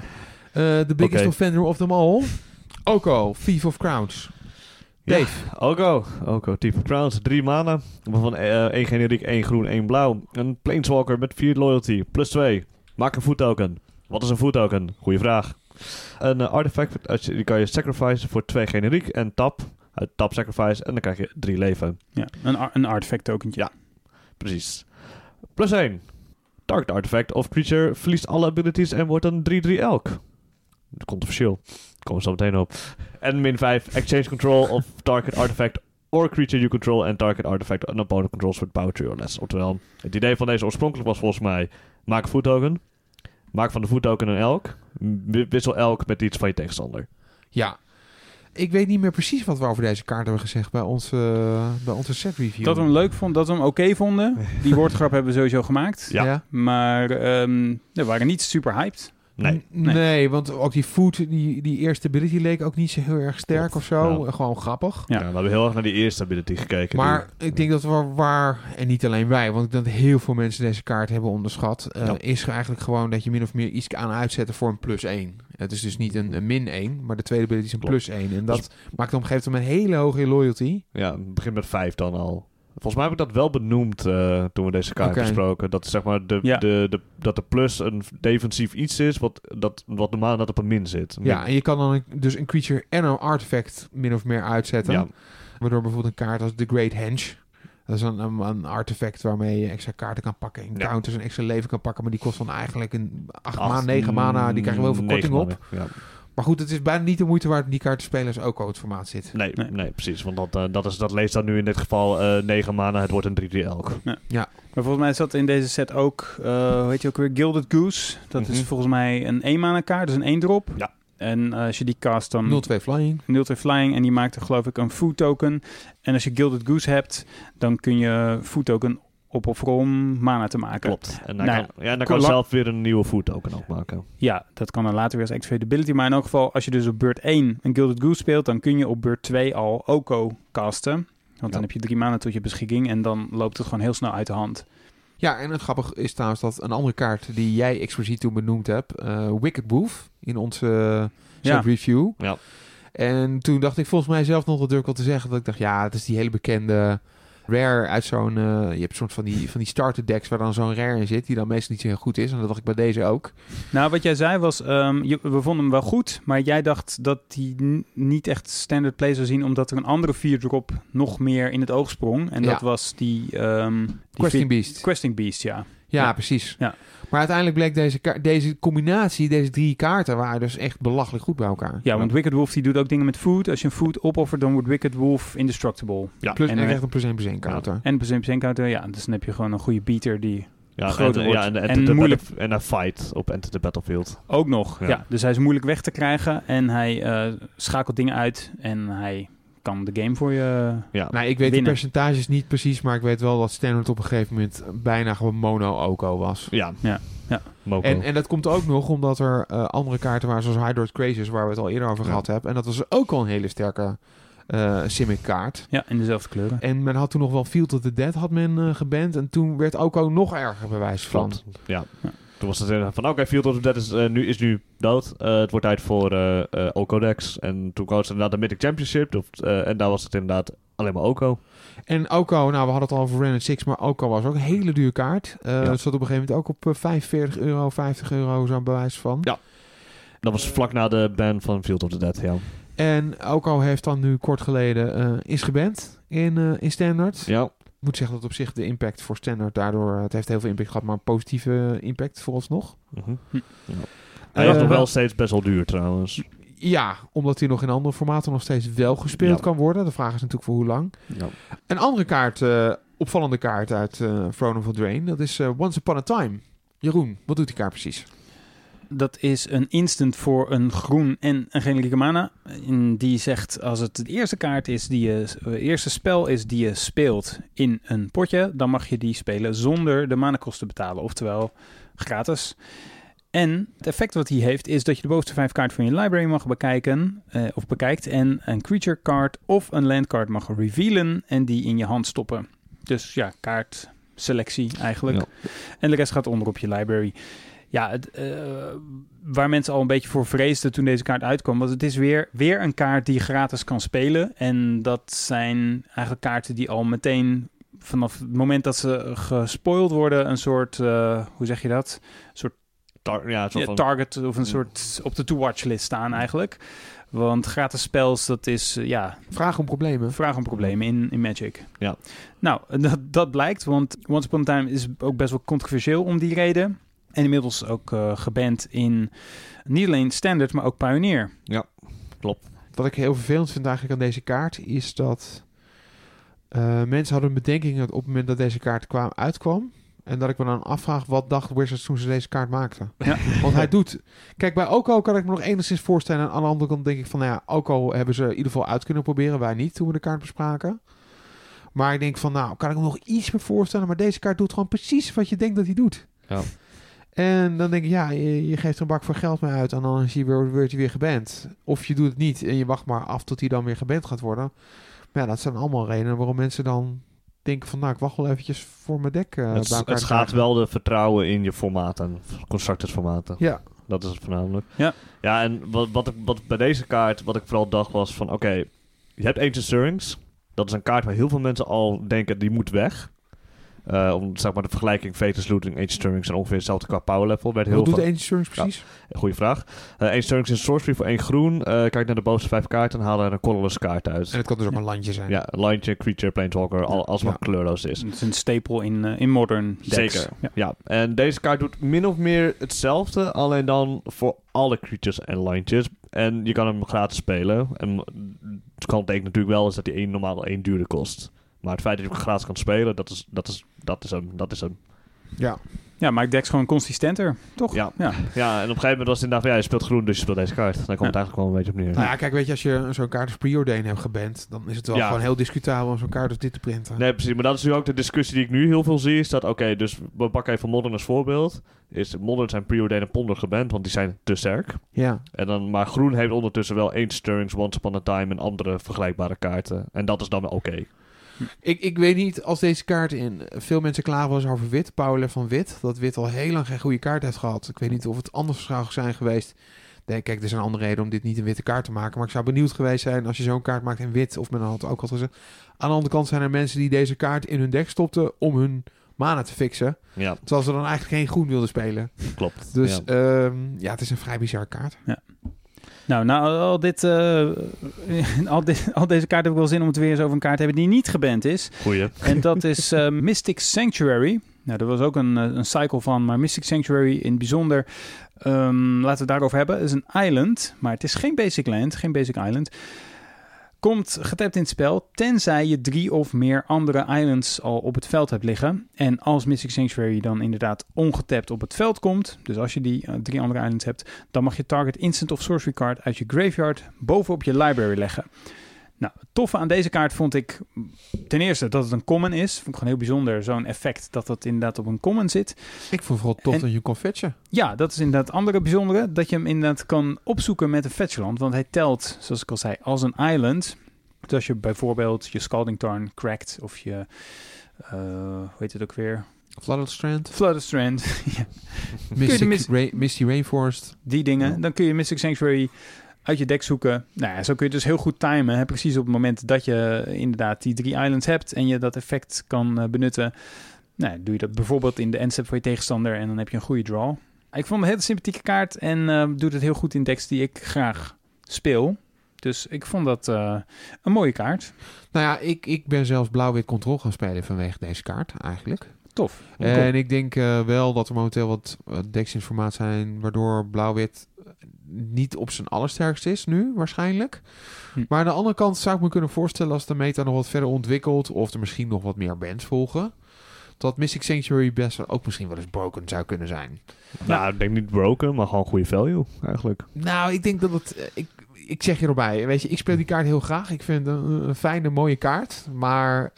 The biggest offender of them all. Oko, Thief of Crowns. Dave. Ja, Oko, Thief of Crowns. 3 mana. Waarvan 1 generiek, 1 groen, 1 blauw. Een Planeswalker met 4 loyalty. +2. Maak een food token. Wat is een food token? Goeie vraag. Een artefact, die kan je sacrifice voor 2 generiek en tap. Uit tap sacrifice en dan krijg je 3 leven. Ja, een artefact tokentje. Ja, precies. +1. Target artifact of creature verliest alle abilities en wordt een 3/3 elk. Controversieel. Komen we zo meteen op. En -5. Exchange control of target artifact or creature you control and target artifact an opponent controls with power 3 or less. Oftewel, het idee van deze oorspronkelijk was volgens mij, maak een food token. Maak van de food token een elk. Wissel elk met iets van je tegenstander. Ja. Ik weet niet meer precies wat we over deze kaart hebben gezegd bij onze set review. Dat we hem leuk vonden, dat we hem oké vonden. Die woordgrap hebben we sowieso gemaakt. Ja. Maar we waren niet super hyped. Nee, want ook die food, die eerste ability leek ook niet zo heel erg sterk of zo. Ja. Gewoon grappig. Ja, we hebben heel erg naar die eerste ability gekeken. Maar ik denk dat en niet alleen wij, want ik denk dat heel veel mensen deze kaart hebben onderschat. Is eigenlijk gewoon dat je min of meer iets aan uitzetten voor een +1. Het is dus niet een -1, maar de tweede ability is een +1. En dat maakt op een gegeven moment een hele hoge loyalty. Ja, het begint met 5 dan al. Volgens mij heb ik dat wel benoemd toen we deze kaart besproken. Dat zeg maar dat de plus een defensief iets is wat normaal net op een min zit. Ja, en je kan dan dus een creature en een artefact min of meer uitzetten. Ja. Waardoor bijvoorbeeld een kaart als The Great Henge. Dat is een artefact waarmee je extra kaarten kan pakken. In counters een extra leven kan pakken. Maar die kost dan eigenlijk een 9 mana. Die krijgen we wel verkorting op. Ja. Maar goed, het is bijna niet de moeite waard die kaart te spelen als ook het formaat zit. Nee, precies. Want dat leest dan nu in dit geval 9 mana. Het wordt een 3/3 elk. Ja. Maar volgens mij zat in deze set ook, weet je ook weer, Gilded Goose. Dat is volgens mij een 1 mana kaart, dus een 1 drop. Ja. En als je die cast dan... 0/2 flying. 0/2 flying en die maakt er geloof ik een food token. En als je Gilded Goose hebt, dan kun je food token opofferen om mana te maken. Klopt. En dan kan je zelf weer een nieuwe food token ook maken. Ja, dat kan dan later weer als activated ability. Maar in elk geval, als je dus op beurt 1 een Gilded Goose speelt, dan kun je op beurt 2 al Oko casten. Want dan heb je 3 mana tot je beschikking en dan loopt het gewoon heel snel uit de hand. Ja, en het grappige is trouwens dat een andere kaart die jij expliciet toen benoemd hebt, Wicked Wolf, in onze set review. Ja. En toen dacht ik volgens mij zelf nog, dat durf ik wel te zeggen, dat ik dacht, het is die hele bekende rare uit zo'n... je hebt soort van die starter decks waar dan zo'n rare in zit, die dan meestal niet zo heel goed is. En dat dacht ik bij deze ook. Nou, wat jij zei was, we vonden hem wel goed, maar jij dacht dat hij niet echt standard play zou zien, omdat er een andere 4-drop nog meer in het oog sprong. En dat was die Questing Beast. Questing Beast, ja. Ja, precies. Ja. Maar uiteindelijk bleek deze combinatie, deze 3 kaarten, waren dus echt belachelijk goed bij elkaar. Ja, want Wicked Wolf die doet ook dingen met food. Als je een food opoffert, dan wordt Wicked Wolf indestructible. Ja, plus en echt een +1/+1 counter. En +1/+1 counter, ja. Dus dan heb je gewoon een goede beater die Ja, groter wordt. Ja, en moeilijk. En hij fight op Enter the Battlefield. Ook nog, Ja. ja. Dus hij is moeilijk weg te krijgen en hij schakelt dingen uit en hij kan de game voor je Nou, ik weet winnen. de percentages niet precies, maar ik weet wel dat Standard op een gegeven moment bijna gewoon mono-Oko was. Ja. Moko. En dat komt ook nog omdat er andere kaarten waren, zoals Hydroid Crazes, waar we het al eerder over gehad hebben. En dat was ook al een hele sterke Simic kaart. Ja, in dezelfde kleuren. En men had toen nog wel Field of the Dead had men geband. En toen werd Oko nog erger bij wijze van. Klopt. Ja. Toen was het van, oké, Field of the Dead is nu dood. Het wordt tijd voor Oko-decks. En toen kwam het inderdaad de Mythic Championship. En daar was het inderdaad alleen maar Oko. En Oko, nou we hadden het al over Ren 6, maar Oko was ook een hele dure kaart. Het zat op een gegeven moment ook op €45, €50, zo'n bewijs van. Ja. Dat was vlak na de ban van Field of the Dead, ja. En Oko heeft dan nu kort geleden is geband in Standard. Ja. Ik moet zeggen dat op zich de impact voor Standard daardoor... Het heeft heel veel impact gehad, maar een positieve impact vooralsnog. Hij is nog wel steeds best wel duur trouwens. Ja, omdat hij nog in andere formaten nog steeds wel gespeeld kan worden. De vraag is natuurlijk voor hoe lang. Ja. Een andere kaart, opvallende kaart uit Throne of Eldraine, dat is Once Upon a Time. Jeroen, wat doet die kaart precies? Dat is een instant voor een groen en een gele mana. En die zegt, als het de eerste kaart is eerste spel is die je speelt in een potje, dan mag je die spelen zonder de manakosten te betalen. Oftewel gratis. En het effect wat hij heeft is dat je de bovenste 5 kaarten van je library mag bekijken of bekijkt en een creature card of een land card mag revealen en die in je hand stoppen. Dus ja, kaartselectie eigenlijk. Ja. En de rest gaat onder op je library. Ja, waar mensen al een beetje voor vreesden toen deze kaart uitkwam, was het is weer een kaart die je gratis kan spelen. En dat zijn eigenlijk kaarten die al meteen vanaf het moment dat ze gespoild worden een soort, hoe zeg je dat? Een soort target of een soort op de to-watch-list staan eigenlijk. Want gratis spels, dat is, Vraag om problemen in Magic. Ja. Nou, dat blijkt, want Once Upon a Time is ook best wel controversieel om die reden. En inmiddels ook geband in niet alleen Standard, maar ook Pioneer. Ja, klopt. Wat ik heel vervelend vind eigenlijk aan deze kaart, is dat mensen hadden bedenkingen op het moment dat deze kaart uitkwam. En dat ik me dan afvraag, wat dacht Wizards toen ze deze kaart maakten? Ja. Want hij doet... Kijk, bij Oko kan ik me nog enigszins voorstellen. En aan de andere kant denk ik van, nou ja, Oko hebben ze in ieder geval uit kunnen proberen. Wij niet, toen we de kaart bespraken. Maar ik denk van, nou, kan ik me nog iets meer voorstellen. Maar deze kaart doet gewoon precies wat je denkt dat hij doet. Ja. En dan denk ik, ja, je geeft er een bak voor geld mee uit. En dan is wordt hij weer geband. Of je doet het niet en je wacht maar af tot hij dan weer geband gaat worden. Maar ja, dat zijn allemaal redenen waarom mensen dan denken van, nou, ik wacht wel eventjes voor mijn deck. Het gaat wel de vertrouwen in je formaten, constructed formaten. Ja. Dat is het voornamelijk. Ja. Ja, en wat bij deze kaart, wat ik vooral dacht was van, oké, je hebt Ancient Stirrings. Dat is een kaart waar heel veel mensen al denken, die moet weg. Om zeg maar de vergelijking Vetus Looting, Ancient Stirrings zijn ongeveer hetzelfde qua power level. Wat doet Ancient Stirrings precies? Ja, goeie vraag. Ancient Stirrings is sorcery voor 1 groen. Kijk naar de bovenste 5 kaarten en haal er een colorless kaart uit. En het kan dus ook een landje zijn. Ja, een landje, creature, planeswalker, als wat kleurloos is. Het is een staple in modern decks. Zeker, ja. En deze kaart doet min of meer hetzelfde, alleen dan voor alle creatures en landjes. En je kan hem gratis spelen. En het kan betekenen natuurlijk wel is dat hij normaal 1 duurder kost. Maar het feit dat je hem gratis kan spelen, dat is hem. Ja. Ja, maakt decks gewoon consistenter, toch? Ja, en op een gegeven moment was het inderdaad van, je speelt groen, dus je speelt deze kaart. Dan komt het eigenlijk gewoon een beetje op neer. Nou ja, kijk, weet je, als je zo'n kaart als Preordain hebt geband, dan is het wel gewoon heel discutabel om zo'n kaart als dit te printen. Nee, precies. Maar dat is nu ook de discussie die ik nu heel veel zie, is dat, oké, dus we pakken even Modern als voorbeeld. Modern zijn Preordain en Ponder geband, want die zijn te sterk. Ja. Maar groen heeft ondertussen wel Ancient Stirrings, Once Upon a Time en andere vergelijkbare kaarten. En dat is dan wel oké. Ik weet niet, als deze kaart veel mensen klagen was over wit, powerlevel van wit, dat wit al heel lang geen goede kaart heeft gehad. Ik weet niet of het anders zou zijn geweest Kijk, er zijn andere redenen om dit niet een witte kaart te maken. Maar ik zou benieuwd geweest zijn als je zo'n kaart maakt in wit. Of men had ook al gezegd. Aan de andere kant zijn er mensen die deze kaart in hun deck stopten om hun mana te fixen. Ja, Terwijl ze dan eigenlijk geen groen wilden spelen. klopt. Dus ja. het is een vrij bizarre kaart. Ja. Nou, al deze kaart heb ik wel zin om het weer eens over een kaart te hebben die niet geband is. Goeie. En dat is Mystic Sanctuary. Nou, er was ook een cycle van, maar Mystic Sanctuary in het bijzonder. Laten we het daarover hebben. Het is een island, maar het is geen basic land, geen basic island. Komt getapt in het spel, tenzij je 3 of meer andere islands al op het veld hebt liggen. En als Mystic Sanctuary dan inderdaad ongetapt op het veld komt, dus als je die 3 andere islands hebt, dan mag je target instant of sorcery card uit je graveyard bovenop je library leggen. Nou, het toffe aan deze kaart vond ik ten eerste dat het een common is. Vond ik gewoon heel bijzonder, zo'n effect dat het inderdaad op een common zit. Ik vond vooral tof dat je kon fetchen. Ja, dat is inderdaad het andere bijzondere. Dat je hem inderdaad kan opzoeken met een fetchland. Want hij telt, zoals ik al zei, als een island. Dus als je bijvoorbeeld je Scalding Tarn crackt of je, hoe heet het ook weer? Flooded Strand. Flooded Strand. Ja. Misty Rainforest. Die dingen. Ja. Dan kun je Mystic Sanctuary uit je deck zoeken. Nou ja, zo kun je dus heel goed timen. Hè? Precies op het moment dat je inderdaad die 3 islands hebt en je dat effect kan benutten. Nou, doe je dat bijvoorbeeld in de endstep van je tegenstander en dan heb je een goede draw. Ik vond het een hele sympathieke kaart en doet het heel goed in decks die ik graag speel. Dus ik vond dat een mooie kaart. Nou ja, ik ben zelfs blauw-wit control gaan spelen vanwege deze kaart eigenlijk. Tof. En ik denk wel dat er momenteel wat decks in formaat zijn waardoor blauw-wit niet op zijn allersterkste is nu waarschijnlijk. Maar aan de andere kant zou ik me kunnen voorstellen als de meta nog wat verder ontwikkelt of er misschien nog wat meer bands volgen, dat Mystic Sanctuary best wel ook misschien wel eens broken zou kunnen zijn. Nou, ik denk niet broken, maar gewoon goede value eigenlijk. Nou, ik denk dat het... Ik zeg je erbij, weet je, ik speel die kaart heel graag. Ik vind het een fijne, mooie kaart. Maar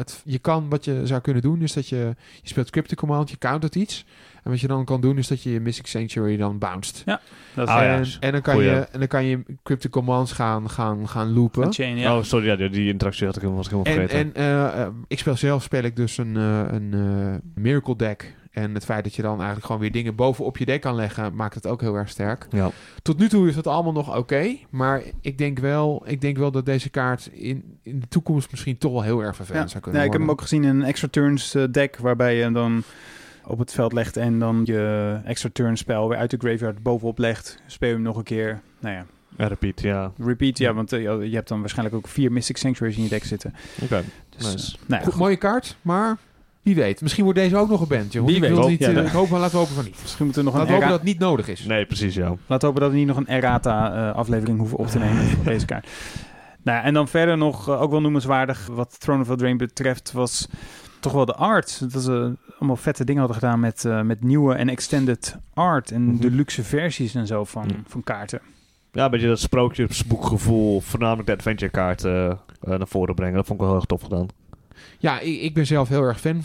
wat je zou kunnen doen, is dat je speelt Cryptic Command, je countert iets. En wat je dan kan doen, is dat je Mystic Sanctuary dan bounced. Ja, dat is en dan kan je Cryptic Commands gaan loopen. chain, ja. Oh, sorry, ja, die interactie was ik helemaal vergeten. Ik speel ik dus een Miracle deck. En het feit dat je dan eigenlijk gewoon weer dingen bovenop je deck kan leggen, maakt het ook heel erg sterk. Ja. Tot nu toe is het allemaal nog oké. Maar ik denk wel dat deze kaart in de toekomst misschien toch wel heel erg vervelend zou kunnen worden. Ik heb hem ook gezien in een extra turns deck, waarbij je hem dan op het veld legt en dan je extra turn spel weer uit de graveyard bovenop legt. Speel je hem nog een keer. Nou ja. Repeat, ja. Repeat, ja, want je hebt dan waarschijnlijk ook 4 Mystic Sanctuaries in je deck zitten. Oké, Dus, nice. Nou ja, Goed, mooie kaart, maar wie weet. Misschien wordt deze ook nog een band. Joh. Wie Ik weet. wil niet, Ja, ik hoop, maar laten we hopen van niet. misschien moeten we nog Laten we een hopen dat het niet nodig is. Nee, precies, ja. Laten we hopen dat we niet nog een errata-aflevering hoeven op te nemen voor deze kaart. Nou ja, en dan verder nog, ook wel noemenswaardig, wat Throne of Eldraine betreft, was toch wel de art. Dat ze allemaal vette dingen hadden gedaan met nieuwe en extended art en de luxe versies en zo van kaarten. Ja, een beetje dat sprookjesboekgevoel, voornamelijk de adventure kaarten naar voren brengen. Dat vond ik wel heel erg tof gedaan. Ja, ik ben zelf heel erg fan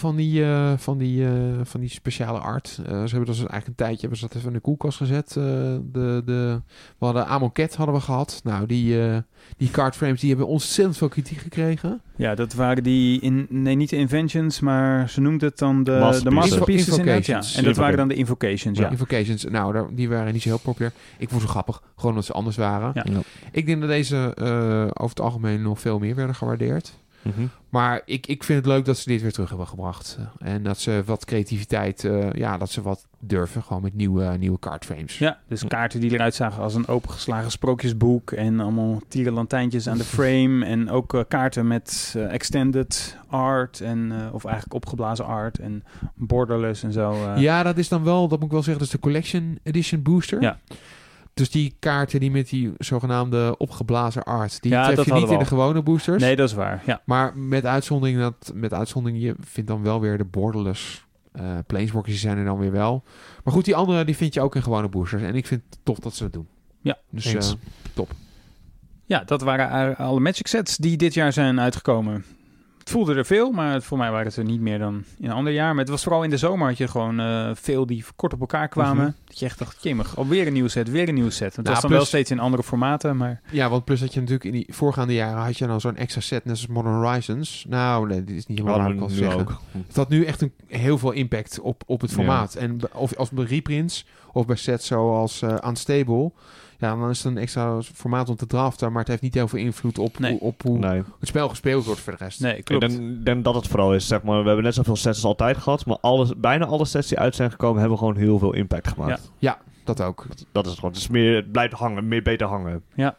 van die speciale art. Ze hebben dus eigenlijk een tijdje hebben ze dat even in de koelkast gezet. We hadden Amonkhet hadden we gehad. Nou, die cardframes die hebben ontzettend veel kritiek gekregen. Ja, dat waren niet de Inventions, maar ze noemden het dan de Masterpieces inderdaad. Ja. En dat waren dan de Invocations, ja. Invocations, nou, die waren niet zo heel populair. Ik vond ze grappig, gewoon omdat ze anders waren. Ja. Ja. Ik denk dat deze over het algemeen nog veel meer werden gewaardeerd. Mhm. Maar ik vind het leuk dat ze dit weer terug hebben gebracht. En dat ze wat creativiteit, dat ze wat durven. Gewoon met nieuwe cardframes. Ja, dus kaarten die eruit zagen als een opengeslagen sprookjesboek en allemaal tierenlantijntjes aan de frame. En ook kaarten met extended art of eigenlijk opgeblazen art en borderless en zo. Ja, dat is dan wel, dat moet ik wel zeggen, dat is de Collection Edition Booster. Ja. Dus die kaarten die met die zogenaamde opgeblazen art, die Ja, tref dat je niet hadden in we de gewone boosters. Nee, dat is waar, ja. Maar met uitzondering, je vindt dan wel weer de borderless planeswalkers, die zijn er dan weer wel. Maar goed, die andere die vind je ook in gewone boosters. En ik vind het tof dat ze dat doen. Ja, dus top. Ja, dat waren alle Magic sets die dit jaar zijn uitgekomen. Het voelde er veel, maar voor mij waren het er niet meer dan in een ander jaar. Maar het was vooral in de zomer had je gewoon veel die kort op elkaar kwamen. Dat je echt dacht, jemig, alweer een nieuw set, weer een nieuw set. Het was dan wel steeds in andere formaten, maar... Ja, want plus dat je natuurlijk in die voorgaande jaren had je dan zo'n extra set, net als Modern Horizons. Nou, nee, dit is niet helemaal waar ik al zeggen. Ook. Het had nu echt heel veel impact op het formaat. Ja. En of als bij reprints of bij sets zoals Unstable, Ja, dan is het een extra formaat om te draften, maar het heeft niet heel veel invloed op hoe het spel gespeeld wordt voor de rest. Nee, klopt. Ik denk dat het vooral is, zeg maar, we hebben net zoveel sets als altijd gehad, maar bijna alle sets die uit zijn gekomen hebben gewoon heel veel impact gemaakt. Ja, dat ook. Dat is het gewoon. Het blijft hangen, meer beter hangen. Ja.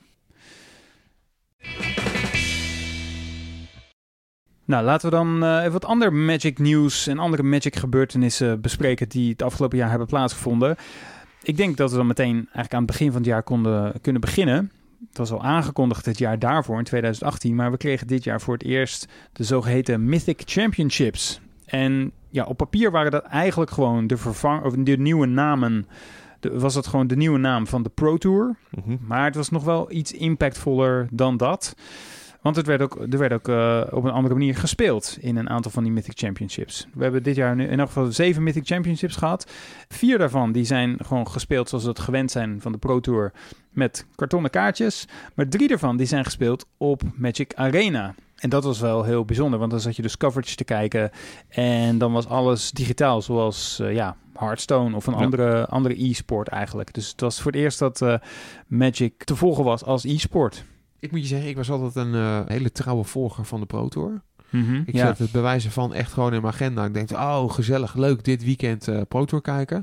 Nou, laten we dan even wat ander Magic nieuws en andere Magic gebeurtenissen bespreken die het afgelopen jaar hebben plaatsgevonden. Ik denk dat we dan meteen eigenlijk aan het begin van het jaar kunnen beginnen. Het was al aangekondigd het jaar daarvoor, in 2018, maar we kregen dit jaar voor het eerst de zogeheten Mythic Championships. En ja, op papier waren dat eigenlijk gewoon de nieuwe namen. Was dat gewoon de nieuwe naam van de Pro Tour. Mm-hmm. Maar het was nog wel iets impactvoller dan dat. Want er werd ook op een andere manier gespeeld in een aantal van die Mythic Championships. We hebben dit jaar nu in elk geval 7 Mythic Championships gehad. 4 daarvan die zijn gewoon gespeeld zoals we het gewend zijn van de Pro Tour met kartonnen kaartjes. Maar 3 daarvan die zijn gespeeld op Magic Arena. En dat was wel heel bijzonder, want dan zat je dus coverage te kijken en dan was alles digitaal, zoals Hearthstone of een andere e-sport eigenlijk. Dus het was voor het eerst dat Magic te volgen was als e-sport. Ik moet je zeggen, ik was altijd een hele trouwe volger van de Pro Tour. Mm-hmm, Ik zet het bewijzen van echt gewoon in mijn agenda. Ik denk, gezellig, leuk, dit weekend Pro Tour kijken.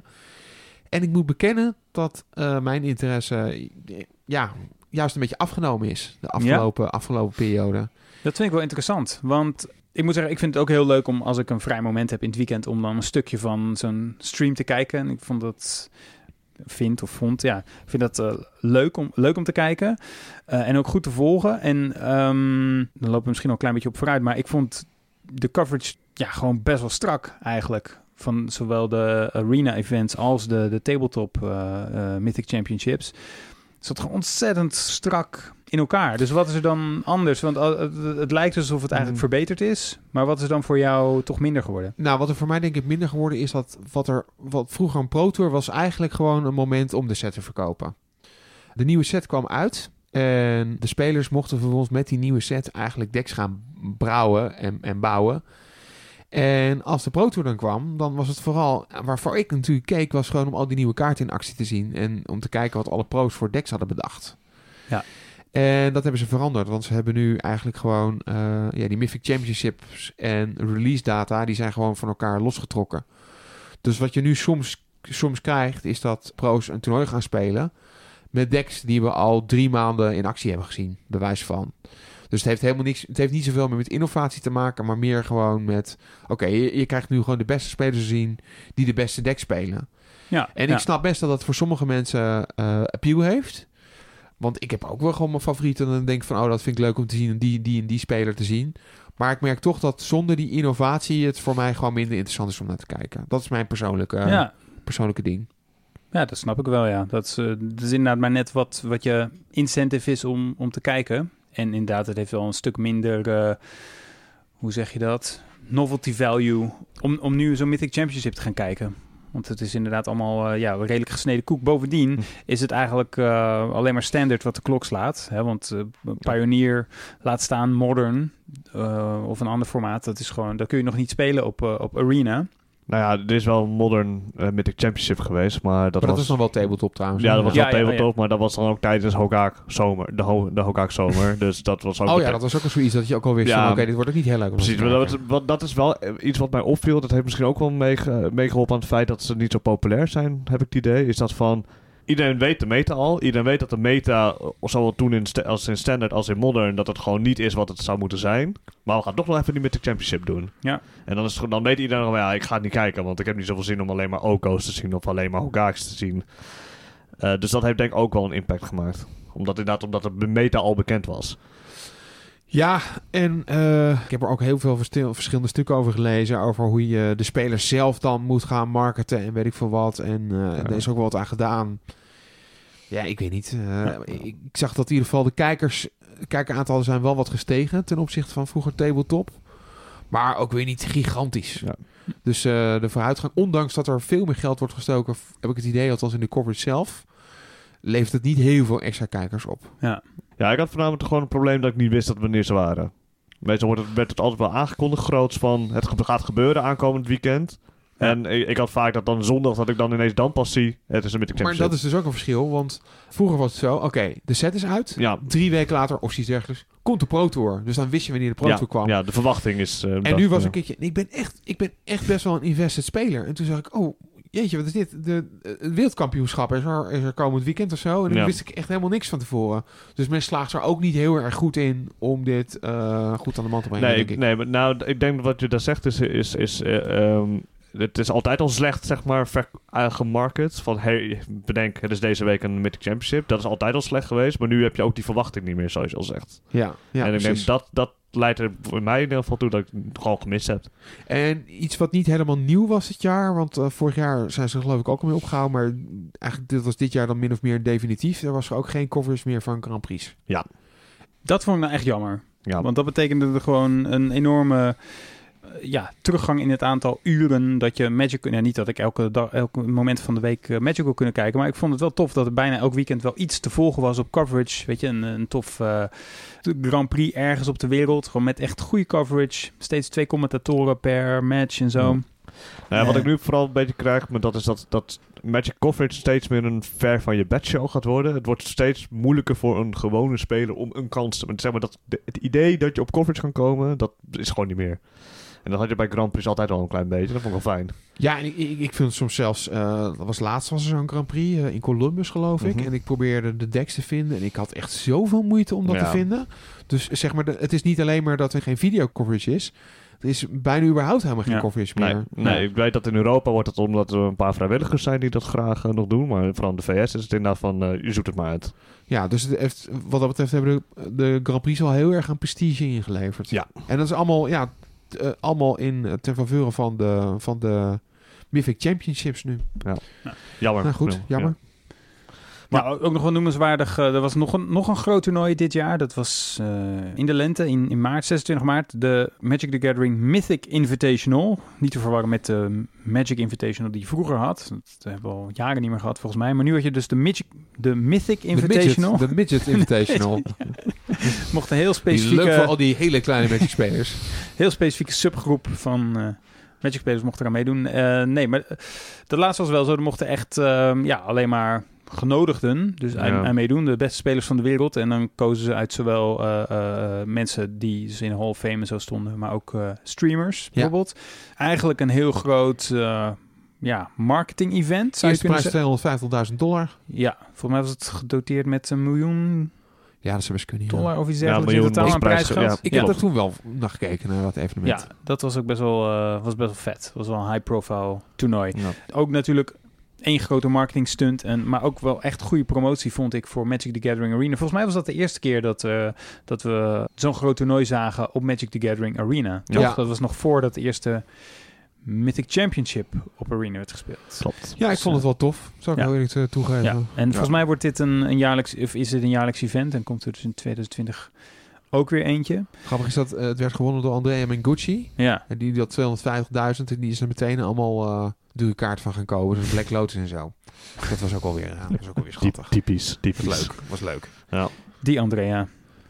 En ik moet bekennen dat mijn interesse juist een beetje afgenomen is. De afgelopen periode. Dat vind ik wel interessant, want ik moet zeggen, ik vind het ook heel leuk om als ik een vrij moment heb in het weekend om dan een stukje van zo'n stream te kijken. En ik vond dat... Ik vind dat leuk om te kijken en ook goed te volgen. En dan lopen we misschien al een klein beetje op vooruit, maar ik vond de coverage gewoon best wel strak eigenlijk. Van zowel de arena events als de tabletop Mythic Championships. Het zat gewoon ontzettend strak in elkaar. Dus wat is er dan anders? Want het lijkt alsof het eigenlijk verbeterd is. Maar wat is er dan voor jou toch minder geworden? Nou, wat er voor mij denk ik minder geworden is dat wat vroeger een Pro Tour was eigenlijk gewoon een moment om de set te verkopen. De nieuwe set kwam uit en de spelers mochten vervolgens met die nieuwe set eigenlijk decks gaan brouwen en bouwen. En als de Pro Tour dan kwam, dan was het vooral, waarvoor ik natuurlijk keek, was gewoon om al die nieuwe kaarten in actie te zien en om te kijken wat alle pro's voor decks hadden bedacht. Ja. En dat hebben ze veranderd, want ze hebben nu eigenlijk gewoon die Mythic Championships en release data, die zijn gewoon van elkaar losgetrokken. Dus wat je nu soms krijgt, is dat pro's een toernooi gaan spelen met decks die we al 3 maanden in actie hebben gezien, bewijs van. Dus het heeft helemaal niks. Het heeft niet zoveel meer met innovatie te maken, maar meer gewoon met... Oké, je krijgt nu gewoon de beste spelers te zien die de beste deck spelen. Ja, en ik snap best dat dat voor sommige mensen appeal heeft. Want ik heb ook wel gewoon mijn favorieten. En dan denk ik van, dat vind ik leuk om te zien om die speler te zien. Maar ik merk toch dat zonder die innovatie het voor mij gewoon minder interessant is om naar te kijken. Dat is mijn persoonlijke ding. Ja, dat snap ik wel, ja. Dat is inderdaad maar net wat je incentive is om te kijken. En inderdaad, het heeft wel een stuk minder, hoe zeg je dat? Novelty value om nu zo'n Mythic Championship te gaan kijken. Want het is inderdaad allemaal redelijk gesneden koek. Bovendien is het eigenlijk alleen maar standaard wat de klok slaat. Hè? Want Pioneer laat staan Modern of een ander formaat. Dat is gewoon, dat kun je nog niet spelen op Arena. Nou ja, er is wel een Modern Mythic Championship geweest, maar dat was nog wel tabletop trouwens. Ja, dat was wel tabletop, maar dat was dan ook tijdens Hogak Zomer, de Hogak Zomer. Dus dat was ook... dat was ook al zoiets dat je ook alweer van, dit wordt ook niet heel leuk. Precies, maar dat is wel iets wat mij opviel. Dat heeft misschien ook wel meegeholpen aan het feit dat ze niet zo populair zijn, heb ik het idee. Is dat van... Iedereen weet de meta al. Iedereen weet dat de meta, zowel toen als in standard als in modern, dat het gewoon niet is wat het zou moeten zijn. Maar we gaan toch nog even die Mythic Championship doen. Ja. En dan weet iedereen nog wel, ik ga het niet kijken, want ik heb niet zoveel zin om alleen maar Oko's te zien of alleen maar Hogak's te zien. Dus dat heeft denk ik ook wel een impact gemaakt. Omdat de meta al bekend was. Ja, en ik heb er ook heel veel verschillende stukken over gelezen. Over hoe je de spelers zelf dan moet gaan marketen en weet ik veel wat. En er is ook wel wat aan gedaan. Ja, ik weet niet. Ik zag dat in ieder geval de kijkeraantallen zijn wel wat gestegen ten opzichte van vroeger tabletop. Maar ook weer niet gigantisch. Ja. Dus de vooruitgang, ondanks dat er veel meer geld wordt gestoken, heb ik het idee, althans in de coverage zelf, levert het niet heel veel extra kijkers op. Ja, ik had voornamelijk gewoon een probleem dat ik niet wist dat wanneer ze waren. Meestal werd het altijd wel aangekondigd groots van het gaat gebeuren aankomend weekend. Ja. En ik had vaak dat dan zondag dat ik dan ineens dan pas zie. Het is een Mythic Maar Championship. dat is dus ook een verschil, want vroeger was het zo, oké, de set is uit. Ja. 3 weken later, of iets dergelijks, komt de Pro Tour. Dus dan wist je wanneer de Pro Tour kwam. Ja, de verwachting is... En nu was een keertje, ik ben echt best wel een invested speler. En toen zag ik, oh, jeetje, wat is dit? Het wereldkampioenschap is er komend weekend of zo. En daar wist ik echt helemaal niks van tevoren. Dus men slaagt er ook niet heel erg goed in om dit goed aan de man te brengen, denk ik. Nee, maar nou, ik denk wat je daar zegt is het is altijd al slecht, zeg maar, gemarket. Van, hey, bedenk, het is deze week een Mythic Championship. Dat is altijd al slecht geweest. Maar nu heb je ook die verwachting niet meer, zoals je al zegt. Ja, en ik precies. denk dat leidt er voor mij in ieder geval toe dat ik het gewoon gemist heb. En iets wat niet helemaal nieuw was dit jaar, want vorig jaar zijn ze geloof ik ook al mee opgehouden, maar eigenlijk dit was dit jaar dan min of meer definitief. Er was er ook geen coverage meer van Grand Prix. Ja. Dat vond ik nou echt jammer. Ja. Want dat betekende er gewoon een enorme teruggang in het aantal uren dat je Magic... Ja, niet dat ik elke moment van de week Magic wil kunnen kijken, maar ik vond het wel tof dat er bijna elk weekend wel iets te volgen was op coverage. Weet je, een tof Grand Prix ergens op de wereld. Gewoon met echt goede coverage. Steeds 2 commentatoren per match en zo. Ja. Wat ik nu vooral een beetje krijg, maar dat is dat Magic coverage steeds meer een ver van je bedshow gaat worden. Het wordt steeds moeilijker voor een gewone speler om een kans te... Zeg maar het idee dat je op coverage kan komen, dat is gewoon niet meer. En dat had je bij Grand Prix altijd al een klein beetje. Dat vond ik wel fijn. Ja, en ik vind het soms zelfs... laatst was er zo'n Grand Prix in Columbus, geloof ik. En ik probeerde de decks te vinden. En ik had echt zoveel moeite om dat te vinden. Dus zeg maar, het is niet alleen maar dat er geen video coverage is. Er is bijna überhaupt helemaal geen coverage meer. Nee, ik weet dat in Europa wordt het omdat er een paar vrijwilligers zijn die dat graag nog doen. Maar vooral in de VS is het inderdaad van, je zoekt het maar uit. Ja, dus wat dat betreft hebben de Grand Prix al heel erg aan prestige ingeleverd. Ja. En dat is allemaal... allemaal ten faveur van de Mythic Championships nu. Ja. Jammer. Nou goed, jammer. Ja. Maar ook nog wel noemenswaardig, er was nog een groot toernooi dit jaar. Dat was in de lente, in maart, 26 maart. De Magic the Gathering Mythic Invitational. Niet te verwarren met de Magic Invitational die je vroeger had. Dat hebben we al jaren niet meer gehad volgens mij. Maar nu had je dus de Mythic Invitational. De Midget Invitational. Mocht een heel specifieke... Leuk voor al die hele kleine Magic spelers. Heel specifieke subgroep van... Magic spelers mochten eraan meedoen. Nee, maar de laatste was wel zo. Er mochten echt alleen maar genodigden dus aan meedoen. De beste spelers van de wereld. En dan kozen ze uit zowel mensen die dus in de Hall of Fame en zo stonden, maar ook streamers bijvoorbeeld. Eigenlijk een heel groot marketing event. Zou je kunnen prijs $250.000. Ja, volgens mij was het gedoteerd met $1 miljoen. Ja, dat zou best kunnen. $1 of iets dergelijks in totaal aan prijsgeld. Ik heb er toen wel naar gekeken naar dat evenement. Ja, dat was ook best wel vet. Dat was wel een high-profile toernooi. Ja. Ook natuurlijk één grote marketing stunt, maar ook wel echt goede promotie vond ik voor Magic the Gathering Arena. Volgens mij was dat de eerste keer dat we zo'n groot toernooi zagen op Magic the Gathering Arena. Ja. Dat was nog voordat de eerste Mythic Championship op Arena werd gespeeld. Klopt. Ja, ik vond het wel tof. Zou ik wel eerlijk toegeven. Ja. En volgens mij wordt dit een jaarlijks event en komt er dus in 2020 ook weer eentje. Grappig is dat het werd gewonnen door Andrea Mengucci. Ja. En die had $250.000 en die is er meteen allemaal dure kaart van gaan kopen. Dus Black Lotus en zo. Dat was ook alweer schattig. Typisch. Was leuk. Ja. Die Andrea.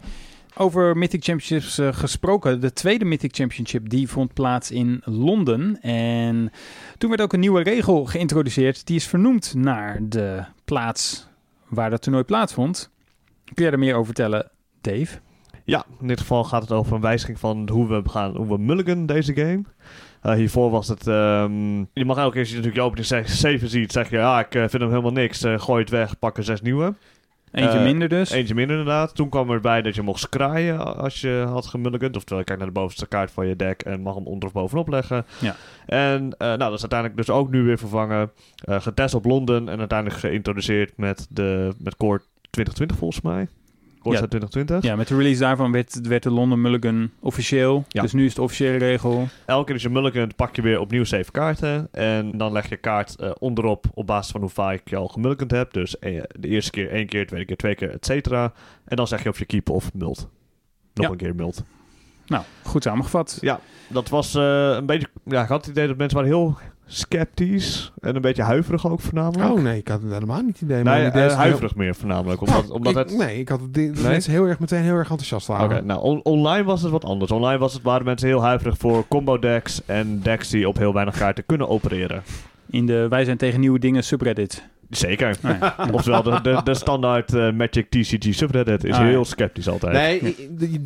Over Mythic Championships gesproken. De tweede Mythic Championship die vond plaats in Londen. En toen werd ook een nieuwe regel geïntroduceerd. Die is vernoemd naar de plaats waar dat toernooi plaatsvond. Kun jij er meer over vertellen, Dave? Ja, in dit geval gaat het over een wijziging van hoe we mulligan deze game. Hiervoor was het... je mag elke keer als je natuurlijk je opening 7 ziet, zeg je... ik vind hem helemaal niks. Gooi het weg, pak er 6 nieuwe. Eentje minder dus. Eentje minder inderdaad. Toen kwam erbij dat je mocht scraaien als je had gemulligand. Oftewel, je kijkt naar de bovenste kaart van je deck en mag hem onder of bovenop leggen. Ja. En dat is uiteindelijk dus ook nu weer vervangen. Getest op Londen en uiteindelijk geïntroduceerd met Core 2020 volgens mij. Core 2020. Ja, met de release daarvan werd de London Mulligan officieel. Ja. Dus nu is het de officiële regel. Elke keer als je mulligan pak je weer opnieuw 7 kaarten. En dan leg je kaart onderop op basis van hoe vaak je al gemulligand hebt. Dus de eerste keer 1 keer, tweede keer 2 keer, et cetera. En dan zeg je of je keep of mult. Nog een keer mult. Nou, goed samengevat. Ja, dat was een beetje ik had het idee dat mensen waren heel sceptisch en een beetje huiverig ook voornamelijk. Oh nee, ik had het helemaal niet het idee. Nee, huiverig meer voornamelijk. Nee, ik had de mensen meteen heel erg enthousiast waren. Oké, nou online was het wat anders. Online waren mensen heel huiverig voor combo decks en decks die op heel weinig kaarten kunnen opereren. In de wij zijn tegen nieuwe dingen subreddit. Zeker. Nee. Oftewel, de standaard Magic TCG subreddit is heel sceptisch altijd. Nee,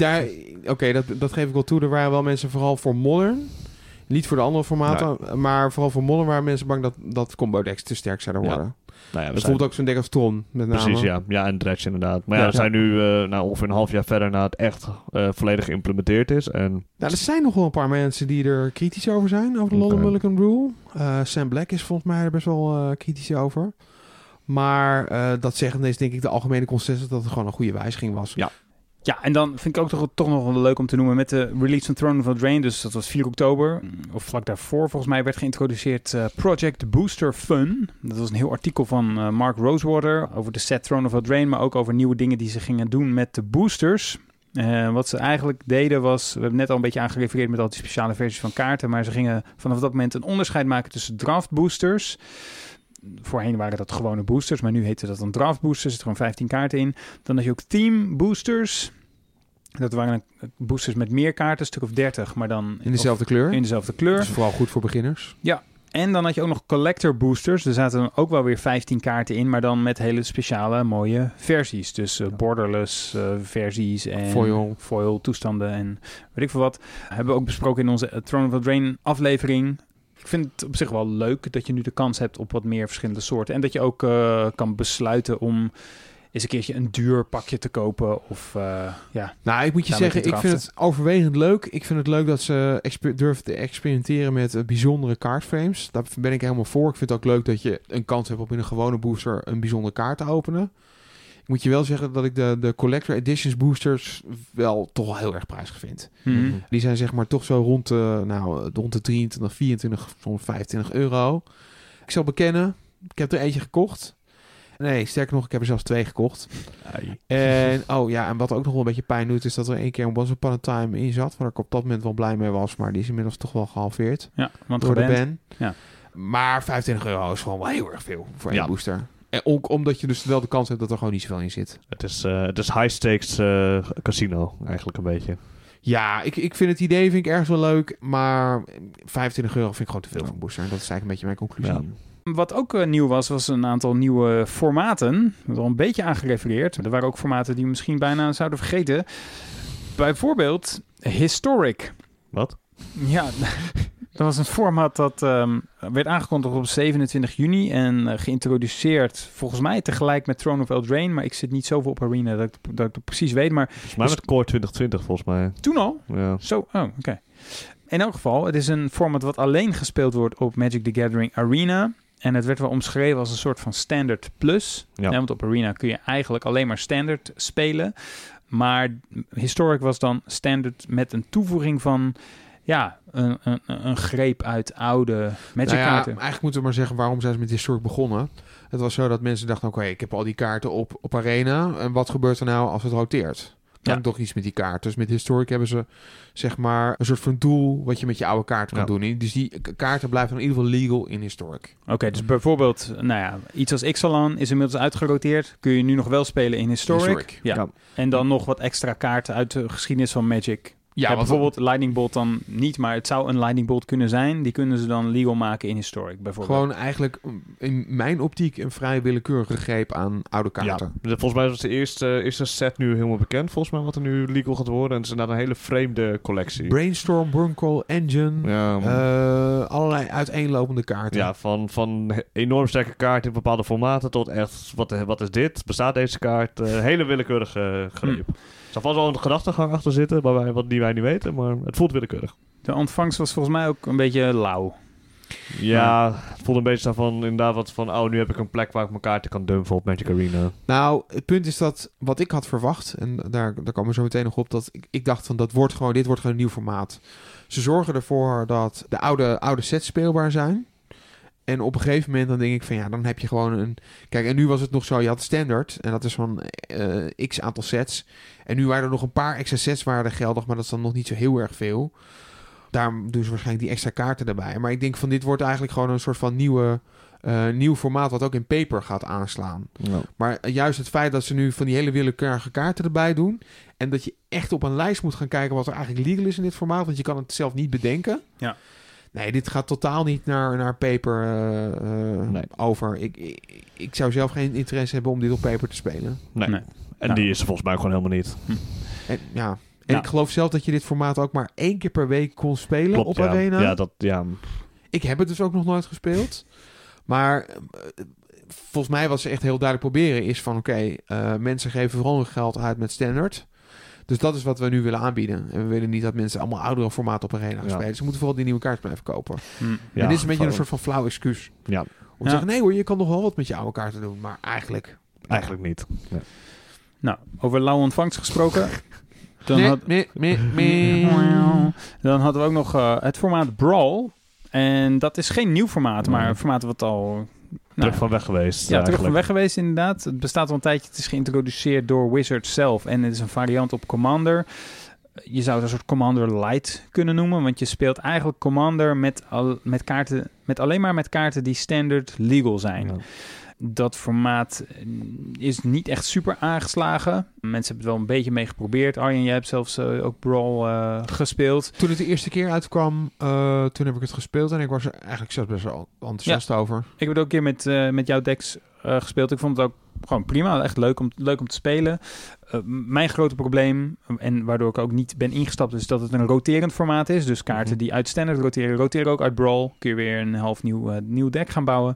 dat geef ik wel toe. Er waren wel mensen vooral voor Modern. Niet voor de andere formaten, maar vooral voor Modern waren mensen bang dat combo decks te sterk zouden worden. Nou ja, bijvoorbeeld ook zo'n deck als Tron, met name. Precies, ja. Ja, en Dredge inderdaad. Maar we zijn nu ongeveer een half jaar verder na het echt volledig geïmplementeerd is. En... Nou, er zijn nog wel een paar mensen die er kritisch over zijn, over de London Mulligan Rule. Sam Black is volgens mij er best wel kritisch over. Maar dat zeggende is denk ik de algemene consensus dat het gewoon een goede wijziging was. Ja, en dan vind ik ook toch nog wel leuk om te noemen met de release van Throne of Eldraine. Dus dat was 4 oktober. Of vlak daarvoor volgens mij werd geïntroduceerd Project Booster Fun. Dat was een heel artikel van Mark Rosewater over de set Throne of Eldraine. Maar ook over nieuwe dingen die ze gingen doen met de boosters. Wat ze eigenlijk deden was, we hebben net al een beetje aangerefereerd met al die speciale versies van kaarten. Maar ze gingen vanaf dat moment een onderscheid maken tussen draft boosters. Voorheen waren dat gewone boosters, maar nu heette dat een draft boosters. Er zitten gewoon 15 kaarten in. Dan had je ook theme boosters. Dat waren boosters met meer kaarten, een stuk of 30, maar dan... In dezelfde kleur? In dezelfde kleur. Dat is vooral goed voor beginners. Ja, en dan had je ook nog collector boosters. Er zaten dan ook wel weer 15 kaarten in, maar dan met hele speciale mooie versies. Dus borderless versies en foil toestanden en weet ik veel wat. Hebben we ook besproken in onze Throne of Eldraine aflevering. Ik vind het op zich wel leuk dat je nu de kans hebt op wat meer verschillende soorten. En dat je ook kan besluiten om eens een keertje een duur pakje te kopen. Of Nou, ik moet je zeggen, ik vind het overwegend leuk. Ik vind het leuk dat ze durven te experimenteren met bijzondere kaartframes. Daar ben ik helemaal voor. Ik vind het ook leuk dat je een kans hebt op in een gewone booster een bijzondere kaart te openen. Ik moet je wel zeggen dat ik de Collector Editions boosters wel toch wel heel erg prijzig vind. Mm-hmm. Die zijn zeg maar toch zo rond de 23, 24, zo'n 25 euro. Ik zal bekennen, ik heb er eentje gekocht. Nee, sterker nog, ik heb er zelfs 2 gekocht. En wat ook nog wel een beetje pijn doet, is dat er 1 keer een Once Upon a Time in zat, waar ik op dat moment wel blij mee was, maar die is inmiddels toch wel gehalveerd. Ja, want door de ban. Ja. Maar 25 euro is gewoon wel heel erg veel voor één booster. En ook omdat je dus wel de kans hebt dat er gewoon niet zoveel in zit. Het is high stakes casino eigenlijk een beetje. Ja, ik vind het idee ergens wel leuk, maar 25 euro vind ik gewoon te veel voor een booster. En dat is eigenlijk een beetje mijn conclusie. Ja. Wat ook nieuw was een aantal nieuwe formaten. We hebben al een beetje aangerefereerd. Er waren ook formaten die we misschien bijna zouden vergeten. Bijvoorbeeld Historic. Wat? Ja, dat was een format dat werd aangekondigd op 27 juni en geïntroduceerd volgens mij tegelijk met Throne of Eldraine. Maar ik zit niet zoveel op Arena dat ik het precies weet. Maar volgens mij met Core 2020 volgens mij. Toen al? Ja. Zo, oké. In elk geval, het is een format wat alleen gespeeld wordt op Magic the Gathering Arena. En het werd wel omschreven als een soort van Standard Plus. Ja. Want op Arena kun je eigenlijk alleen maar Standard spelen. Maar Historic was dan Standard met een toevoeging van een greep uit oude Magic-kaarten. Eigenlijk moeten we maar zeggen, waarom zijn ze met Historic begonnen? Het was zo dat mensen dachten, oké, ik heb al die kaarten op Arena. En wat gebeurt er nou als het roteert? Dan toch iets met die kaart. Dus met Historic hebben ze zeg maar een soort van doel wat je met je oude kaart kan doen. Dus die kaarten blijven in ieder geval legal in Historic. Oké, dus bijvoorbeeld iets als Ixalan is inmiddels uitgeroteerd. Kun je nu nog wel spelen in Historic. Ja. En dan nog wat extra kaarten uit de geschiedenis van Magic. Ja, bijvoorbeeld Lightning Bolt dan niet, maar het zou een Lightning Bolt kunnen zijn. Die kunnen ze dan legal maken in Historic, bijvoorbeeld. Gewoon eigenlijk in mijn optiek een vrij willekeurige greep aan oude kaarten. Ja, volgens mij was de eerste set nu helemaal bekend, volgens mij, wat er nu legal gaat worden. En het is inderdaad een hele vreemde collectie. Brainstorm, Burncrawl, Engine, allerlei uiteenlopende kaarten. Ja, van enorm sterke kaarten in bepaalde formaten tot echt, wat is dit? Bestaat deze kaart? Hele willekeurige greep. Er zal vast wel een gedachtegang achter zitten, die wij niet weten, maar het voelt willekeurig. De ontvangst was volgens mij ook een beetje lauw. Ja, het voelde een beetje zo van, inderdaad, wat van, nu heb ik een plek waar ik mijn kaarten kan dumpen op Magic Arena. Nou, het punt is dat, wat ik had verwacht, en daar komen we zo meteen nog op, dat ik dacht van, dit wordt gewoon een nieuw formaat. Ze zorgen ervoor dat de oude sets speelbaar zijn. En op een gegeven moment dan denk ik van dan heb je gewoon een... Kijk, en nu was het nog zo, je had standaard en dat is van x aantal sets. En nu waren er nog een paar extra sets waren er geldig, maar dat is dan nog niet zo heel erg veel. Daar doen ze waarschijnlijk die extra kaarten erbij. Maar ik denk van dit wordt eigenlijk gewoon een soort van nieuw formaat wat ook in paper gaat aanslaan. Ja. Maar juist het feit dat ze nu van die hele willekeurige kaarten erbij doen en dat je echt op een lijst moet gaan kijken wat er eigenlijk legal is in dit formaat, want je kan het zelf niet bedenken. Ja. Nee, dit gaat totaal niet naar paper over. Ik zou zelf geen interesse hebben om dit op paper te spelen. Nee. En die is er volgens mij gewoon helemaal niet. En ik geloof zelf dat je dit formaat ook maar 1 keer per week kon spelen. Klopt, op Arena. Ja. Ik heb het dus ook nog nooit gespeeld. Maar volgens mij wat ze echt heel duidelijk proberen is van oké, mensen geven vooral hun geld uit met standard. Dus dat is wat we nu willen aanbieden. En we willen niet dat mensen allemaal oudere formaten op Arena gaan spelen. Ze moeten vooral die nieuwe kaart blijven kopen. En dit is een beetje een soort van flauw excuus. Ja. Om te zeggen, nee hoor, je kan nog wel wat met je oude kaarten doen. Maar eigenlijk niet. Ja. Nou, over lauwe ontvangst gesproken. Dan hadden we ook nog het formaat Brawl. En dat is geen nieuw formaat, maar een formaat wat al... terug van weg geweest. Ja, terug van weg geweest inderdaad. Het bestaat al een tijdje. Het is geïntroduceerd door Wizards zelf. En het is een variant op Commander. Je zou het een soort Commander Light kunnen noemen. Want je speelt eigenlijk Commander met alleen maar met kaarten die standard legal zijn. Ja. Dat formaat is niet echt super aangeslagen. Mensen hebben het wel een beetje mee geprobeerd. Arjen, jij hebt zelfs ook Brawl gespeeld. Toen het de eerste keer uitkwam, toen heb ik het gespeeld. En ik was er eigenlijk zelfs best wel enthousiast over. Ik heb het ook een keer met jouw decks gespeeld. Ik vond het ook gewoon prima. Echt leuk om te spelen. Mijn grote probleem, en waardoor ik ook niet ben ingestapt, is dat het een roterend formaat is. Dus kaarten die uit standard roteren ook uit Brawl. Kun je weer een half nieuw deck gaan bouwen.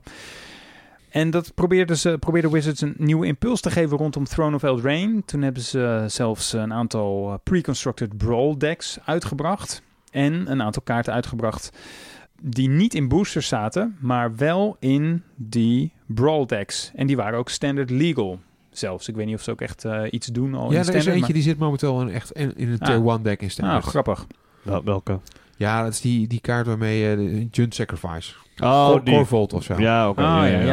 En dat probeerde Wizards een nieuwe impuls te geven rondom Throne of Eldraine. Toen hebben ze zelfs een aantal pre-constructed Brawl decks uitgebracht. En een aantal kaarten uitgebracht die niet in boosters zaten, maar wel in die Brawl decks. En die waren ook standard legal zelfs. Ik weet niet of ze ook echt iets doen al in standard. Ja, er is eentje die zit momenteel in een tier 1 deck in standard. Grappig. Welke? Ja, dat is die kaart waarmee je Jund Sacrifice. Corvold of zo. Ja, oké.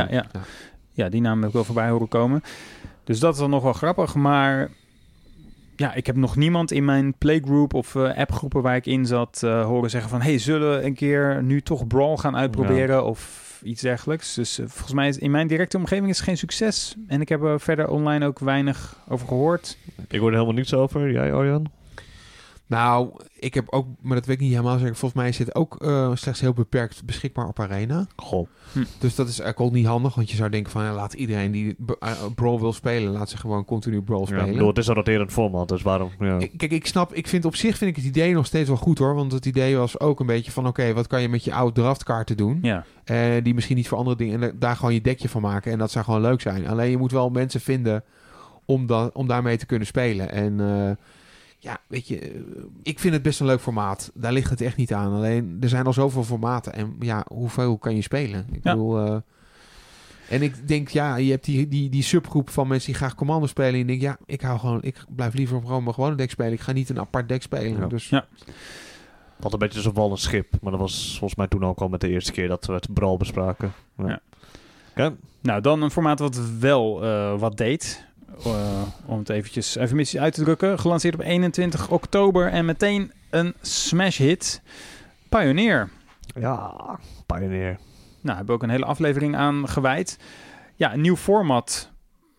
Ja, die naam heb ik wel voorbij horen komen. Dus dat is dan nog wel grappig. Maar ja, ik heb nog niemand in mijn playgroup of appgroepen waar ik in zat horen zeggen van... Hey, zullen we een keer nu toch Brawl gaan uitproberen of iets dergelijks? Dus volgens mij is in mijn directe omgeving is het geen succes. En ik heb er verder online ook weinig over gehoord. Ik hoor er helemaal niets over. Jij, Arjan? Nou, ik heb ook, maar dat weet ik niet helemaal zeker. Volgens mij is het ook slechts heel beperkt beschikbaar op Arena. Goh. Dus dat is eigenlijk ook niet handig. Want je zou denken van, laat iedereen die Brawl wil spelen, laat ze gewoon continu Brawl spelen. Ja, het is een roterend format, dus waarom? Ja. Kijk, ik vind het idee nog steeds wel goed hoor. Want het idee was ook een beetje van, oké, wat kan je met je oude draftkaarten doen? Ja. Die misschien niet voor andere dingen, en daar gewoon je dekje van maken. En dat zou gewoon leuk zijn. Alleen je moet wel mensen vinden om daarmee te kunnen spelen. En... ja, weet je, ik vind het best een leuk formaat. Daar ligt het echt niet aan. Alleen, er zijn al zoveel formaten. En ja, hoeveel kan je spelen? Ik bedoel... en ik denk, ja, je hebt die subgroep van mensen die graag Commander spelen. En ik denk, ja, ik blijf liever gewoon mijn gewone deck spelen. Ik ga niet een apart deck spelen. Ja. Dus... Ja. Wat een beetje zo'n wal en schip. Maar dat was volgens mij toen ook al met de eerste keer dat we het Brawl bespraken. Ja. Okay. Nou, dan een formaat wat wel wat deed... om het even uit te drukken. Gelanceerd op 21 oktober en meteen een smash hit. Pioneer. Ja, Pioneer. Nou, hebben we ook een hele aflevering aan gewijd. Ja, een nieuw format.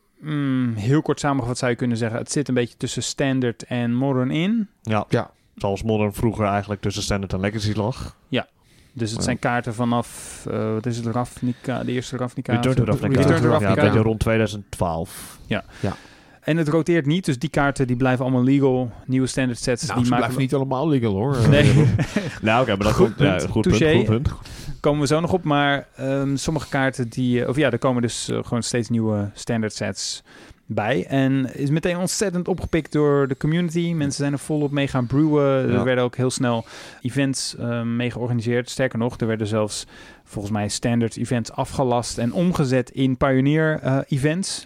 Heel kort samengevat zou je kunnen zeggen. Het zit een beetje tussen Standard en Modern in. Ja. Zoals Modern vroeger eigenlijk tussen Standard en Legacy lag. Ja. Dus het zijn kaarten vanaf, wat is het, Ravnica, de eerste Ravnica? Return to Ravnica. Ja, rond 2012. Ja. En het roteert niet, dus die kaarten die blijven allemaal legal. Nieuwe standard sets. Nou, die blijven niet allemaal legal hoor. Nee. Nou, oké, maar dat goed punt. Goed punt. Komen we zo nog op, maar sommige kaarten er komen dus gewoon steeds nieuwe standard sets bij. En is meteen ontzettend opgepikt door de community. Mensen zijn er volop mee gaan brewen. Er werden ook heel snel events mee georganiseerd. Sterker nog, er werden zelfs volgens mij standard events afgelast en omgezet in Pioneer events.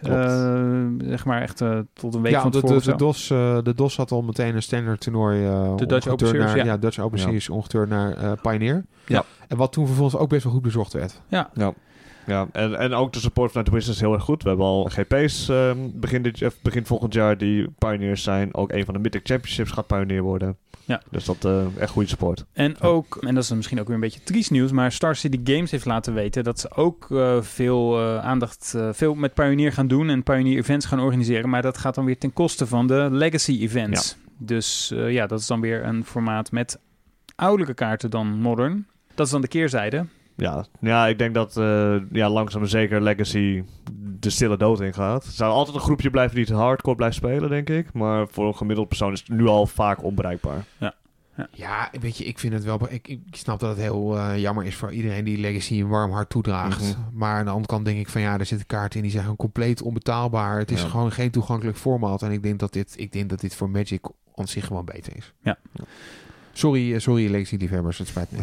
Zeg maar echt tot een week van tevoren. De DOS had al meteen een standard toernooi. De Dutch Open Series, Dutch Open Series ongeveer naar Pioneer. Ja. En wat toen vervolgens ook best wel goed bezocht werd. Ja. Ja, en ook de support van Nightwish is heel erg goed. We hebben al GP's begin volgend jaar die pioneers zijn. Ook een van de Mythic Championships gaat pionier worden. Ja. Dus dat echt goede support. En ook, en dat is misschien ook weer een beetje triest nieuws, maar Star City Games heeft laten weten dat ze ook veel aandacht, veel met Pioneer gaan doen en Pioneer events gaan organiseren. Maar dat gaat dan weer ten koste van de Legacy events. Ja. Dus dat is dan weer een formaat met oudelijke kaarten dan Modern. Dat is dan de keerzijde. Ja, ik denk dat langzaam maar zeker Legacy de stille dood ingaat. Er zou altijd een groepje blijven die het hardcore blijft spelen, denk ik. Maar voor een gemiddeld persoon is het nu al vaak onbereikbaar. Ja, weet je, ik vind het wel... Ik snap dat het heel jammer is voor iedereen die Legacy een warm hart toedraagt. Mm-hmm. Maar aan de andere kant denk ik van er zitten kaarten in die zijn gewoon compleet onbetaalbaar. Het is gewoon geen toegankelijk format. En ik denk dat dit voor Magic aan zich gewoon beter is. Ja. Sorry Legacy-liefhebbers, het spijt me.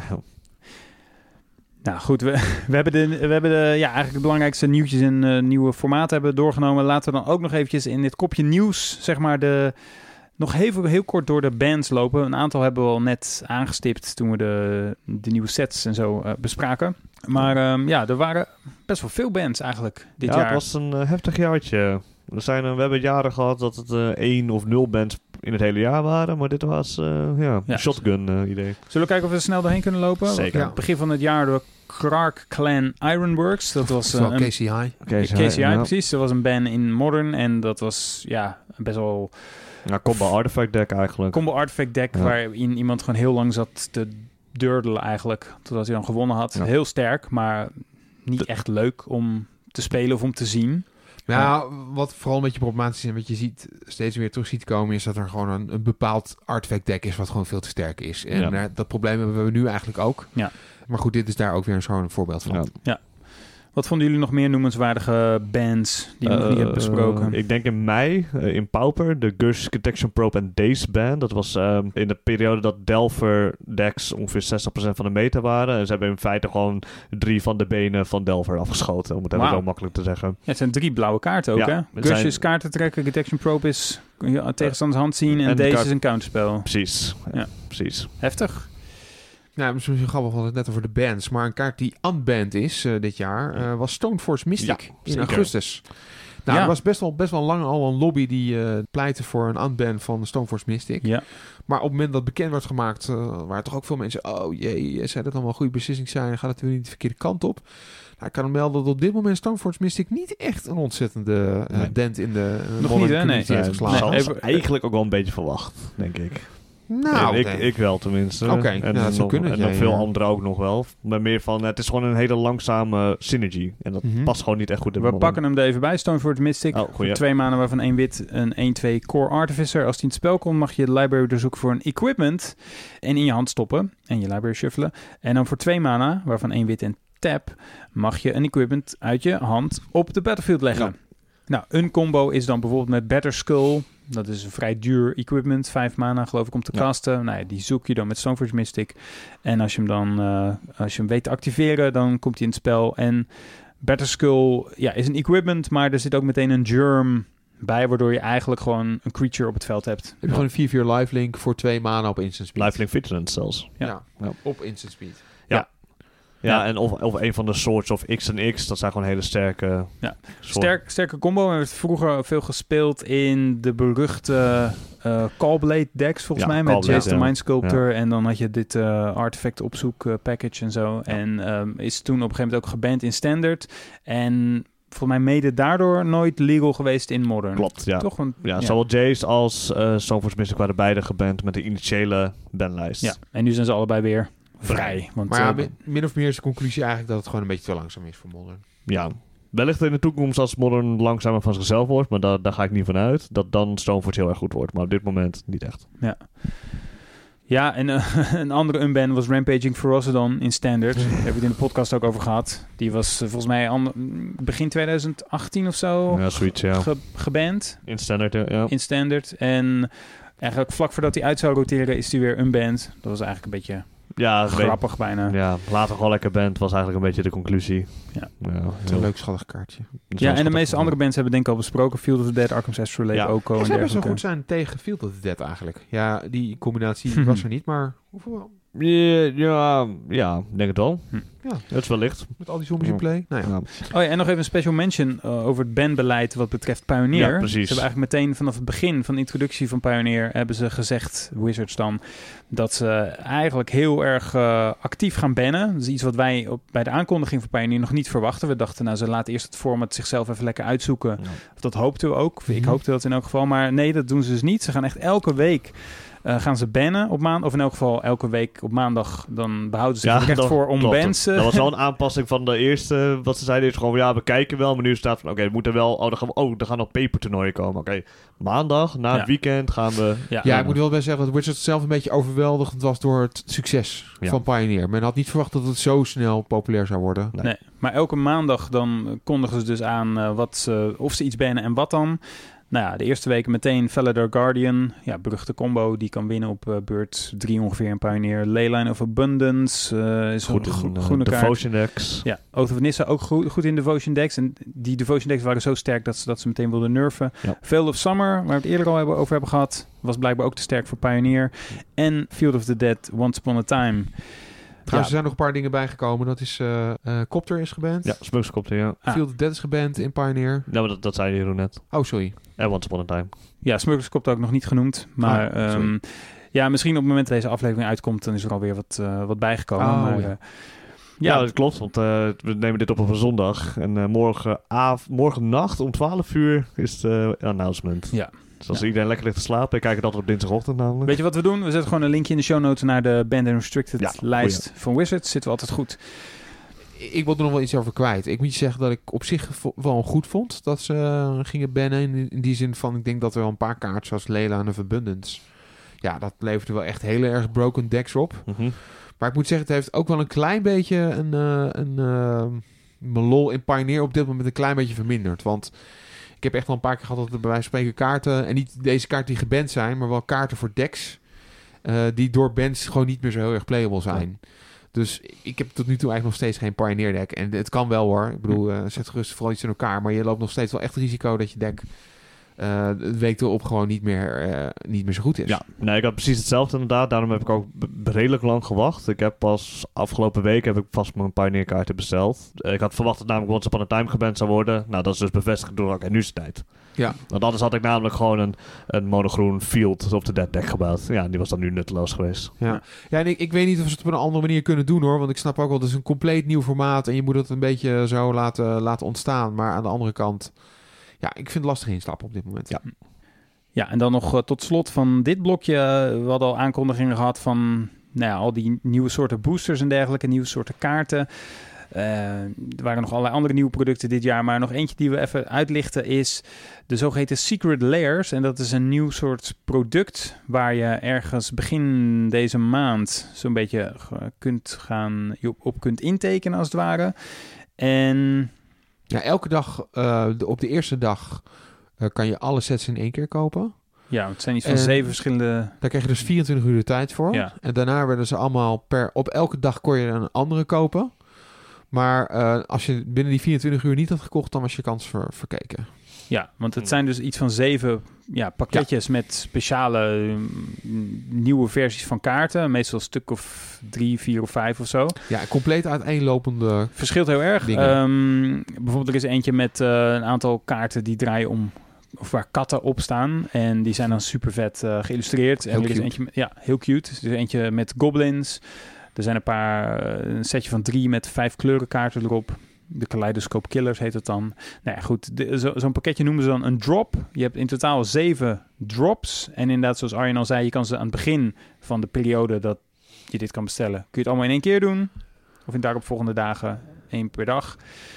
Nou goed, we hebben eigenlijk de belangrijkste nieuwtjes en nieuwe formaten hebben doorgenomen. Laten we dan ook nog eventjes in dit kopje nieuws, zeg maar, nog heel kort door de bands lopen. Een aantal hebben we al net aangestipt toen we de nieuwe sets en zo bespraken. Maar er waren best wel veel bands eigenlijk dit jaar. Ja, het was een heftig jaartje. We hebben jaren gehad dat het 1 of 0 bands in het hele jaar waren. Maar dit was een shotgun idee. Zullen we kijken of we er snel doorheen kunnen lopen? Zeker. Ja. Begin van het jaar de Krark Clan Ironworks. Dat was KCI. KCI, precies. Dat was een band in Modern. En dat was best wel... Combo Artifact deck eigenlijk. Combo Artifact deck waarin iemand gewoon heel lang zat te durdelen eigenlijk. Totdat hij dan gewonnen had. Ja. Heel sterk, maar niet echt leuk om te spelen of om te zien. Nou, wat vooral een beetje problematisch is en wat je steeds weer terug ziet komen, is dat er gewoon een bepaald artifact deck is wat gewoon veel te sterk is. En dat probleem hebben we nu eigenlijk ook. Ja. Maar goed, dit is daar ook weer zo'n voorbeeld van. Ja. Wat vonden jullie nog meer noemenswaardige bands die we nog niet hebben besproken? Ik denk in mei in Pauper, de Gush, Detection Probe en Daze band. Dat was in de periode dat Delver decks ongeveer 60% van de meta waren. En ze hebben in feite gewoon 3 van de benen van Delver afgeschoten, om het even zo makkelijk te zeggen. Ja, het zijn 3 blauwe kaarten ook, hè? Gush is kaarten trekken, Detection Probe is tegenstanders hand zien en Daze is een counterspel. Precies, precies. Heftig. Nou, misschien grappig, we hadden het net over de bands. Maar een kaart die unbanned is dit jaar was Stoneforge Mystic in augustus. Nou, er was best wel lang al een lobby die pleitte voor een unban van Stoneforge Mystic. Ja. Maar op het moment dat bekend werd gemaakt, waren toch ook veel mensen... Oh jee, zou dat dan wel een goede beslissing zijn? Gaat het weer niet de verkeerde kant op? Nou, ik kan hem melden dat op dit moment Stoneforge Mystic niet echt een ontzettende dent in de moderne community heeft geslagen. Dat was eigenlijk ook wel een beetje verwacht, denk ik. Nou, ik wel tenminste. Oké, en dat zou kunnen. En nog veel anderen ook nog wel. Maar meer van, het is gewoon een hele langzame synergy. En dat past gewoon niet echt goed in. We pakken hem er even bij. Stoneforge Mystic. Voor 2 maanden waarvan 1 wit en 1/2 Core Artificer. Als die in het spel komt, mag je de library doorzoeken voor een equipment. En in je hand stoppen. En je library shuffelen. En dan voor 2 mana, waarvan 1 wit en tap, mag je een equipment uit je hand op de battlefield leggen. Ja. Nou, een combo is dan bijvoorbeeld met Better Skull. Dat is een vrij duur equipment, 5 mana geloof ik om te casten. Nou ja, die zoek je dan met Stoneforge Mystic. En als je hem dan als je hem weet te activeren, dan komt hij in het spel. En Better Skull is een equipment, maar er zit ook meteen een germ bij, waardoor je eigenlijk gewoon een creature op het veld hebt. Heb je gewoon een 4/4 lifelink voor 2 mana op instant speed. Lifelink Vigilance zelfs. Ja, op instant speed. Ja, en of een van de Swords of X en X, dat zijn gewoon hele sterke... Ja, sterke combo. We hebben het vroeger veel gespeeld in de beruchte Callblade decks, volgens mij, met Jace the Mind Sculptor. Ja. En dan had je dit artefact opzoek package en zo. Ja. En is toen op een gegeven moment ook geband in Standard. En volgens mij mede daardoor nooit legal geweest in Modern. Klopt, ja. Toch? Zowel Jace als Stoneforge Mystic waren beide geband met de initiële banlijst. Ja, en nu zijn ze allebei weer vrij. Want, maar min of meer is de conclusie eigenlijk dat het gewoon een beetje te langzaam is voor Modern. Ja, wellicht in de toekomst als Modern langzamer van zichzelf wordt, maar daar ga ik niet van uit, dat dan Stoneforge heel erg goed wordt. Maar op dit moment niet echt. Ja, en een andere unban was Rampaging Ferocidon in Standard. Daar hebben we het in de podcast ook over gehad. Die was volgens mij begin 2018 of zo geband. In Standard, ja. In Standard. En eigenlijk vlak voordat hij uit zou roteren is hij weer unbanned. Dat was eigenlijk een beetje... grappig bijna. Ja, later gewoon lekker band was eigenlijk een beetje de conclusie. Een leuk schattig kaartje. Ja, en de meeste andere bands hebben denk ik al besproken. Field of the Dead, Arkham's Astrolabe, ook al. Ze hebben zo goed zijn tegen Field of the Dead eigenlijk. Ja, die combinatie was er niet, maar hoeveel Ja, denk het wel. Ja. Het is wellicht. Met al die zombies in play. Nou ja. Oh ja, en nog even een special mention over het banbeleid wat betreft Pioneer. Ja, precies. Ze hebben eigenlijk meteen vanaf het begin van de introductie van Pioneer hebben ze gezegd, Wizards dan, dat ze eigenlijk heel erg actief gaan bannen. Dat is iets wat wij bij de aankondiging van Pioneer nog niet verwachten. We dachten, nou, ze laten eerst het format zichzelf even lekker uitzoeken. Ja. Dat hoopten we ook. Ik hoopte dat in elk geval. Maar nee, dat doen ze dus niet. Ze gaan echt elke week gaan ze bannen op maandag. Of in elk geval elke week op maandag. Dan behouden ze het recht voor om bans. Dat was wel een aanpassing van de eerste. Wat ze zeiden is gewoon, we kijken wel. Maar nu staat van, we moeten wel... er gaan nog papertoernooien komen. Oké, maandag, na het weekend gaan we... Ja, ik moet wel bij zeggen dat Wizards zelf een beetje overweldigd was door het succes van Pioneer. Men had niet verwacht dat het zo snel populair zou worden. Nee. Maar elke maandag dan kondigen ze dus aan of ze iets bannen en wat dan. Nou ja, de eerste weken meteen Felidar Guardian. Ja, beruchte combo. Die kan winnen op beurt 3 ongeveer in Pioneer. Leyline of Abundance. Is goed een groene kaart. Devotion decks. Ja, Oath of Nissa ook goed in Devotion decks. En die Devotion decks waren zo sterk dat ze meteen wilden nerven. Ja. Veil of Summer, waar we het eerder al over hebben gehad, was blijkbaar ook te sterk voor Pioneer. En Field of the Dead, Once Upon a Time. Trouwens, er zijn nog een paar dingen bijgekomen. Dat is Copter is geband. Ja, Smugscopter, ja. Field of Dead is geband in Pioneer. Ja, maar dat zei je net. Oh, sorry. En Once Upon a Time. Ja, Smugglers Copter ook nog niet genoemd. Maar ja, misschien op het moment dat deze aflevering uitkomt, dan is er alweer wat bijgekomen. Oh, maar, ja, dat klopt. Want we nemen dit op een zondag. En morgen nacht om 12 uur is de announcement. Ja. Dus als iedereen lekker ligt te slapen, ik kijk het altijd op dinsdagochtend namelijk. Weet je wat we doen? We zetten gewoon een linkje in de show notes naar de Banned and Restricted lijst van Wizards. Zitten we altijd goed. Ik wil er nog wel iets over kwijt. Ik moet je zeggen dat ik op zich wel goed vond dat ze gingen bannen. In die zin van, ik denk dat er wel een paar kaarten zoals Leyline of Abundance. Ja, dat leverde wel echt heel erg broken decks op. Mm-hmm. Maar ik moet zeggen, het heeft ook wel een klein beetje mijn lol in Pioneer op dit moment een klein beetje verminderd. Want ik heb echt al een paar keer gehad dat er bij wijze van spreken kaarten, en niet deze kaarten die geband zijn, maar wel kaarten voor decks, die door bans gewoon niet meer zo heel erg playable zijn. Ja. Dus ik heb tot nu toe eigenlijk nog steeds geen Pioneer deck. En het kan wel hoor. Ik bedoel, zet gerust vooral iets in elkaar, maar je loopt nog steeds wel echt risico dat je deck de week erop gewoon niet meer zo goed is. Ja, nee, ik had precies hetzelfde inderdaad. Daarom heb ik ook redelijk lang gewacht. Ik heb pas afgelopen week vast mijn Pioneer kaarten besteld. Ik had verwacht dat namelijk Once Upon a Time geband zou worden. Nou, dat is dus bevestigd door nu is het tijd. Ja. Want anders had ik namelijk gewoon een monogroen Field op de Dead deck gebouwd. Ja, die was dan nu nutteloos geweest. Ja, en ik weet niet of ze het op een andere manier kunnen doen hoor. Want ik snap ook wel, dat is een compleet nieuw formaat en je moet het een beetje zo laten ontstaan. Maar aan de andere kant, ja, ik vind het lastig instappen op dit moment. Ja, en dan nog tot slot van dit blokje. We hadden al aankondigingen gehad van al die nieuwe soorten boosters en dergelijke, nieuwe soorten kaarten. Er waren nog allerlei andere nieuwe producten dit jaar, maar nog eentje die we even uitlichten is de zogeheten Secret Layers. En dat is een nieuw soort product waar je ergens begin deze maand zo'n beetje op kunt intekenen als het ware. En ja, elke dag, op de eerste dag kan je alle sets in één keer kopen. Ja, het zijn iets van 7 verschillende... Daar krijg je dus 24 uur de tijd voor. Ja. En daarna werden ze allemaal op elke dag kon je een andere kopen. Maar als je binnen die 24 uur niet had gekocht, dan was je kans verkeken. Ja, want het zijn dus iets van 7 pakketjes met speciale nieuwe versies van kaarten. Meestal een stuk of 3, 4 of 5 of zo. Ja, compleet uiteenlopende. Verschilt heel erg. Bijvoorbeeld er is eentje met een aantal kaarten die draaien om, of waar katten op staan. En die zijn dan super vet geïllustreerd. Heel en er is cute. eentje heel cute. Er is eentje met goblins. Er zijn een setje van 3 met 5 kleurenkaarten erop. De Kaleidoscope Killers heet het dan. Nou ja, goed. Zo'n pakketje noemen ze dan een drop. Je hebt in totaal 7 drops. En inderdaad, zoals Arjen al zei, je kan ze aan het begin van de periode dat je dit kan bestellen, kun je het allemaal in één keer doen. Of in daaropvolgende dagen 1 per dag.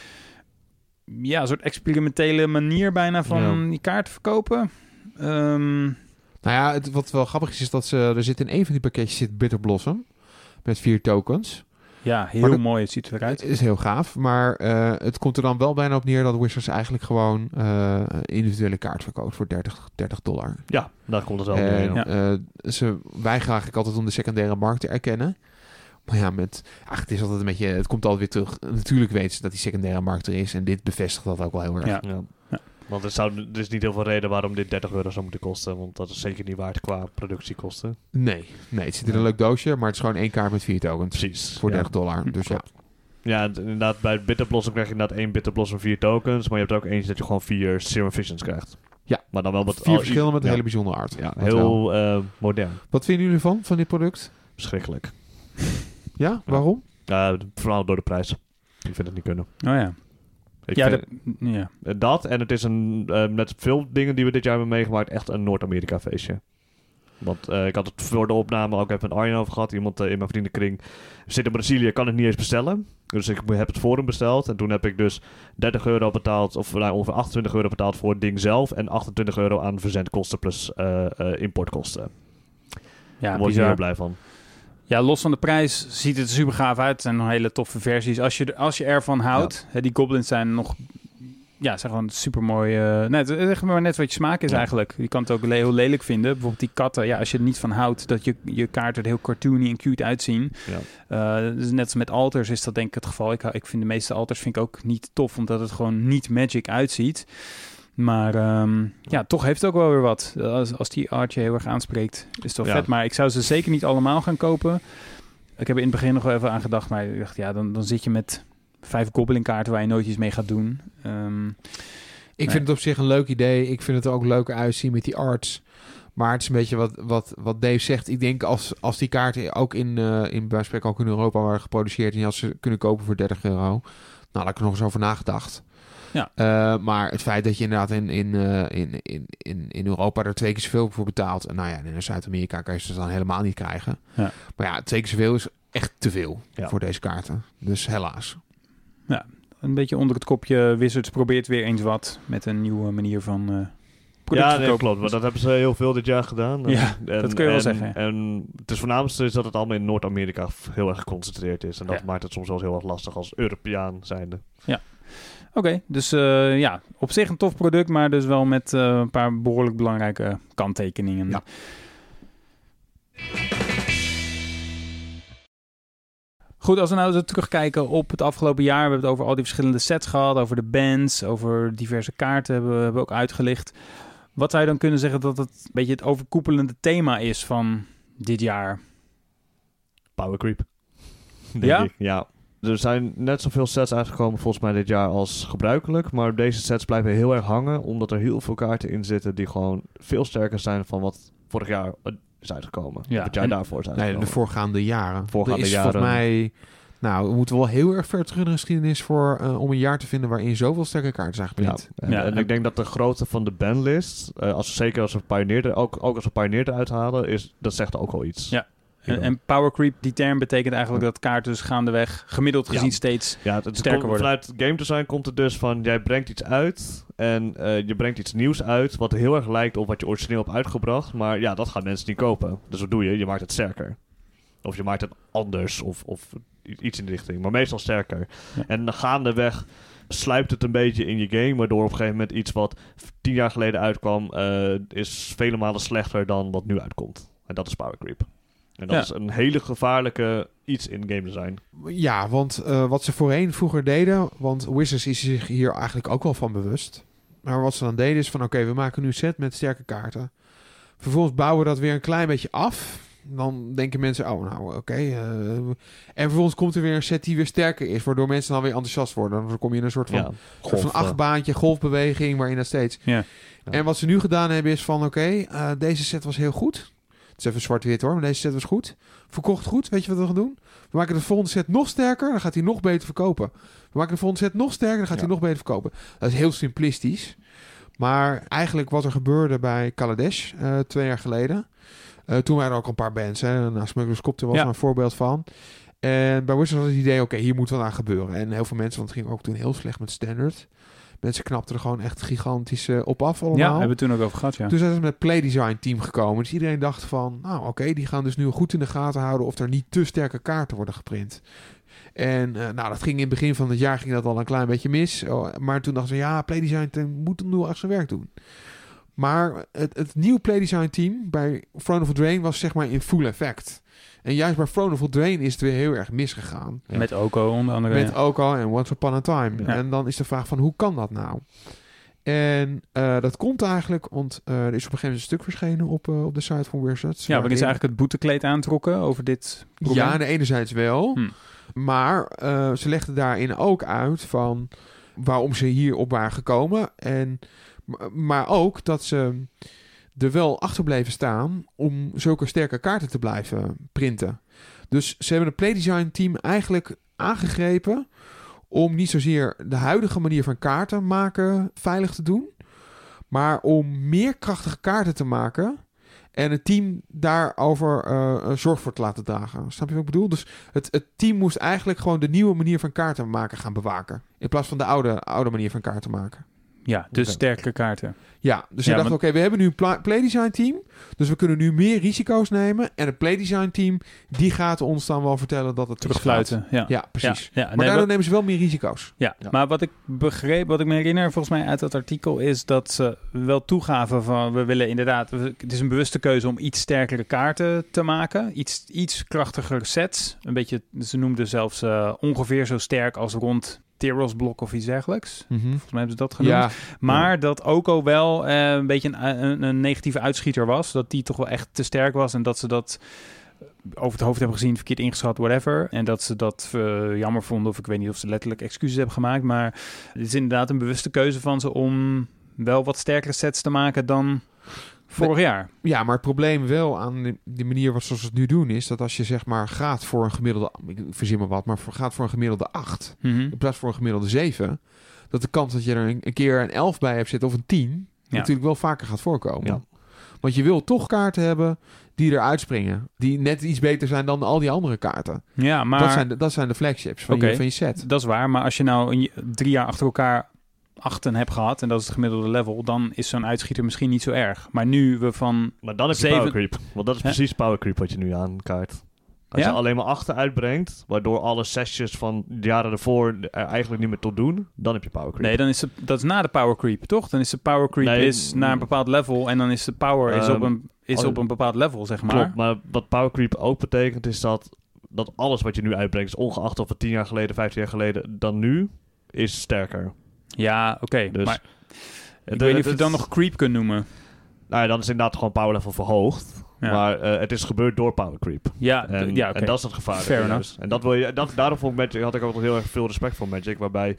Ja, een soort experimentele manier bijna van die kaarten verkopen. Nou ja, wat wel grappig is dat er zit in een van die pakketjes zit Bitter Blossom. Met 4 tokens. Ja, heel mooi. Het ziet eruit. Het is heel gaaf. Maar het komt er dan wel bijna op neer dat Wizards eigenlijk gewoon individuele kaart verkoopt voor $30. Ja, daar komt het wel neer. Ze weigeren eigenlijk altijd om de secundaire markt te erkennen. Maar ja, het is altijd een beetje, het komt altijd weer terug. Natuurlijk weten ze dat die secundaire markt er is. En dit bevestigt dat ook wel heel erg. Ja. Want er is niet heel veel reden waarom dit €30 zou moeten kosten. Want dat is zeker niet waard qua productiekosten. Nee, het zit in een leuk doosje, maar het is gewoon 1 kaart met 4 tokens. Precies. Voor $30. Dus ja. Ja, inderdaad, bij Bitter Blossom krijg je inderdaad 1 Bitter Blossom 4 tokens. Maar je hebt er ook eentje dat je gewoon 4 Serum Visions krijgt. Ja, maar dan wel met 4 verschillende met een hele bijzondere art. Ja, heel modern. Wat vinden jullie van dit product? Verschrikkelijk. Ja, waarom? Vooral door de prijs. Ik vind het niet kunnen. Oh ja. Dat en het is met veel dingen die we dit jaar hebben meegemaakt, echt een Noord-Amerika feestje. Want ik had het voor de opname ook even met Arjen over gehad. Iemand in mijn vriendenkring zit in Brazilië, kan het niet eens bestellen. Dus ik heb het voor hem besteld. En toen heb ik dus €30 betaald, of ongeveer €28 betaald voor het ding zelf. En €28 aan verzendkosten plus importkosten. Ja, daar word ik heel blij van. Ja, los van de prijs ziet het er super gaaf uit. Het zijn nog hele toffe versies. Als je ervan houdt, die goblins zijn nog... Ja, zeg gewoon super mooi. Zeg maar net wat je smaak is eigenlijk. Je kan het ook heel lelijk vinden. Bijvoorbeeld die katten. Ja, als je er niet van houdt, dat je kaarten er heel cartoony en cute uitzien. Ja. Dus net als met alters is dat denk ik het geval. Ik vind de meeste alters vind ik ook niet tof, omdat het gewoon niet Magic uitziet. Maar toch heeft het ook wel weer wat. Als die art je heel erg aanspreekt, is het wel vet. Maar ik zou ze zeker niet allemaal gaan kopen. Ik heb er in het begin nog wel even aan gedacht, maar ik dacht, dan zit je met 5 goblin kaarten waar je nooit iets mee gaat doen. Ik vind het op zich een leuk idee. Ik vind het er ook leuk uitzien met die arts. Maar het is een beetje wat Dave zegt. Ik denk als die kaarten ook in ook in Europa waren geproduceerd en je had ze kunnen kopen voor €30, nou, daar heb ik er nog eens over nagedacht. Ja. Maar het feit dat je inderdaad in Europa er 2 keer zoveel voor betaalt. En nou ja, in Zuid-Amerika kan je ze dan helemaal niet krijgen. Ja. Maar ja, 2 keer zoveel is echt te veel voor deze kaarten. Dus helaas. Ja, een beetje onder het kopje Wizards probeert weer eens wat met een nieuwe manier van ja, nee, klopt. Maar dat hebben ze heel veel dit jaar gedaan. Ja, dat kun je wel zeggen. En het voornaamste is dat het allemaal in Noord-Amerika heel erg geconcentreerd is. En dat maakt het soms wel heel erg lastig als Europeaan zijnde. Ja. Oké, dus op zich een tof product, maar dus wel met een paar behoorlijk belangrijke kanttekeningen. Ja. Goed, als we nou terugkijken op het afgelopen jaar, we hebben het over al die verschillende sets gehad, over de bands, over diverse kaarten hebben we ook uitgelicht. Wat zou je dan kunnen zeggen dat het een beetje het overkoepelende thema is van dit jaar? Power creep. Denk ik. Ja. Er zijn net zoveel sets uitgekomen volgens mij dit jaar als gebruikelijk. Maar deze sets blijven heel erg hangen. Omdat er heel veel kaarten in zitten die gewoon veel sterker zijn van wat vorig jaar is uitgekomen. Ja. Wat jij daarvoor is uitgekomen. Nee, de voorgaande jaren. Volgens mij... Nou, we moeten wel heel erg ver terug in de geschiedenis om een jaar te vinden waarin zoveel sterke kaarten zijn geprint. Ja. En ik denk dat de grootte van de banlist, zeker als we Pioneer ook als we Pioneer eruit halen, dat zegt ook al iets. Ja. En power creep, die term betekent eigenlijk dat kaarten dus gaandeweg gemiddeld gezien steeds sterker worden. Vanuit game design komt het dus van, jij brengt iets uit en je brengt iets nieuws uit wat heel erg lijkt op wat je origineel hebt uitgebracht. Maar ja, dat gaan mensen niet kopen. Dus wat doe je? Je maakt het sterker. Of je maakt het anders of iets in de richting. Maar meestal sterker. Ja. En gaandeweg sluipt het een beetje in je game, waardoor op een gegeven moment iets wat 10 jaar geleden uitkwam, is vele malen slechter dan wat nu uitkomt. En dat is power creep. En dat is een hele gevaarlijke iets in game design. Ja, want wat ze vroeger deden, want Wizards is zich hier eigenlijk ook wel van bewust. Maar wat ze dan deden is van oké, we maken nu een set met sterke kaarten. Vervolgens bouwen we dat weer een klein beetje af. Dan denken mensen, en vervolgens komt er weer een set die weer sterker is, waardoor mensen dan weer enthousiast worden. Dan kom je in een soort van achtbaantje, golfbeweging, waarin dat steeds... Ja. En wat ze nu gedaan hebben is van deze set was heel goed. Het is even zwart-wit hoor, maar deze set was goed. Verkocht goed, weet je wat we gaan doen? We maken de volgende set nog sterker, dan gaat hij nog beter verkopen. We maken de volgende set nog sterker, dan gaat hij nog beter verkopen. Dat is heel simplistisch. Maar eigenlijk wat er gebeurde bij Kaladesh 2 jaar geleden. Toen waren er ook een paar bands. Smuggler's Copter was er een voorbeeld van. En bij Wizards was het idee, hier moet wat aan gebeuren. En heel veel mensen, want het ging ook toen heel slecht met Standard. Mensen knapten er gewoon echt gigantisch op af allemaal. Ja, hebben we toen ook over gehad, ja. Toen zijn ze met het Playdesign team gekomen. Dus iedereen dacht van, die gaan dus nu goed in de gaten houden of er niet te sterke kaarten worden geprint. En dat ging in het begin van het jaar ging dat al een klein beetje mis. Maar toen dachten ze, Playdesign team moet nu echt zijn werk doen. Maar het nieuwe Playdesign team bij Throne of Eldraine was zeg maar in full effect. En juist bij Throne of Eldraine is het weer heel erg misgegaan. Ja. Met Oko onder andere. Met Oko en Once Upon a Time. Ja. En dan is de vraag van, hoe kan dat nou? En dat komt eigenlijk, want er is op een gegeven moment een stuk verschenen op de site van Wizards. Ja, waarin ze eigenlijk het boetekleed aantrokken over dit probleem. Ja, enerzijds wel. Maar ze legden daarin ook uit van waarom ze hierop waren gekomen. Maar ook dat ze er wel achter bleven staan om zulke sterke kaarten te blijven printen. Dus ze hebben het playdesign team eigenlijk aangegrepen om niet zozeer de huidige manier van kaarten maken veilig te doen, maar om meer krachtige kaarten te maken en het team daarover zorg voor te laten dragen. Snap je wat ik bedoel? Dus het team moest eigenlijk gewoon de nieuwe manier van kaarten maken gaan bewaken, in plaats van de oude manier van kaarten maken. Ja, dus sterkere kaarten. Ja, dus je dacht, oké, we hebben nu een playdesign team, dus we kunnen nu meer risico's nemen. En het playdesign team, die gaat ons dan wel vertellen dat het terugfluiten. Ja, precies. Ja, maar daardoor nemen ze wel meer risico's. Ja, maar wat ik begreep, wat ik me herinner volgens mij uit dat artikel, is dat ze wel toegaven van, we willen inderdaad, het is een bewuste keuze om iets sterkere kaarten te maken. Iets krachtiger sets. Een beetje, ze noemden zelfs ongeveer zo sterk als rond Theros blok of iets dergelijks. Volgens mij hebben ze dat genoemd. Ja, maar dat Oko wel een beetje een negatieve uitschieter was. Dat die toch wel echt te sterk was. En dat ze dat over het hoofd hebben gezien, verkeerd ingeschat, whatever. En dat ze dat jammer vonden. Of ik weet niet of ze letterlijk excuses hebben gemaakt. Maar het is inderdaad een bewuste keuze van ze om wel wat sterkere sets te maken dan vorig jaar. Ja, maar het probleem wel aan de manier zoals ze het nu doen is dat als je zeg maar gaat voor een gemiddelde, ik verzin maar wat, maar gaat voor een gemiddelde 8 in plaats voor een gemiddelde 7, dat de kans dat je er een keer een 11 bij hebt zitten of een 10 natuurlijk wel vaker gaat voorkomen. Ja. Want je wil toch kaarten hebben die eruit springen, die net iets beter zijn dan al die andere kaarten. Ja, maar dat zijn de flagships van je set. Dat is waar, maar als je nou 3 jaar achter elkaar 8 hebt gehad, en dat is het gemiddelde level, dan is zo'n uitschieter misschien niet zo erg. Maar nu we van... Maar dan heb je power creep. Want dat is precies power creep wat je nu aankaart. Als je alleen maar 8 uitbrengt, waardoor alle sessies van de jaren ervoor er eigenlijk niet meer tot doen, dan heb je power creep. Nee, dan is dat is na de power creep, toch? Dan is de power creep is naar een bepaald level en dan is de power op een bepaald level, zeg maar. Klopt, maar wat power creep ook betekent is dat alles wat je nu uitbrengt, is ongeacht of het 10 jaar geleden, 15 jaar geleden, dan nu, is sterker. Ja, oké. Dus, maar ik weet niet of je dan nog creep kunt noemen. Nou ja, dan is inderdaad gewoon power level verhoogd. Ja. Maar het is gebeurd door power creep. Ja, en dat is het gevaar. En dat wil je, daarom vond Magic, had ik ook nog heel erg veel respect voor Magic. Waarbij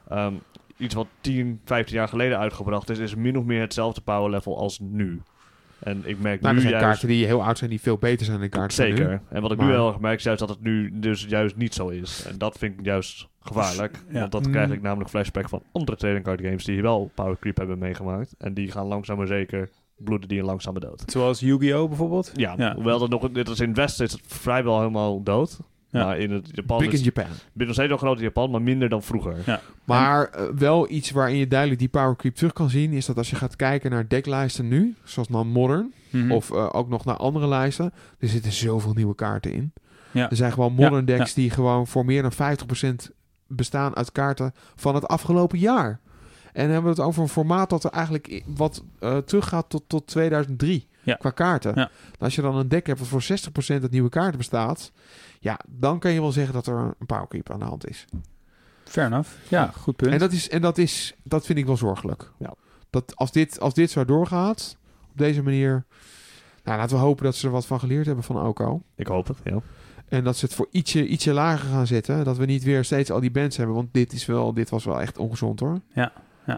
iets wat 10, 15 jaar geleden uitgebracht is min of meer hetzelfde power level als nu. En ik merk nu er zijn kaarten die heel oud zijn, die veel beter zijn dan kaarten zeker. Van nu. En wat ik nu heel erg merk, is juist dat het nu dus juist niet zo is. En dat vind ik juist gevaarlijk. Want dat krijg ik namelijk flashback van andere trading card games die wel power creep hebben meegemaakt. En die gaan langzaam maar zeker bloeden die een langzame dood. Zoals Yu-Gi-Oh! Bijvoorbeeld? Ja, hoewel dat nog, dit is in het Westen is het vrijwel helemaal dood. Ja. Maar in het Japan Big in Japan. Nog steeds wel groot in Japan, maar minder dan vroeger. Ja. Maar wel iets waarin je duidelijk die power creep terug kan zien, is dat als je gaat kijken naar decklijsten nu, zoals dan Modern, of ook nog naar andere lijsten, er zitten zoveel nieuwe kaarten in. Ja. Er zijn gewoon Modern decks die gewoon voor meer dan 50% bestaan uit kaarten van het afgelopen jaar. En dan hebben we het over een formaat dat er eigenlijk wat teruggaat tot 2003 qua kaarten. Ja. Als je dan een deck hebt wat voor 60% uit nieuwe kaarten bestaat, ja, dan kan je wel zeggen dat er een power creep aan de hand is. Fair enough. Ja, goed punt. En dat vind ik wel zorgelijk. Ja. Dat als dit zo doorgaat, op deze manier, nou, laten we hopen dat ze er wat van geleerd hebben van Oko. Ik hoop het, ja. En dat ze het voor ietsje lager gaan zetten. Dat we niet weer steeds al die bands hebben. Want dit was wel echt ongezond, hoor. Ja.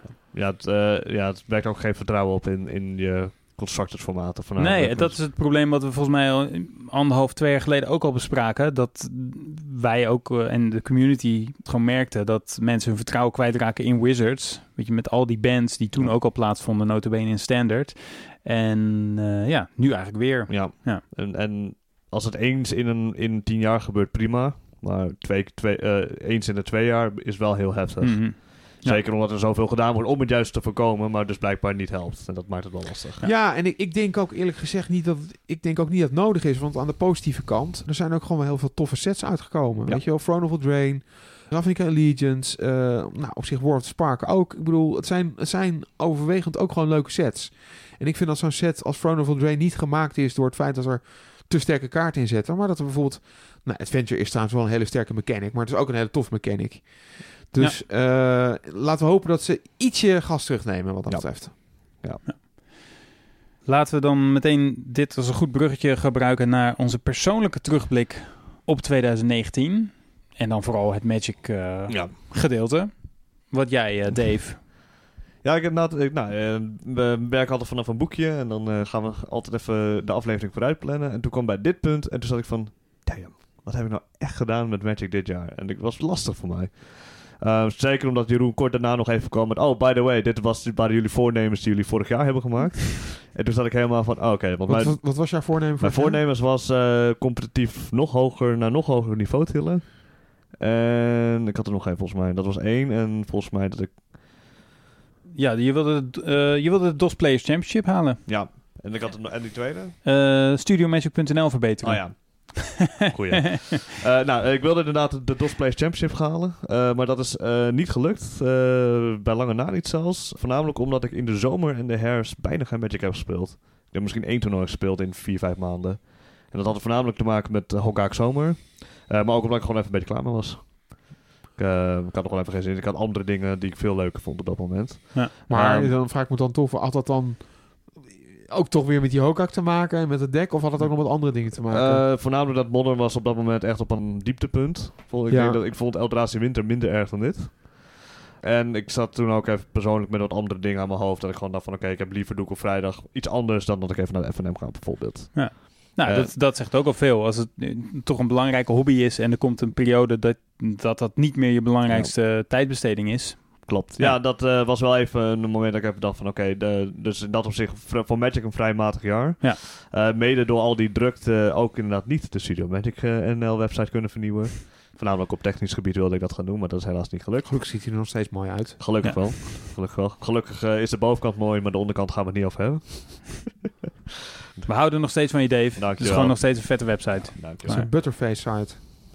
Het werkt ook geen vertrouwen op in je constructed formaten. Nee, dat is het probleem wat we volgens mij al 1,5-2 jaar geleden ook al bespraken. Dat wij ook en de community gewoon merkten dat mensen hun vertrouwen kwijtraken in Wizards. Weet je, met al die bands die toen ook al plaatsvonden, nota bene in Standard. En nu eigenlijk weer. Ja. En als het eens in 10 jaar gebeurt, prima. Maar eens in de 2 jaar is wel heel heftig. Mm-hmm. Zeker omdat er zoveel gedaan wordt om het juist te voorkomen, maar dus blijkbaar niet helpt. En dat maakt het wel lastig. Ja, en ik denk ook eerlijk gezegd niet dat het nodig is. Want aan de positieve kant, er zijn ook gewoon wel heel veel toffe sets uitgekomen. Ja. Weet je wel, Throne of Eldraine, Ravnica Allegiance, op zich World of Spark ook. Ik bedoel, het zijn overwegend ook gewoon leuke sets. En ik vind dat zo'n set als Throne of Eldraine niet gemaakt is door het feit dat er te sterke kaart inzetten. Maar dat er bijvoorbeeld... Nou, Adventure is trouwens wel een hele sterke mechanic. Maar het is ook een hele toffe mechanic. Dus laten we hopen dat ze ietsje gas terugnemen wat dat betreft. Ja. Laten we dan meteen dit als een goed bruggetje gebruiken naar onze persoonlijke terugblik op 2019. En dan vooral het Magic gedeelte. Wat jij, Dave? Ja, we werken altijd vanaf een boekje en dan gaan we altijd even de aflevering vooruit plannen. En toen kwam bij dit punt en toen zat ik van, damn, wat heb ik nou echt gedaan met Magic dit jaar? En het was lastig voor mij. Zeker omdat Jeroen kort daarna nog even kwam met... Oh, by the way, dit waren jullie voornemens die jullie vorig jaar hebben gemaakt. En toen zat ik helemaal van... Oké, wat was jouw voornemen? Mijn voornemens was competitief nog hoger niveau tillen. En ik had er nog één volgens mij. Dat was 1. En volgens mij dat ik... Ja, je wilde de DOS Players Championship halen. Ja, en ik had en die tweede? StudioMagic.nl verbeteren. Oh ja. Goeie. Ik wilde inderdaad de DOS Players Championship halen. Maar dat is niet gelukt. Bij lange na niet zelfs. Voornamelijk omdat ik in de zomer en de herfst bijna geen Magic heb gespeeld. Ik heb misschien 1 toernooi gespeeld in 4-5 maanden. En dat had voornamelijk te maken met Hokkaak Zomer. Maar ook omdat ik gewoon even een beetje klaar mee was. Ik had nog wel even geen zin. Ik had andere dingen die ik veel leuker vond op dat moment. Ja. Maar dan vraag ik me dan toch, had dat dan ook toch weer met die Hokkaak te maken en met het deck? Of had het ook nog met andere dingen te maken? Voornamelijk dat Modern was op dat moment echt op een dieptepunt. Ik vond Eldrazi Winter minder erg dan dit. En ik zat toen ook even persoonlijk met wat andere dingen aan mijn hoofd. Dat ik gewoon dacht van oké, ik heb liever doe ik op vrijdag iets anders dan dat ik even naar de FNM ga bijvoorbeeld. Ja. Nou, dat zegt ook al veel. Als het toch een belangrijke hobby is en er komt een periode dat niet meer je belangrijkste tijdbesteding is. Klopt. Ja, dat was wel even een moment dat ik even dacht van oké, dus in dat opzicht voor Magic een vrij matig jaar. Ja. Mede door al die drukte ook inderdaad niet de Studio Magic NL website kunnen vernieuwen. Voornamelijk op technisch gebied wilde ik dat gaan doen, maar dat is helaas niet gelukt. Gelukkig ziet hij er nog steeds mooi uit. Gelukkig wel. Gelukkig is de bovenkant mooi, maar de onderkant gaan we het niet over hebben. We houden nog steeds van je, Dave. Het is gewoon nog steeds een vette website. Het is een butterface site.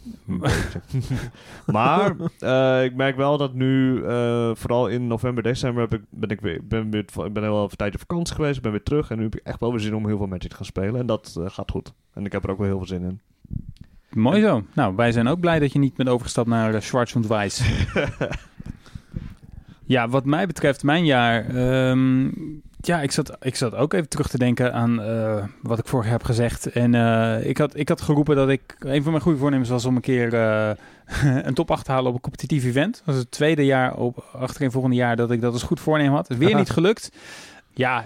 Maar ik merk wel dat nu, vooral in november, december, ben ik heel even een tijdje op vakantie geweest. Ik ben weer terug en nu heb ik echt wel weer zin om heel veel Magic te gaan spelen. En dat gaat goed. En ik heb er ook wel heel veel zin in. Mooi zo. Nou, wij zijn ook blij dat je niet bent overgestapt naar Schwarz und Weiß. Ja, wat mij betreft, mijn jaar... ik zat ook even terug te denken aan wat ik vorig jaar heb gezegd. En ik had geroepen dat ik... Een van mijn goede voornemens was om een keer een top 8 te halen op een competitief event. Dat was het tweede jaar achtereenvolgende jaar dat ik dat als goed voornemen had. Weer niet gelukt. Ja,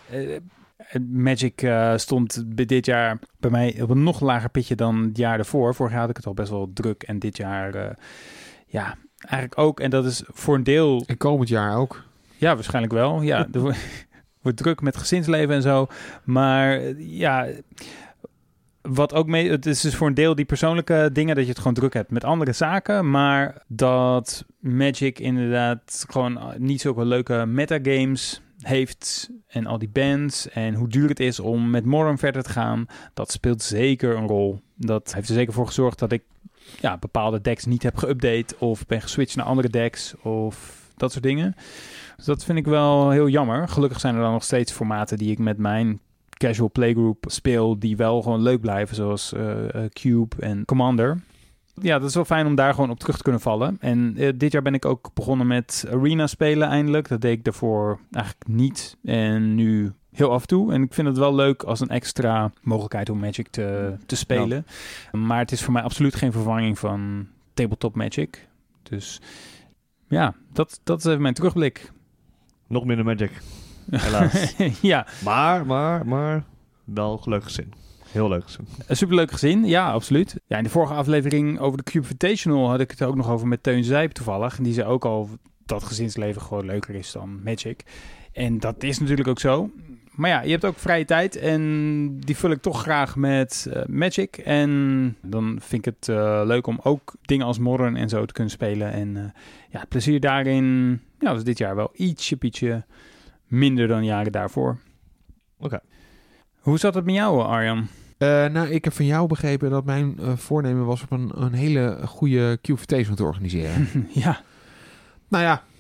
Magic stond dit jaar bij mij op een nog lager pitje dan het jaar ervoor. Vorig jaar had ik het al best wel druk. En dit jaar, eigenlijk ook. En dat is voor een deel... En komend jaar ook. Ja, waarschijnlijk wel. Ja, wordt druk met gezinsleven en zo. Maar ja, wat ook mee... Het is dus voor een deel die persoonlijke dingen dat je het gewoon druk hebt met andere zaken. Maar dat Magic inderdaad gewoon niet zulke leuke metagames heeft en al die bands en hoe duur het is om met Modern verder te gaan, dat speelt zeker een rol. Dat heeft er zeker voor gezorgd dat ik bepaalde decks niet heb geüpdate of ben geswitcht naar andere decks of dat soort dingen. Dus dat vind ik wel heel jammer. Gelukkig zijn er dan nog steeds formaten die ik met mijn casual playgroup speel die wel gewoon leuk blijven, zoals Cube en Commander. Ja, dat is wel fijn om daar gewoon op terug te kunnen vallen. En dit jaar ben ik ook begonnen met Arena spelen eindelijk. Dat deed ik daarvoor eigenlijk niet. En nu heel af en toe. En ik vind het wel leuk als een extra mogelijkheid om Magic te spelen. Ja. Maar het is voor mij absoluut geen vervanging van Tabletop Magic. Dus ja, dat is even mijn terugblik. Nog minder Magic, helaas. Ja. Maar wel gelukkig zin. Heel leuk gezien. Superleuk gezien, ja, absoluut. Ja, in de vorige aflevering over de Cube Invitational had ik het ook nog over met Teun Zijp toevallig. En die zei ook al dat gezinsleven gewoon leuker is dan Magic. En dat is natuurlijk ook zo. Maar ja, je hebt ook vrije tijd en die vul ik toch graag met Magic. En dan vind ik het leuk om ook dingen als Modern en zo te kunnen spelen. En plezier daarin, was dit jaar wel ietsje minder dan jaren daarvoor. Oké. Hoe zat het met jou, Arjan? Ik heb van jou begrepen dat mijn voornemen was op een hele goede Q-Invitational te organiseren. Ja. Nou ja,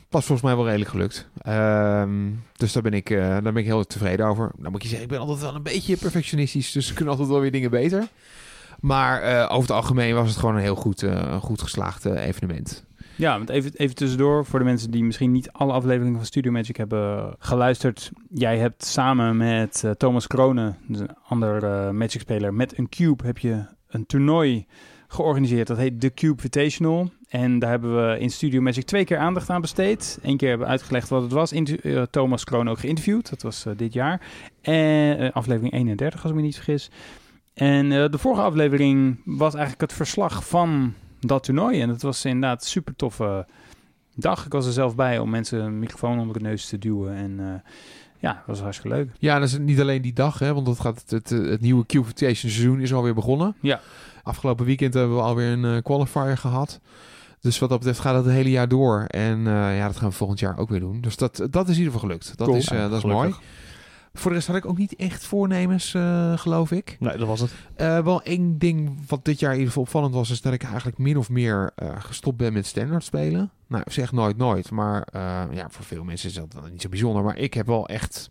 was volgens mij wel redelijk gelukt. Dus daar ben ik heel tevreden over. Nou moet je zeggen, ik ben altijd wel een beetje perfectionistisch. Dus er kunnen altijd wel weer dingen beter. Maar over het algemeen was het gewoon een heel goed geslaagd evenement. Ja, want even tussendoor, voor de mensen die misschien niet alle afleveringen van Studio Magic hebben geluisterd. Jij hebt samen met Thomas Krone, dus een ander Magic-speler, met een Cube heb je een toernooi georganiseerd. Dat heet The Cube Invitational. En daar hebben we in Studio Magic 2 keer aandacht aan besteed. 1 keer hebben we uitgelegd wat het was. Thomas Krone ook geïnterviewd. Dat was dit jaar. En aflevering 31, als ik me niet vergis. En de vorige aflevering was eigenlijk het verslag van dat toernooi. En dat was inderdaad een super toffe dag. Ik was er zelf bij om mensen een microfoon onder de neus te duwen. En ja, dat was hartstikke leuk. Ja, dat is niet alleen die dag, hè, want het nieuwe Cube Invitation seizoen is alweer begonnen. Ja. Afgelopen weekend hebben we alweer een qualifier gehad. Dus wat dat betreft gaat het hele jaar door. En dat gaan we volgend jaar ook weer doen. Dus dat is in ieder geval gelukt. Dat Cool. dat is mooi. Voor de rest had ik ook niet echt voornemens, geloof ik. Nee, dat was het. Wel één ding wat dit jaar in ieder geval opvallend was, is dat ik eigenlijk min of meer gestopt ben met standaard spelen. Nou, zeg nooit. Maar voor veel mensen is dat niet zo bijzonder. Maar ik heb wel echt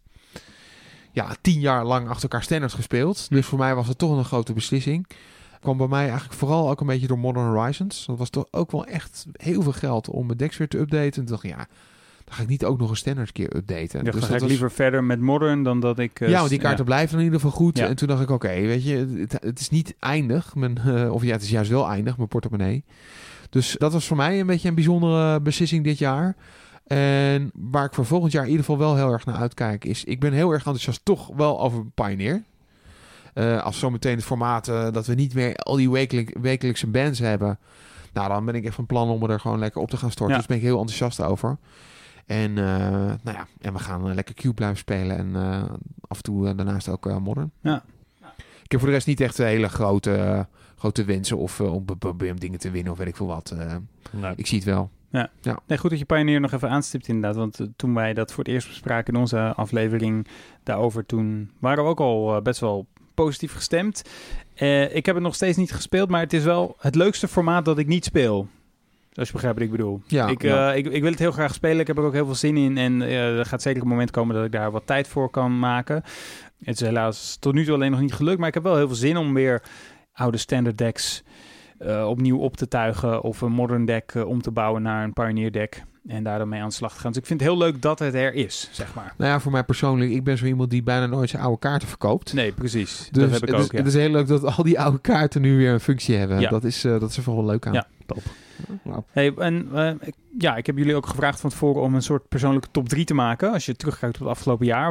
10 jaar lang achter elkaar standaard gespeeld. Dus voor mij was het toch een grote beslissing. Kwam bij mij eigenlijk vooral ook een beetje door Modern Horizons. Dat was toch ook wel echt heel veel geld om mijn decks weer te updaten. En toen dacht ik, dan ga ik niet ook nog een standaard keer updaten. Ja, dus dan ga ik liever verder met Modern dan dat ik... want die kaarten blijven in ieder geval goed. Ja. En toen dacht ik, oké, weet je, het is niet eindig. Het is juist wel eindig, mijn portemonnee. Dus dat was voor mij een beetje een bijzondere beslissing dit jaar. En waar ik voor volgend jaar in ieder geval wel heel erg naar uitkijk is, ik ben heel erg enthousiast toch wel over Pioneer. Als zometeen het formaat dat we niet meer al die wekelijkse bands hebben. Nou, dan ben ik echt van plan om er gewoon lekker op te gaan storten. Ja. Dus ben ik heel enthousiast over. En en we gaan lekker Cube blijven spelen. En af en toe daarnaast ook Modern. Ja. Ik heb voor de rest niet echt hele grote wensen of om dingen te winnen of weet ik veel wat. Nee. Ik zie het wel. Ja. Nee, goed dat je Pioneer nog even aanstipt inderdaad. Want toen wij dat voor het eerst bespraken in onze aflevering daarover, toen waren we ook al best wel positief gestemd. Ik heb het nog steeds niet gespeeld, maar het is wel het leukste formaat dat ik niet speel. Als je begrijpt wat ik bedoel. Ja, ik wil het heel graag spelen. Ik heb er ook heel veel zin in. En er gaat zeker een moment komen dat ik daar wat tijd voor kan maken. Het is helaas tot nu toe alleen nog niet gelukt. Maar ik heb wel heel veel zin om weer oude standard decks opnieuw op te tuigen. Of een modern deck om te bouwen naar een Pioneer deck. En daar dan mee aan de slag te gaan. Dus ik vind het heel leuk dat het er is, zeg maar. Nou ja, voor mij persoonlijk, ik ben zo iemand die bijna nooit zijn oude kaarten verkoopt. Nee, precies. Dus dat heb ik ook, het is heel leuk dat al die oude kaarten nu weer een functie hebben. Ja. Dat is er vooral leuk aan. Ja. Top. Nou, Hey, en ik heb jullie ook gevraagd van tevoren om een soort persoonlijke top 3 te maken. Als je terugkijkt op het afgelopen jaar,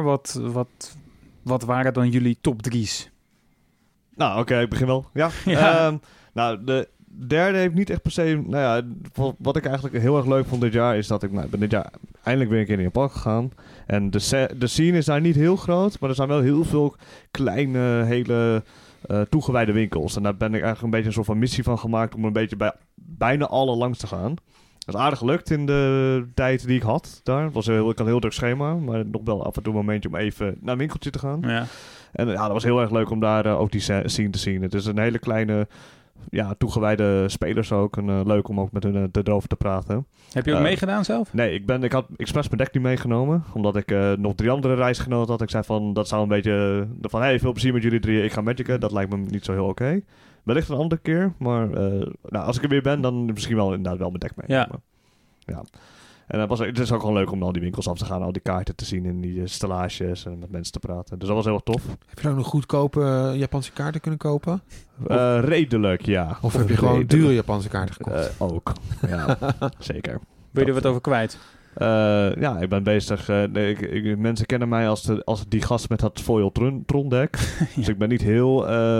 wat waren dan jullie top 3's? Nou, oké, ik begin wel. Ja. Ja. De derde heeft niet echt per se... Nou ja, wat ik eigenlijk heel erg leuk vond dit jaar is dat ik ben dit jaar eindelijk weer een keer in Japan gegaan. En de scene is daar niet heel groot, maar er zijn wel heel veel kleine, hele toegewijde winkels. En daar ben ik eigenlijk een beetje een soort van missie van gemaakt om een beetje bij bijna alle langs te gaan. Dat is aardig gelukt in de tijd die ik had daar. Ik had een heel druk schema, maar nog wel af en toe een momentje om even naar een winkeltje te gaan. Ja. En dat was heel erg leuk om daar ook die scene te zien. Het is een hele kleine, toegewijde spelers ook. En leuk om ook met hun erover te praten. Heb je ook meegedaan zelf? Nee, ik had expres mijn deck niet meegenomen. Omdat ik nog 3 andere reisgenoten had. Ik zei van, dat zou een beetje van, hey, veel plezier met jullie 3. Ik ga magicen. Dat lijkt me niet zo heel oké. Wellicht een andere keer. Maar als ik er weer ben, dan misschien wel inderdaad wel mijn deck mee. Ja. En het is ook gewoon leuk om al die winkels af te gaan. Al die kaarten te zien in die stellages en met mensen te praten. Dus dat was heel erg tof. Heb je ook nog goedkope Japanse kaarten kunnen kopen? Redelijk, ja. Of heb je gewoon dure Japanse kaarten gekocht? Ook, ja. Zeker. Wil je er wat over kwijt? Ik ben bezig. Mensen kennen mij als die gast met dat foil Tron deck. Ja. Dus ik ben niet heel...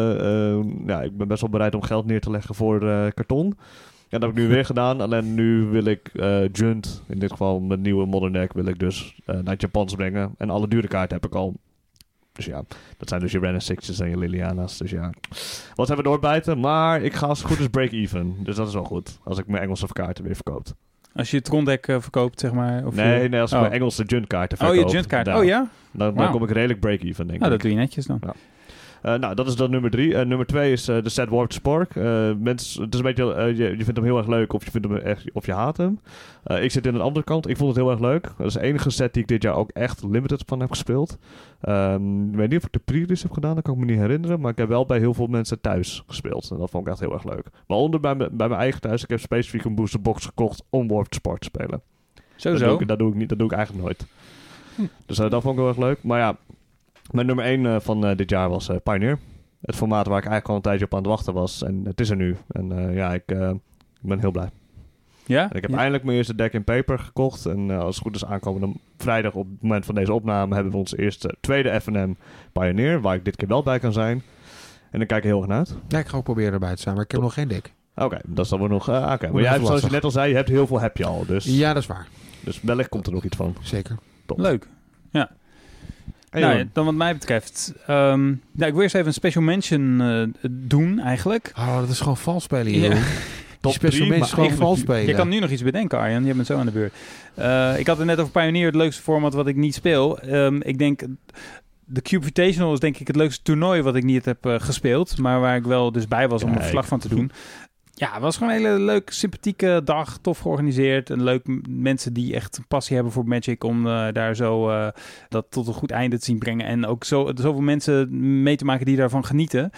ik ben best wel bereid om geld neer te leggen voor karton. En dat heb ik nu weer gedaan. Alleen nu wil ik Junt, in dit geval mijn nieuwe modern deck, wil ik dus naar het Japans brengen. En alle dure kaarten heb ik al. Dus ja, dat zijn dus je Ren Sixes en je Liliana's. Dus ja, wat hebben we doorbijten? Maar ik ga als het goed is break-even. Dus dat is wel goed. Als ik mijn Engelse kaarten weer verkoop. Als je het Tron-deck verkoopt, zeg maar? Of Nee, als ik mijn Engelse Junt kaarten verkoop. Oh, je Junt kaart. Dan Oh ja? Dan kom ik redelijk break-even, denk ik. Nou, dat doe je netjes dan. Ja. Dat is dan nummer 3. Nummer 2 is de set Warped Spark. Het is een beetje, je vindt hem heel erg leuk of je haat hem. Ik zit in een andere kant. Ik vond het heel erg leuk. Dat is de enige set die ik dit jaar ook echt limited van heb gespeeld. Ik weet niet of ik de pre-release heb gedaan, dat kan ik me niet herinneren. Maar ik heb wel bij heel veel mensen thuis gespeeld. En dat vond ik echt heel erg leuk. Waaronder bij mijn eigen thuis. Ik heb specifiek een booster box gekocht om Warped Spark te spelen. Sowieso. Dat doe ik eigenlijk nooit. Dus dat vond ik heel erg leuk. Maar ja, mijn nummer 1 van dit jaar was Pioneer. Het formaat waar ik eigenlijk al een tijdje op aan het wachten was. En het is er nu. En ik ben heel blij. Ja? En ik heb eindelijk mijn eerste deck in paper gekocht. En als het goed is aankomende vrijdag op het moment van deze opname hebben we onze tweede FNM Pioneer. Waar ik dit keer wel bij kan zijn. En dan kijk ik heel erg naar uit. Ja, ik ga ook proberen erbij te zijn, maar ik heb nog geen deck. Oké, dat is dan wel nog... Maar jij, zoals je net al zei, je hebt heel veel heb je al. Dus, ja, dat is waar. Dus wellicht komt er nog iets van. Zeker. Top. Leuk. Ja. Hey, Dan wat mij betreft... ik wil eerst even een special mention doen, eigenlijk. Oh, dat is gewoon vals spelen hier. Ja. Die special mensen gewoon vals spelen. Je kan nu nog iets bedenken, Arjan. Je bent zo aan de beurt. Ik had het net over Pioneer, het leukste format wat ik niet speel. Ik denk... De Cube Invitational is denk ik het leukste toernooi wat ik niet heb gespeeld. Maar waar ik wel dus bij was om een verslag van te doen. Ja, het was gewoon een hele leuke, sympathieke dag. Tof georganiseerd. En leuk mensen die echt passie hebben voor Magic. Om daar zo dat tot een goed einde te zien brengen. En ook zoveel mensen mee te maken die daarvan genieten.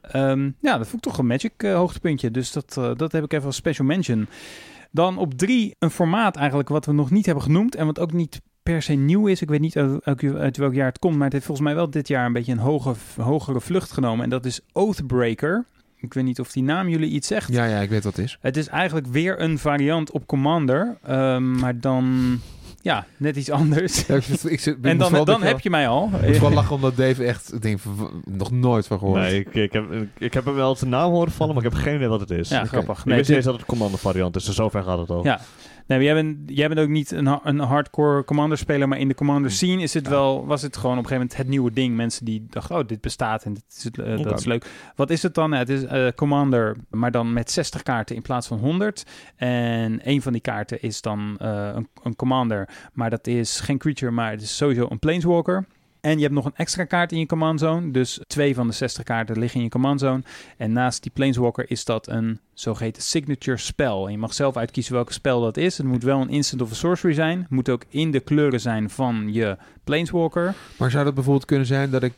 Dat vond ik toch een Magic hoogtepuntje. Dus dat heb ik even als special mention. Dan op 3 een formaat eigenlijk wat we nog niet hebben genoemd. En wat ook niet per se nieuw is. Ik weet niet uit welk jaar het komt. Maar het heeft volgens mij wel dit jaar een beetje een hogere vlucht genomen. En dat is Oathbreaker. Ik weet niet of die naam jullie iets zegt. Ja, ik weet wat het is. Het is eigenlijk weer een variant op Commander. Maar dan... Ja, net iets anders. Ja, en dan heb je mij al. Ik moet wel lachen omdat Dave echt... Ik denk, nog nooit van gehoord. Nee, ik heb hem wel zijn naam horen vallen, maar ik heb geen idee wat het is. Ja, grappig. Ik weet niet dat het Commander variant is, dus zover gaat het al. Ja. Nee, jij bent ook niet een hardcore Commander speler, maar in de Commander scene was het gewoon op een gegeven moment het nieuwe ding. Mensen die dachten, dit bestaat en dat is leuk. Wat is het dan? Het is Commander, maar dan met 60 kaarten in plaats van 100. En een van die kaarten is dan een Commander, maar dat is geen creature, maar het is sowieso een Planeswalker. En je hebt nog een extra kaart in je command zone. Dus 2 van de 60 kaarten liggen in je command zone. En naast die Planeswalker is dat een zogeheten signature spel. En je mag zelf uitkiezen welke spel dat is. Het moet wel een instant of een sorcery zijn. Het moet ook in de kleuren zijn van je Planeswalker. Maar zou dat bijvoorbeeld kunnen zijn dat ik...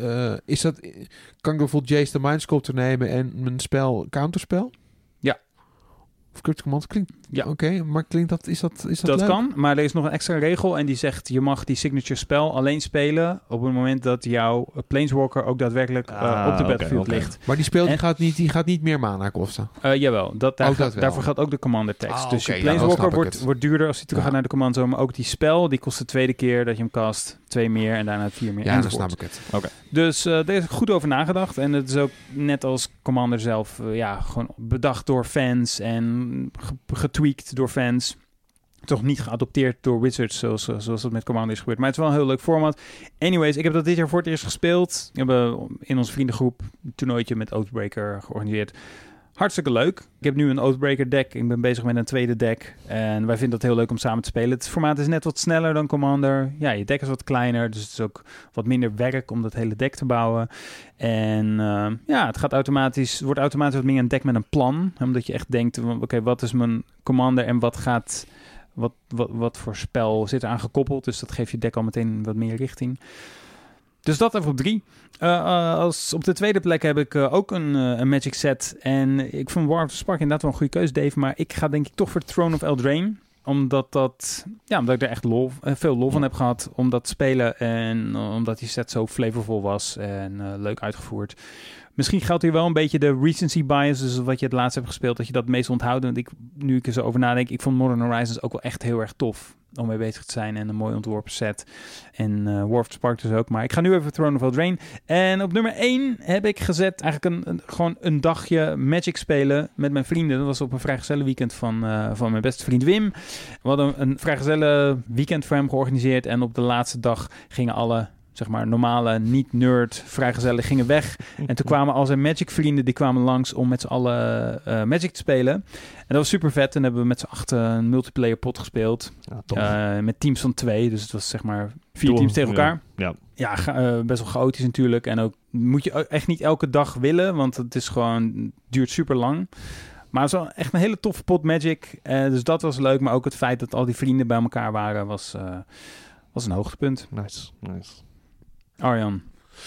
kan ik bijvoorbeeld Jace the Mindsculptor nemen en mijn spel counterspel? Ja. Of Crypt Command klinkt... Ja, oké. Maar klinkt dat... Is dat dat leuk? Kan, maar er is nog een extra regel en die zegt je mag die signature spel alleen spelen op het moment dat jouw Planeswalker ook daadwerkelijk op de battlefield ligt. Maar die gaat niet meer mana kosten? Jawel. Daarvoor geldt ook de commander tekst. Dus je Planeswalker wordt duurder als hij terug gaat naar de command zone, maar ook die spel, die kost de tweede keer dat je hem cast 2 meer en daarna 4 meer. Ja, dan snap ik het. Okay. Dus daar is goed over nagedacht en het is ook net als Commander zelf gewoon bedacht door fans en getweakt door fans. Toch niet geadopteerd door Wizards, zoals dat met Commander is gebeurd. Maar het is wel een heel leuk format. Anyways, ik heb dat dit jaar voor het eerst gespeeld. We hebben in onze vriendengroep een toernooitje met Oathbreaker georganiseerd. Hartstikke leuk. Ik heb nu een Oathbreaker deck. Ik ben bezig met een tweede deck. En wij vinden dat heel leuk om samen te spelen. Het formaat is net wat sneller dan Commander. Ja, je deck is wat kleiner. Dus het is ook wat minder werk om dat hele deck te bouwen. En het wordt automatisch wat meer een deck met een plan. Omdat je echt denkt, oké, wat is mijn Commander en wat voor spel zit er aan gekoppeld. Dus dat geeft je deck al meteen wat meer richting. Dus dat even op 3. Op de tweede plek heb ik ook een Magic set. En ik vond War of the Spark inderdaad wel een goede keuze, Dave. Maar ik ga denk ik toch voor Throne of Eldraine. Omdat ik er echt veel lol van heb gehad om dat te spelen. En omdat die set zo flavorvol was en leuk uitgevoerd. Misschien geldt hier wel een beetje de recency bias. Dus wat je het laatst hebt gespeeld, dat je dat het meest onthoudt. Want nu ik er zo over nadenk, ik vond Modern Horizons ook wel echt heel erg tof om mee bezig te zijn. En een mooi ontworpen set. En War of the Spark dus ook. Maar ik ga nu even Throne of Eldraine. En op nummer 1 heb ik gezet eigenlijk gewoon een dagje Magic spelen met mijn vrienden. Dat was op een vrijgezellenweekend van mijn beste vriend Wim. We hadden een vrijgezellenweekend voor hem georganiseerd. En op de laatste dag gingen alle normale, niet-nerd vrijgezellen gingen weg. En toen kwamen al zijn Magic-vrienden, die kwamen langs om met z'n allen Magic te spelen. En dat was super vet. En hebben we met z'n 8 een multiplayer pot gespeeld. Ja, met teams van 2. Dus het was 4 teams tegen elkaar. Ja. best wel chaotisch natuurlijk. En ook moet je echt niet elke dag willen, want het is gewoon duurt super lang. Maar het is wel echt een hele toffe pot Magic. Dus dat was leuk. Maar ook het feit dat al die vrienden bij elkaar waren, was een hoogtepunt. Nice. Arjan.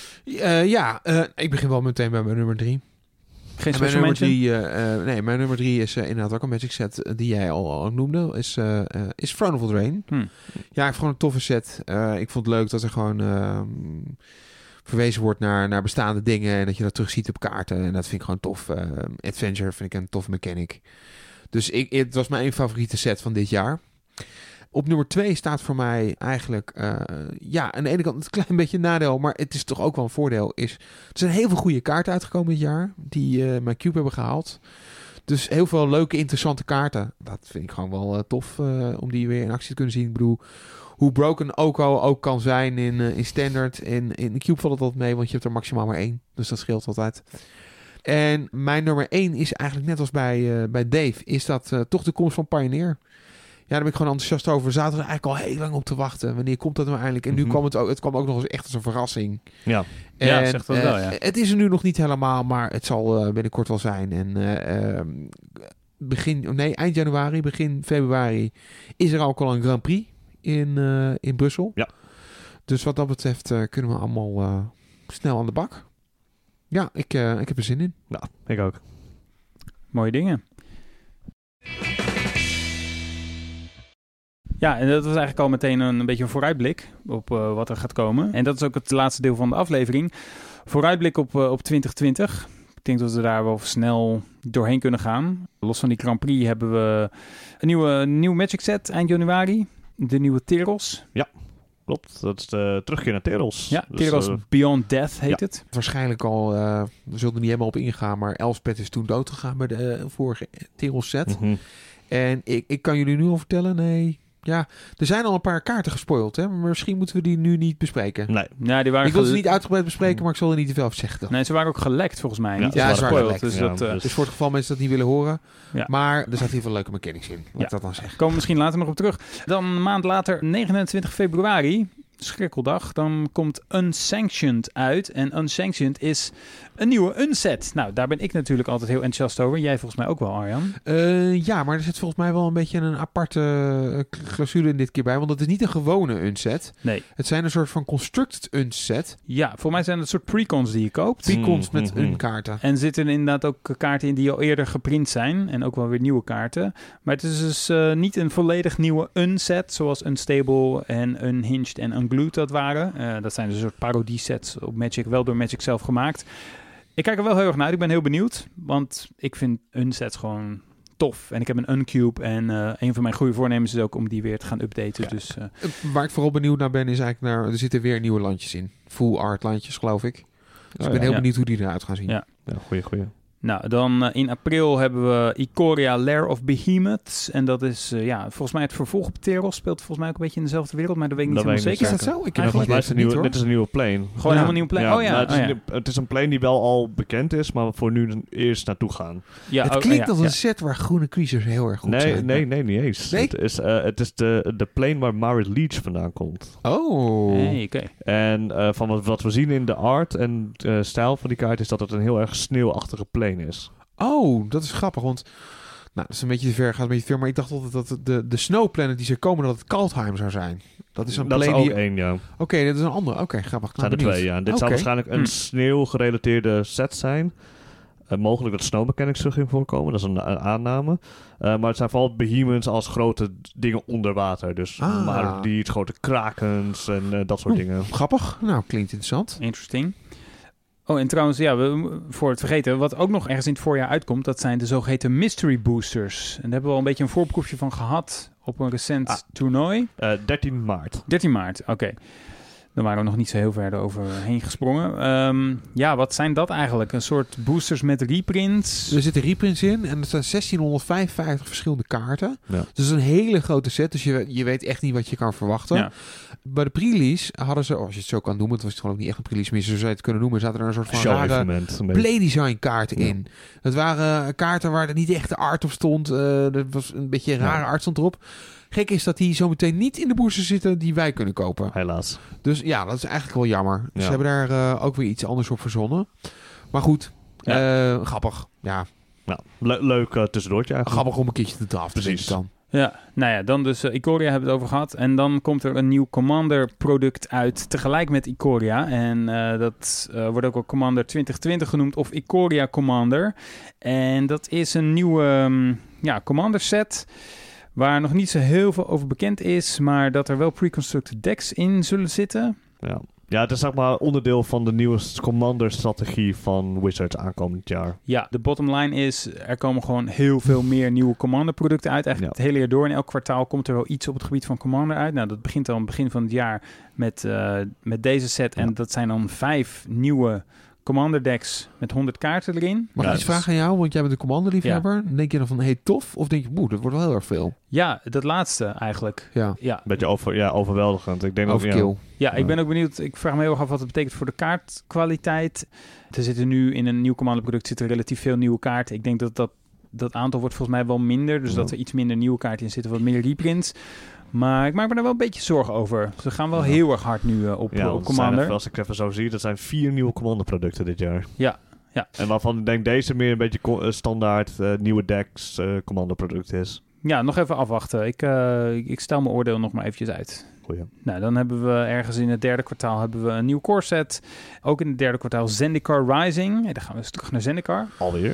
Ik begin wel meteen bij mijn nummer 3. Geen mijn special nummer mention? 3, mijn nummer 3 is inderdaad ook een Magic set die jij al noemde. Is Throne of Eldraine. Ja, ik vond gewoon een toffe set. Ik vond het leuk dat er gewoon verwezen wordt naar bestaande dingen en dat je dat terug ziet op kaarten. En dat vind ik gewoon tof. Adventure vind ik een toffe mechanic. Dus het was mijn favoriete set van dit jaar. Op nummer 2 staat voor mij eigenlijk, aan de ene kant een klein beetje een nadeel, maar het is toch ook wel een voordeel. Er zijn heel veel goede kaarten uitgekomen dit jaar, die mijn cube hebben gehaald. Dus heel veel leuke, interessante kaarten. Dat vind ik gewoon wel tof om die weer in actie te kunnen zien. Ik bedoel, hoe broken Oko ook kan zijn in standard. In de cube valt het altijd mee, want je hebt er maximaal maar 1. Dus dat scheelt altijd. En mijn nummer 1 is eigenlijk net als bij Dave, is dat toch de komst van Pioneer. Ja, daar ben ik gewoon enthousiast over. We zaten er eigenlijk al heel lang op te wachten. Wanneer komt dat nou eindelijk? En nu kwam het kwam ook nog eens echt als een verrangsing. Ja, zegt dat wel, ja. Het is er nu nog niet helemaal, maar het zal binnenkort wel zijn. En eind januari, begin februari is er ook al een Grand Prix in Brussel. Ja. Dus wat dat betreft kunnen we allemaal snel aan de bak. Ja, ik heb er zin in. Nou, ik ook. Mooie dingen. Ja, en dat was eigenlijk al meteen een beetje een vooruitblik op wat er gaat komen. En dat is ook het laatste deel van de aflevering. Vooruitblik op 2020. Ik denk dat we daar wel snel doorheen kunnen gaan. Los van die Grand Prix hebben we een nieuwe Magic set eind januari. De nieuwe Teros. Ja, klopt. Dat is de terugkeer naar Teros. Ja, dus, Teros Beyond Death heet het. Waarschijnlijk al, we zullen er niet helemaal op ingaan, maar Elspeth is toen dood gegaan bij de vorige Teros set. Mm-hmm. En ik kan jullie nu al vertellen, nee... Ja, er zijn al een paar kaarten gespoild, hè? Maar misschien moeten we die nu niet bespreken. Nee. Ja, die waren ik wil ze niet uitgebreid bespreken, maar ik zal er niet te veel over zeggen. Dan. Nee, ze waren ook gelekt volgens mij. Ja, niet ze waren gelekt. Dus, dus voor het geval mensen dat niet willen horen. Ja. Maar er zaten heel veel leuke mechanics in. Laat ik dat dan zeggen. Komen we misschien later nog op terug. Dan een maand later, 29 februari... Schrikkeldag, dan komt Unsanctioned uit. En Unsanctioned is een nieuwe unset. Nou, daar ben ik natuurlijk altijd heel enthousiast over. Jij volgens mij ook wel, Arjan. Ja, maar er zit volgens mij wel een beetje een aparte clausule in dit keer bij. Want het is niet een gewone unset. Nee. Het zijn een soort van constructed unset. Ja, voor mij zijn het soort precons die je koopt. Precons met unkaarten. En zitten er inderdaad ook kaarten in die al eerder geprint zijn. En ook wel weer nieuwe kaarten. Maar het is dus niet een volledig nieuwe unset. Zoals Unstable en Unhinged en Unglued dat waren. Dat zijn dus een soort parodie-sets op Magic. Wel door Magic zelf gemaakt. Ik kijk er wel heel erg naar uit. Ik ben heel benieuwd. Want ik vind unsets gewoon tof. En ik heb een Uncube. En een van mijn goede voornemens is ook om die weer te gaan updaten. Ja. Dus, waar ik vooral benieuwd naar ben is eigenlijk er zitten weer nieuwe landjes in. Full art landjes, geloof ik. Dus ik ben heel benieuwd hoe die eruit gaan zien. Ja, goeie. Nou, dan in april hebben we Ikoria Lair of Behemoths. En dat is, volgens mij het vervolg op Teros. Speelt volgens mij ook een beetje in dezelfde wereld, maar dat weet ik niet helemaal zeker. Is dat zo? Ik heb volgens mij is dit is een nieuwe plane. Gewoon helemaal nieuwe plane? Ja, het is een plane die wel al bekend is, maar voor nu eerst naartoe gaan. Ja, het klinkt als een set waar groene creatures heel erg goed zijn. Nee, niet eens. Nee? Het is de plane waar Marit Leach vandaan komt. Oh. Hey, okay. En van wat we zien in de art en stijl van die kaart is dat het een heel erg sneeuwachtige plane is. Oh, dat is grappig, want dat is een beetje te ver, gaat een beetje te ver, maar ik dacht altijd dat de Snow Planet die zou komen, dat het Kaldheim zou zijn. Dat is een plane is ook één, ja. Oké, dit is een andere. Oké, grappig. Het zijn er twee, ja. Dit zou waarschijnlijk een sneeuwgerelateerde set zijn. Mogelijk dat snow mechanics terug in voorkomen, dat is een aanname. Maar het zijn vooral behemoths als grote dingen onder water. Dus maar die grote krakens en dat soort dingen. Grappig. Nou, klinkt interessant. Interesting. Oh, en trouwens, voor het vergeten, wat ook nog ergens in het voorjaar uitkomt, dat zijn de zogeheten mystery boosters. En daar hebben we al een beetje een voorproefje van gehad op een recent toernooi. 13 maart. 13 maart, oké. Daar waren we nog niet zo heel ver overheen gesprongen. Wat zijn dat eigenlijk? Een soort boosters met reprints? Er zitten reprints in en er zijn 1655 verschillende kaarten. Ja. Dus dat is een hele grote set, dus je weet echt niet wat je kan verwachten. Ja. Bij de pre-release hadden ze, als je het zo kan noemen, het was gewoon ook niet echt een pre-release, maar zo zou je het kunnen noemen, zaten er een soort van rare playdesign kaarten in. Dat waren kaarten waar er niet echt de art op stond. Er was een beetje rare art stond erop. Gek is dat die zometeen niet in de boursen zitten die wij kunnen kopen. Helaas. Dus ja, dat is eigenlijk wel jammer. Ja. Ze hebben daar ook weer iets anders op verzonnen. Maar goed, grappig. Ja, Nou, leuk tussendoortje eigenlijk. grappig om een keertje te draften. Precies. Dan. Ja, nou ja, dan dus Ikoria hebben we het over gehad. En dan komt er een nieuw Commander product uit tegelijk met Ikoria. En dat wordt ook wel Commander 2020 genoemd of Ikoria Commander. En dat is een nieuwe Commander set waar nog niet zo heel veel over bekend is, maar dat er wel pre-constructed decks in zullen zitten. Ja, het is zeg maar onderdeel van de nieuwe Commander-strategie van Wizards aankomend jaar. Ja, de bottom line is, er komen gewoon heel veel meer nieuwe Commander-producten uit. Eigenlijk het hele jaar door. In elk kwartaal komt er wel iets op het gebied van Commander uit. Nou, dat begint al aan het begin van het jaar met deze set. En dat zijn dan 5 nieuwe Commander decks met 100 kaarten erin. Mag ik iets vragen aan jou? Want jij bent een Commander-liefhebber. Ja. Denk je dan van, hey, tof? Of denk je, dat wordt wel heel erg veel? Ja, dat laatste eigenlijk. Ja. Ja. Beetje overweldigend. Ik denk Overkill. Ja, ik ben ook benieuwd. Ik vraag me heel erg af wat het betekent voor de kaartkwaliteit. Er zitten nu in een nieuw Commander-product zitten relatief veel nieuwe kaarten. Ik denk dat aantal wordt volgens mij wel minder. Dus dat er iets minder nieuwe kaarten in zitten, wat meer reprints. Maar ik maak me daar wel een beetje zorgen over. Ze gaan wel heel erg hard nu op Commander. Als ik even zo zie, dat zijn 4 nieuwe Commander-producten dit jaar. Ja. En waarvan ik denk deze meer een beetje standaard nieuwe decks Commander-product is. Ja, nog even afwachten. Ik stel mijn oordeel nog maar eventjes uit. Goeie. Nou, dan hebben we ergens in het derde kwartaal een nieuw core set. Ook in het derde kwartaal Zendikar Rising. Dan gaan we eens terug naar Zendikar. Alweer?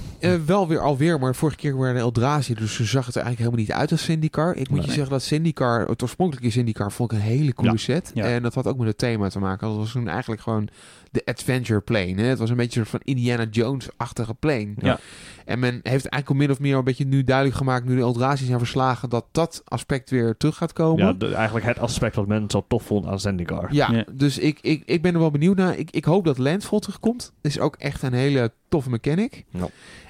Alweer, maar vorige keer waren Eldrazi, dus ze zag het er eigenlijk helemaal niet uit als Zendikar. Ik moet je zeggen dat Zendikar, het oorspronkelijke Zendikar, vond ik een hele coole set. Ja. En dat had ook met het thema te maken. Dat was toen eigenlijk gewoon de adventure plane. Hè? Het was een beetje een soort van Indiana Jones-achtige plane. Ja. En men heeft eigenlijk al min of meer een beetje nu duidelijk gemaakt, nu de Eldrazi zijn verslagen, dat aspect weer terug gaat komen. Ja, eigenlijk het aspect wat men zo tof vond aan Zendikar. Ja, dus ik ben er wel benieuwd naar. Ik hoop dat Landfall terugkomt. Dat is ook echt een hele toffe mechanic. Ja.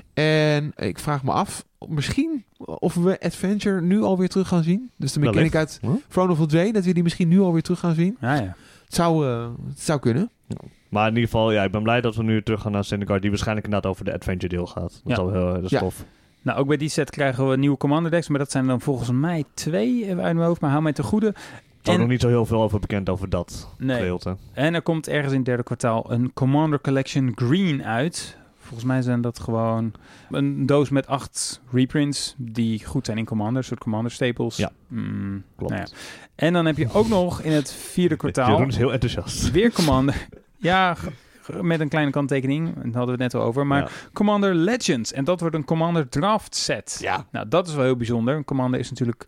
En ik vraag me af, misschien of we Adventure nu alweer terug gaan zien. Dus de mechanic uit Throne of Eldraine, dat we die misschien nu alweer terug gaan zien. Ja. Het zou kunnen. Ja. Maar in ieder geval, ik ben blij dat we nu terug gaan naar Zendikar, die waarschijnlijk inderdaad over de Adventure deel gaat. Dat is tof. Nou, ook bij die set krijgen we nieuwe Commander decks, maar dat zijn dan volgens mij 2 uit mijn hoofd, maar hou mij te goede. Er is nog niet zo heel veel over bekend over dat gedeelte. En er komt ergens in het derde kwartaal een Commander Collection Green uit. Volgens mij zijn dat gewoon een doos met 8 reprints die goed zijn in Commander, een soort Commander staples. Ja, klopt. Nou ja. En dan heb je ook nog in het vierde kwartaal... Jeroen is heel enthousiast. Weer Commander. Ja, met een kleine kanttekening. Daar hadden we het net al over. Maar Commander Legends. En dat wordt een Commander Draft set. Ja. Nou, dat is wel heel bijzonder. Een Commander is natuurlijk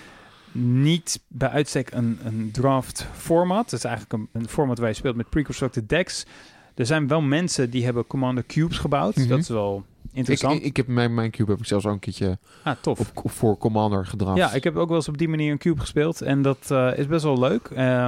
niet bij uitstek een draft format. Het is eigenlijk een format waar je speelt met pre-constructed decks. Er zijn wel mensen die hebben Commander Cubes gebouwd. Mm-hmm. Dat is wel interessant. Ik heb mijn cube heb ik zelfs ook een keertje tof. voor Commander gedraft. Ja, ik heb ook wel eens op die manier een cube gespeeld. En dat is best wel leuk.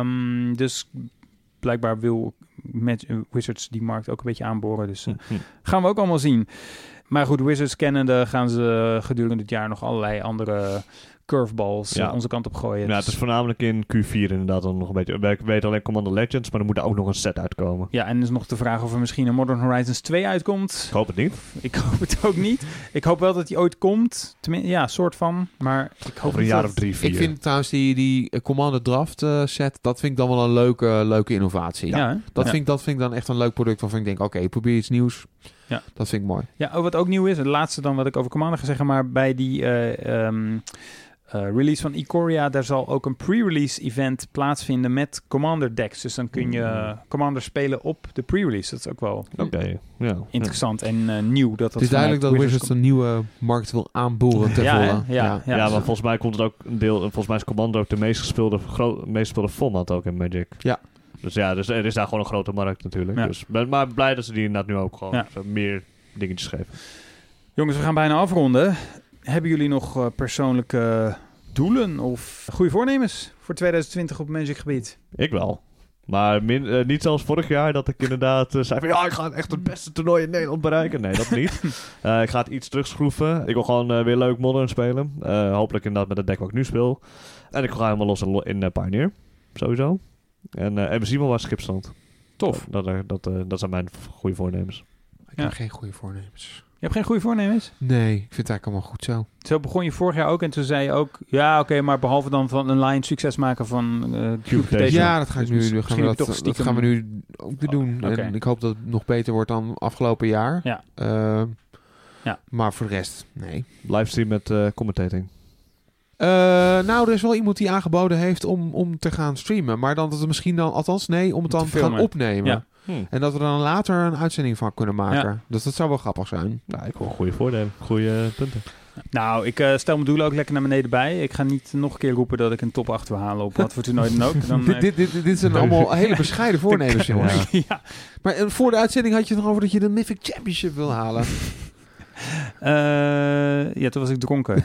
Dus blijkbaar wil Wizards die markt ook een beetje aanboren. Dus gaan we ook allemaal zien. Maar goed, Wizards kennende gaan ze gedurende het jaar nog allerlei andere curveballs onze kant op gooien. Ja, het is voornamelijk in Q4 inderdaad dan nog een beetje. Ik weet alleen Commander Legends, maar er moet ook nog een set uitkomen. Ja, en is nog de vraag of er misschien een Modern Horizons 2 uitkomt. Ik hoop het niet. Ik hoop het ook niet. Ik hoop wel dat die ooit komt. Tenminste, soort van. Maar ik hoop over een jaar of 3, 4. Ik vind trouwens die Commander Draft set, dat vind ik dan wel een leuke innovatie. Ja. Dat vind ik dan echt een leuk product waarvan ik denk, oké, probeer iets nieuws. Ja. Dat vind ik mooi. Ja, wat ook nieuw is, het laatste dan wat ik over Commander ga zeggen, maar bij die release van Ikoria, daar zal ook een pre-release event plaatsvinden met Commander decks. Dus dan kun je Commander spelen op de pre-release. Dat is ook wel interessant en nieuw. Het is duidelijk dat Wizards een nieuwe markt wil aanboren ter volle. Ja, maar volgens mij komt het ook een deel. Volgens mij is Commander ook de meest gespeelde format ook in Magic. Ja. Dus er is daar gewoon een grote markt natuurlijk. Ja. Dus maar blij dat ze die inderdaad nu ook gewoon meer dingetjes geven. Jongens, we gaan bijna afronden. Hebben jullie nog persoonlijke doelen of goede voornemens voor 2020 op Magic gebied? Ik wel. Maar niet zoals vorig jaar dat ik inderdaad zei van ik ga echt het beste toernooi in Nederland bereiken. Nee, dat niet. Ik ga het iets terugschroeven. Ik wil gewoon weer leuk Modern spelen. Hopelijk inderdaad met het deck wat ik nu speel. En ik ga helemaal los in Pioneer. Sowieso. En we zien wel waar schip stond. Tof. Dat zijn mijn goede voornemens. Ik heb geen goede voornemens. hebt geen goede voornemens? Nee, ik vind het eigenlijk allemaal goed zo. Zo begon je vorig jaar ook en toen zei je ook... Ja, oké, maar behalve dan van een line succes maken van Cube. Ja, dat ga ik Dus nu. Dat gaan we nu ook weer doen. Oké. En ik hoop dat het nog beter wordt dan afgelopen jaar. Ja. Ja. Maar voor de rest, nee. Livestream met commentating. Nou, er is wel iemand die aangeboden heeft om te gaan streamen. Maar dan dat het misschien dan... Althans, nee, om het dan te gaan opnemen. Ja. En dat we dan later een uitzending van kunnen maken. Ja. Dus dat zou wel grappig zijn. Nou, ik hoor goede voordelen. Goede punten. Nou, ik stel mijn doelen ook lekker naar beneden bij. Ik ga niet nog een keer roepen dat ik een top 8 wil halen op wat voor toernooi dan ook. Dan, dit zijn allemaal hele bescheiden voornemens, jongens. Ja. Maar voor de uitzending had je het erover dat je de Mythic Championship wil halen. Ja, toen was ik dronken.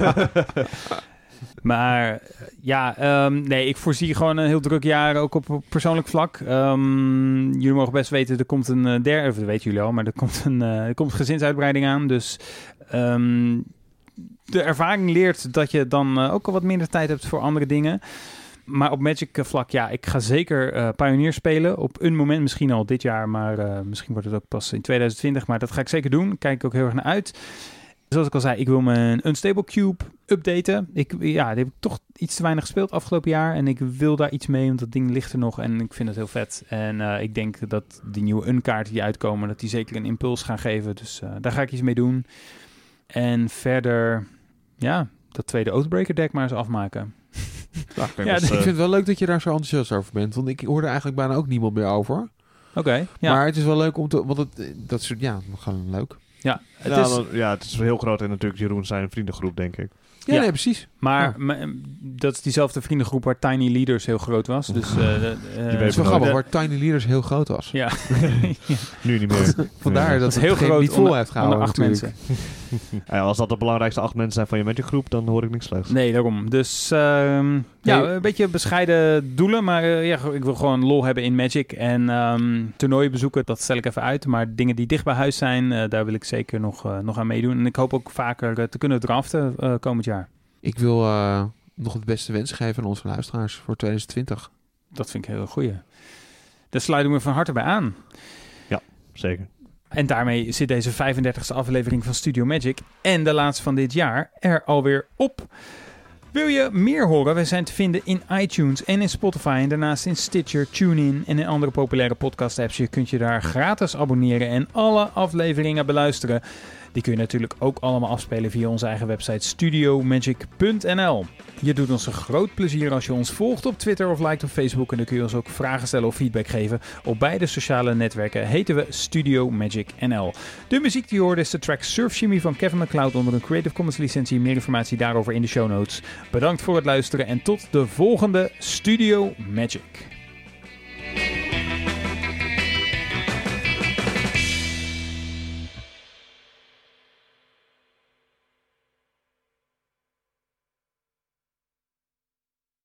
Maar nee, ik voorzie gewoon een heel druk jaar, ook op persoonlijk vlak. Jullie mogen best weten, er komt een derde, of dat weten jullie al, maar er komt gezinsuitbreiding aan. Dus de ervaring leert dat je dan ook al wat minder tijd hebt voor andere dingen. Maar op Magic vlak, ja, ik ga zeker Pioneer spelen. Op een moment, misschien al dit jaar, maar misschien wordt het ook pas in 2020. Maar dat ga ik zeker doen. Daar kijk ik ook heel erg naar uit. Zoals ik al zei, ik wil mijn Unstable Cube updaten. Die heb ik toch iets te weinig gespeeld afgelopen jaar. En ik wil daar iets mee, want dat ding ligt er nog. En ik vind het heel vet. En ik denk dat die nieuwe unkaarten die uitkomen, dat die zeker een impuls gaan geven. Dus daar ga ik iets mee doen. En verder, ja, dat tweede Oathbreaker deck maar eens afmaken. Ja, ik vind het wel leuk dat je daar zo enthousiast over bent. Want ik hoorde eigenlijk bijna ook niemand meer over. Oké, ja. Maar het is wel leuk om te... Want dat soort... Ja, gewoon leuk. Ja, het is heel groot en natuurlijk Jeroen zijn vriendengroep, denk ik. Ja, nee, precies. Maar dat is diezelfde vriendengroep waar Tiny Leaders heel groot was. Dus, het is wel grappig, waar Tiny Leaders heel groot was. Ja. Nu niet meer. Vandaar dat het heel groot niet vol heeft gehouden. 8 mensen. Als dat de belangrijkste 8 mensen zijn van je Magicgroep, dan hoor ik niks slechts. Nee, daarom. Dus een beetje bescheiden doelen. Maar ik wil gewoon lol hebben in Magic. En toernooien bezoeken, dat stel ik even uit. Maar dingen die dicht bij huis zijn, daar wil ik zeker nog aan meedoen. En ik hoop ook vaker te kunnen draften komend jaar. Ik wil nog het beste wens geven aan onze luisteraars voor 2020. Dat vind ik een hele goeie. Daar sluit ik me van harte bij aan. Ja, zeker. En daarmee zit deze 35e aflevering van Studio Magic en de laatste van dit jaar er alweer op. Wil je meer horen? Wij zijn te vinden in iTunes en in Spotify en daarnaast in Stitcher, TuneIn en in andere populaire podcast apps. Je kunt je daar gratis abonneren en alle afleveringen beluisteren. Die kun je natuurlijk ook allemaal afspelen via onze eigen website studiomagic.nl. Je doet ons een groot plezier als je ons volgt op Twitter of liked op Facebook. En dan kun je ons ook vragen stellen of feedback geven. Op beide sociale netwerken heten we Studio Magic NL. De muziek die je hoort is de track Surf Shimmy van Kevin MacLeod onder een Creative Commons licentie. Meer informatie daarover in de show notes. Bedankt voor het luisteren en tot de volgende Studio Magic.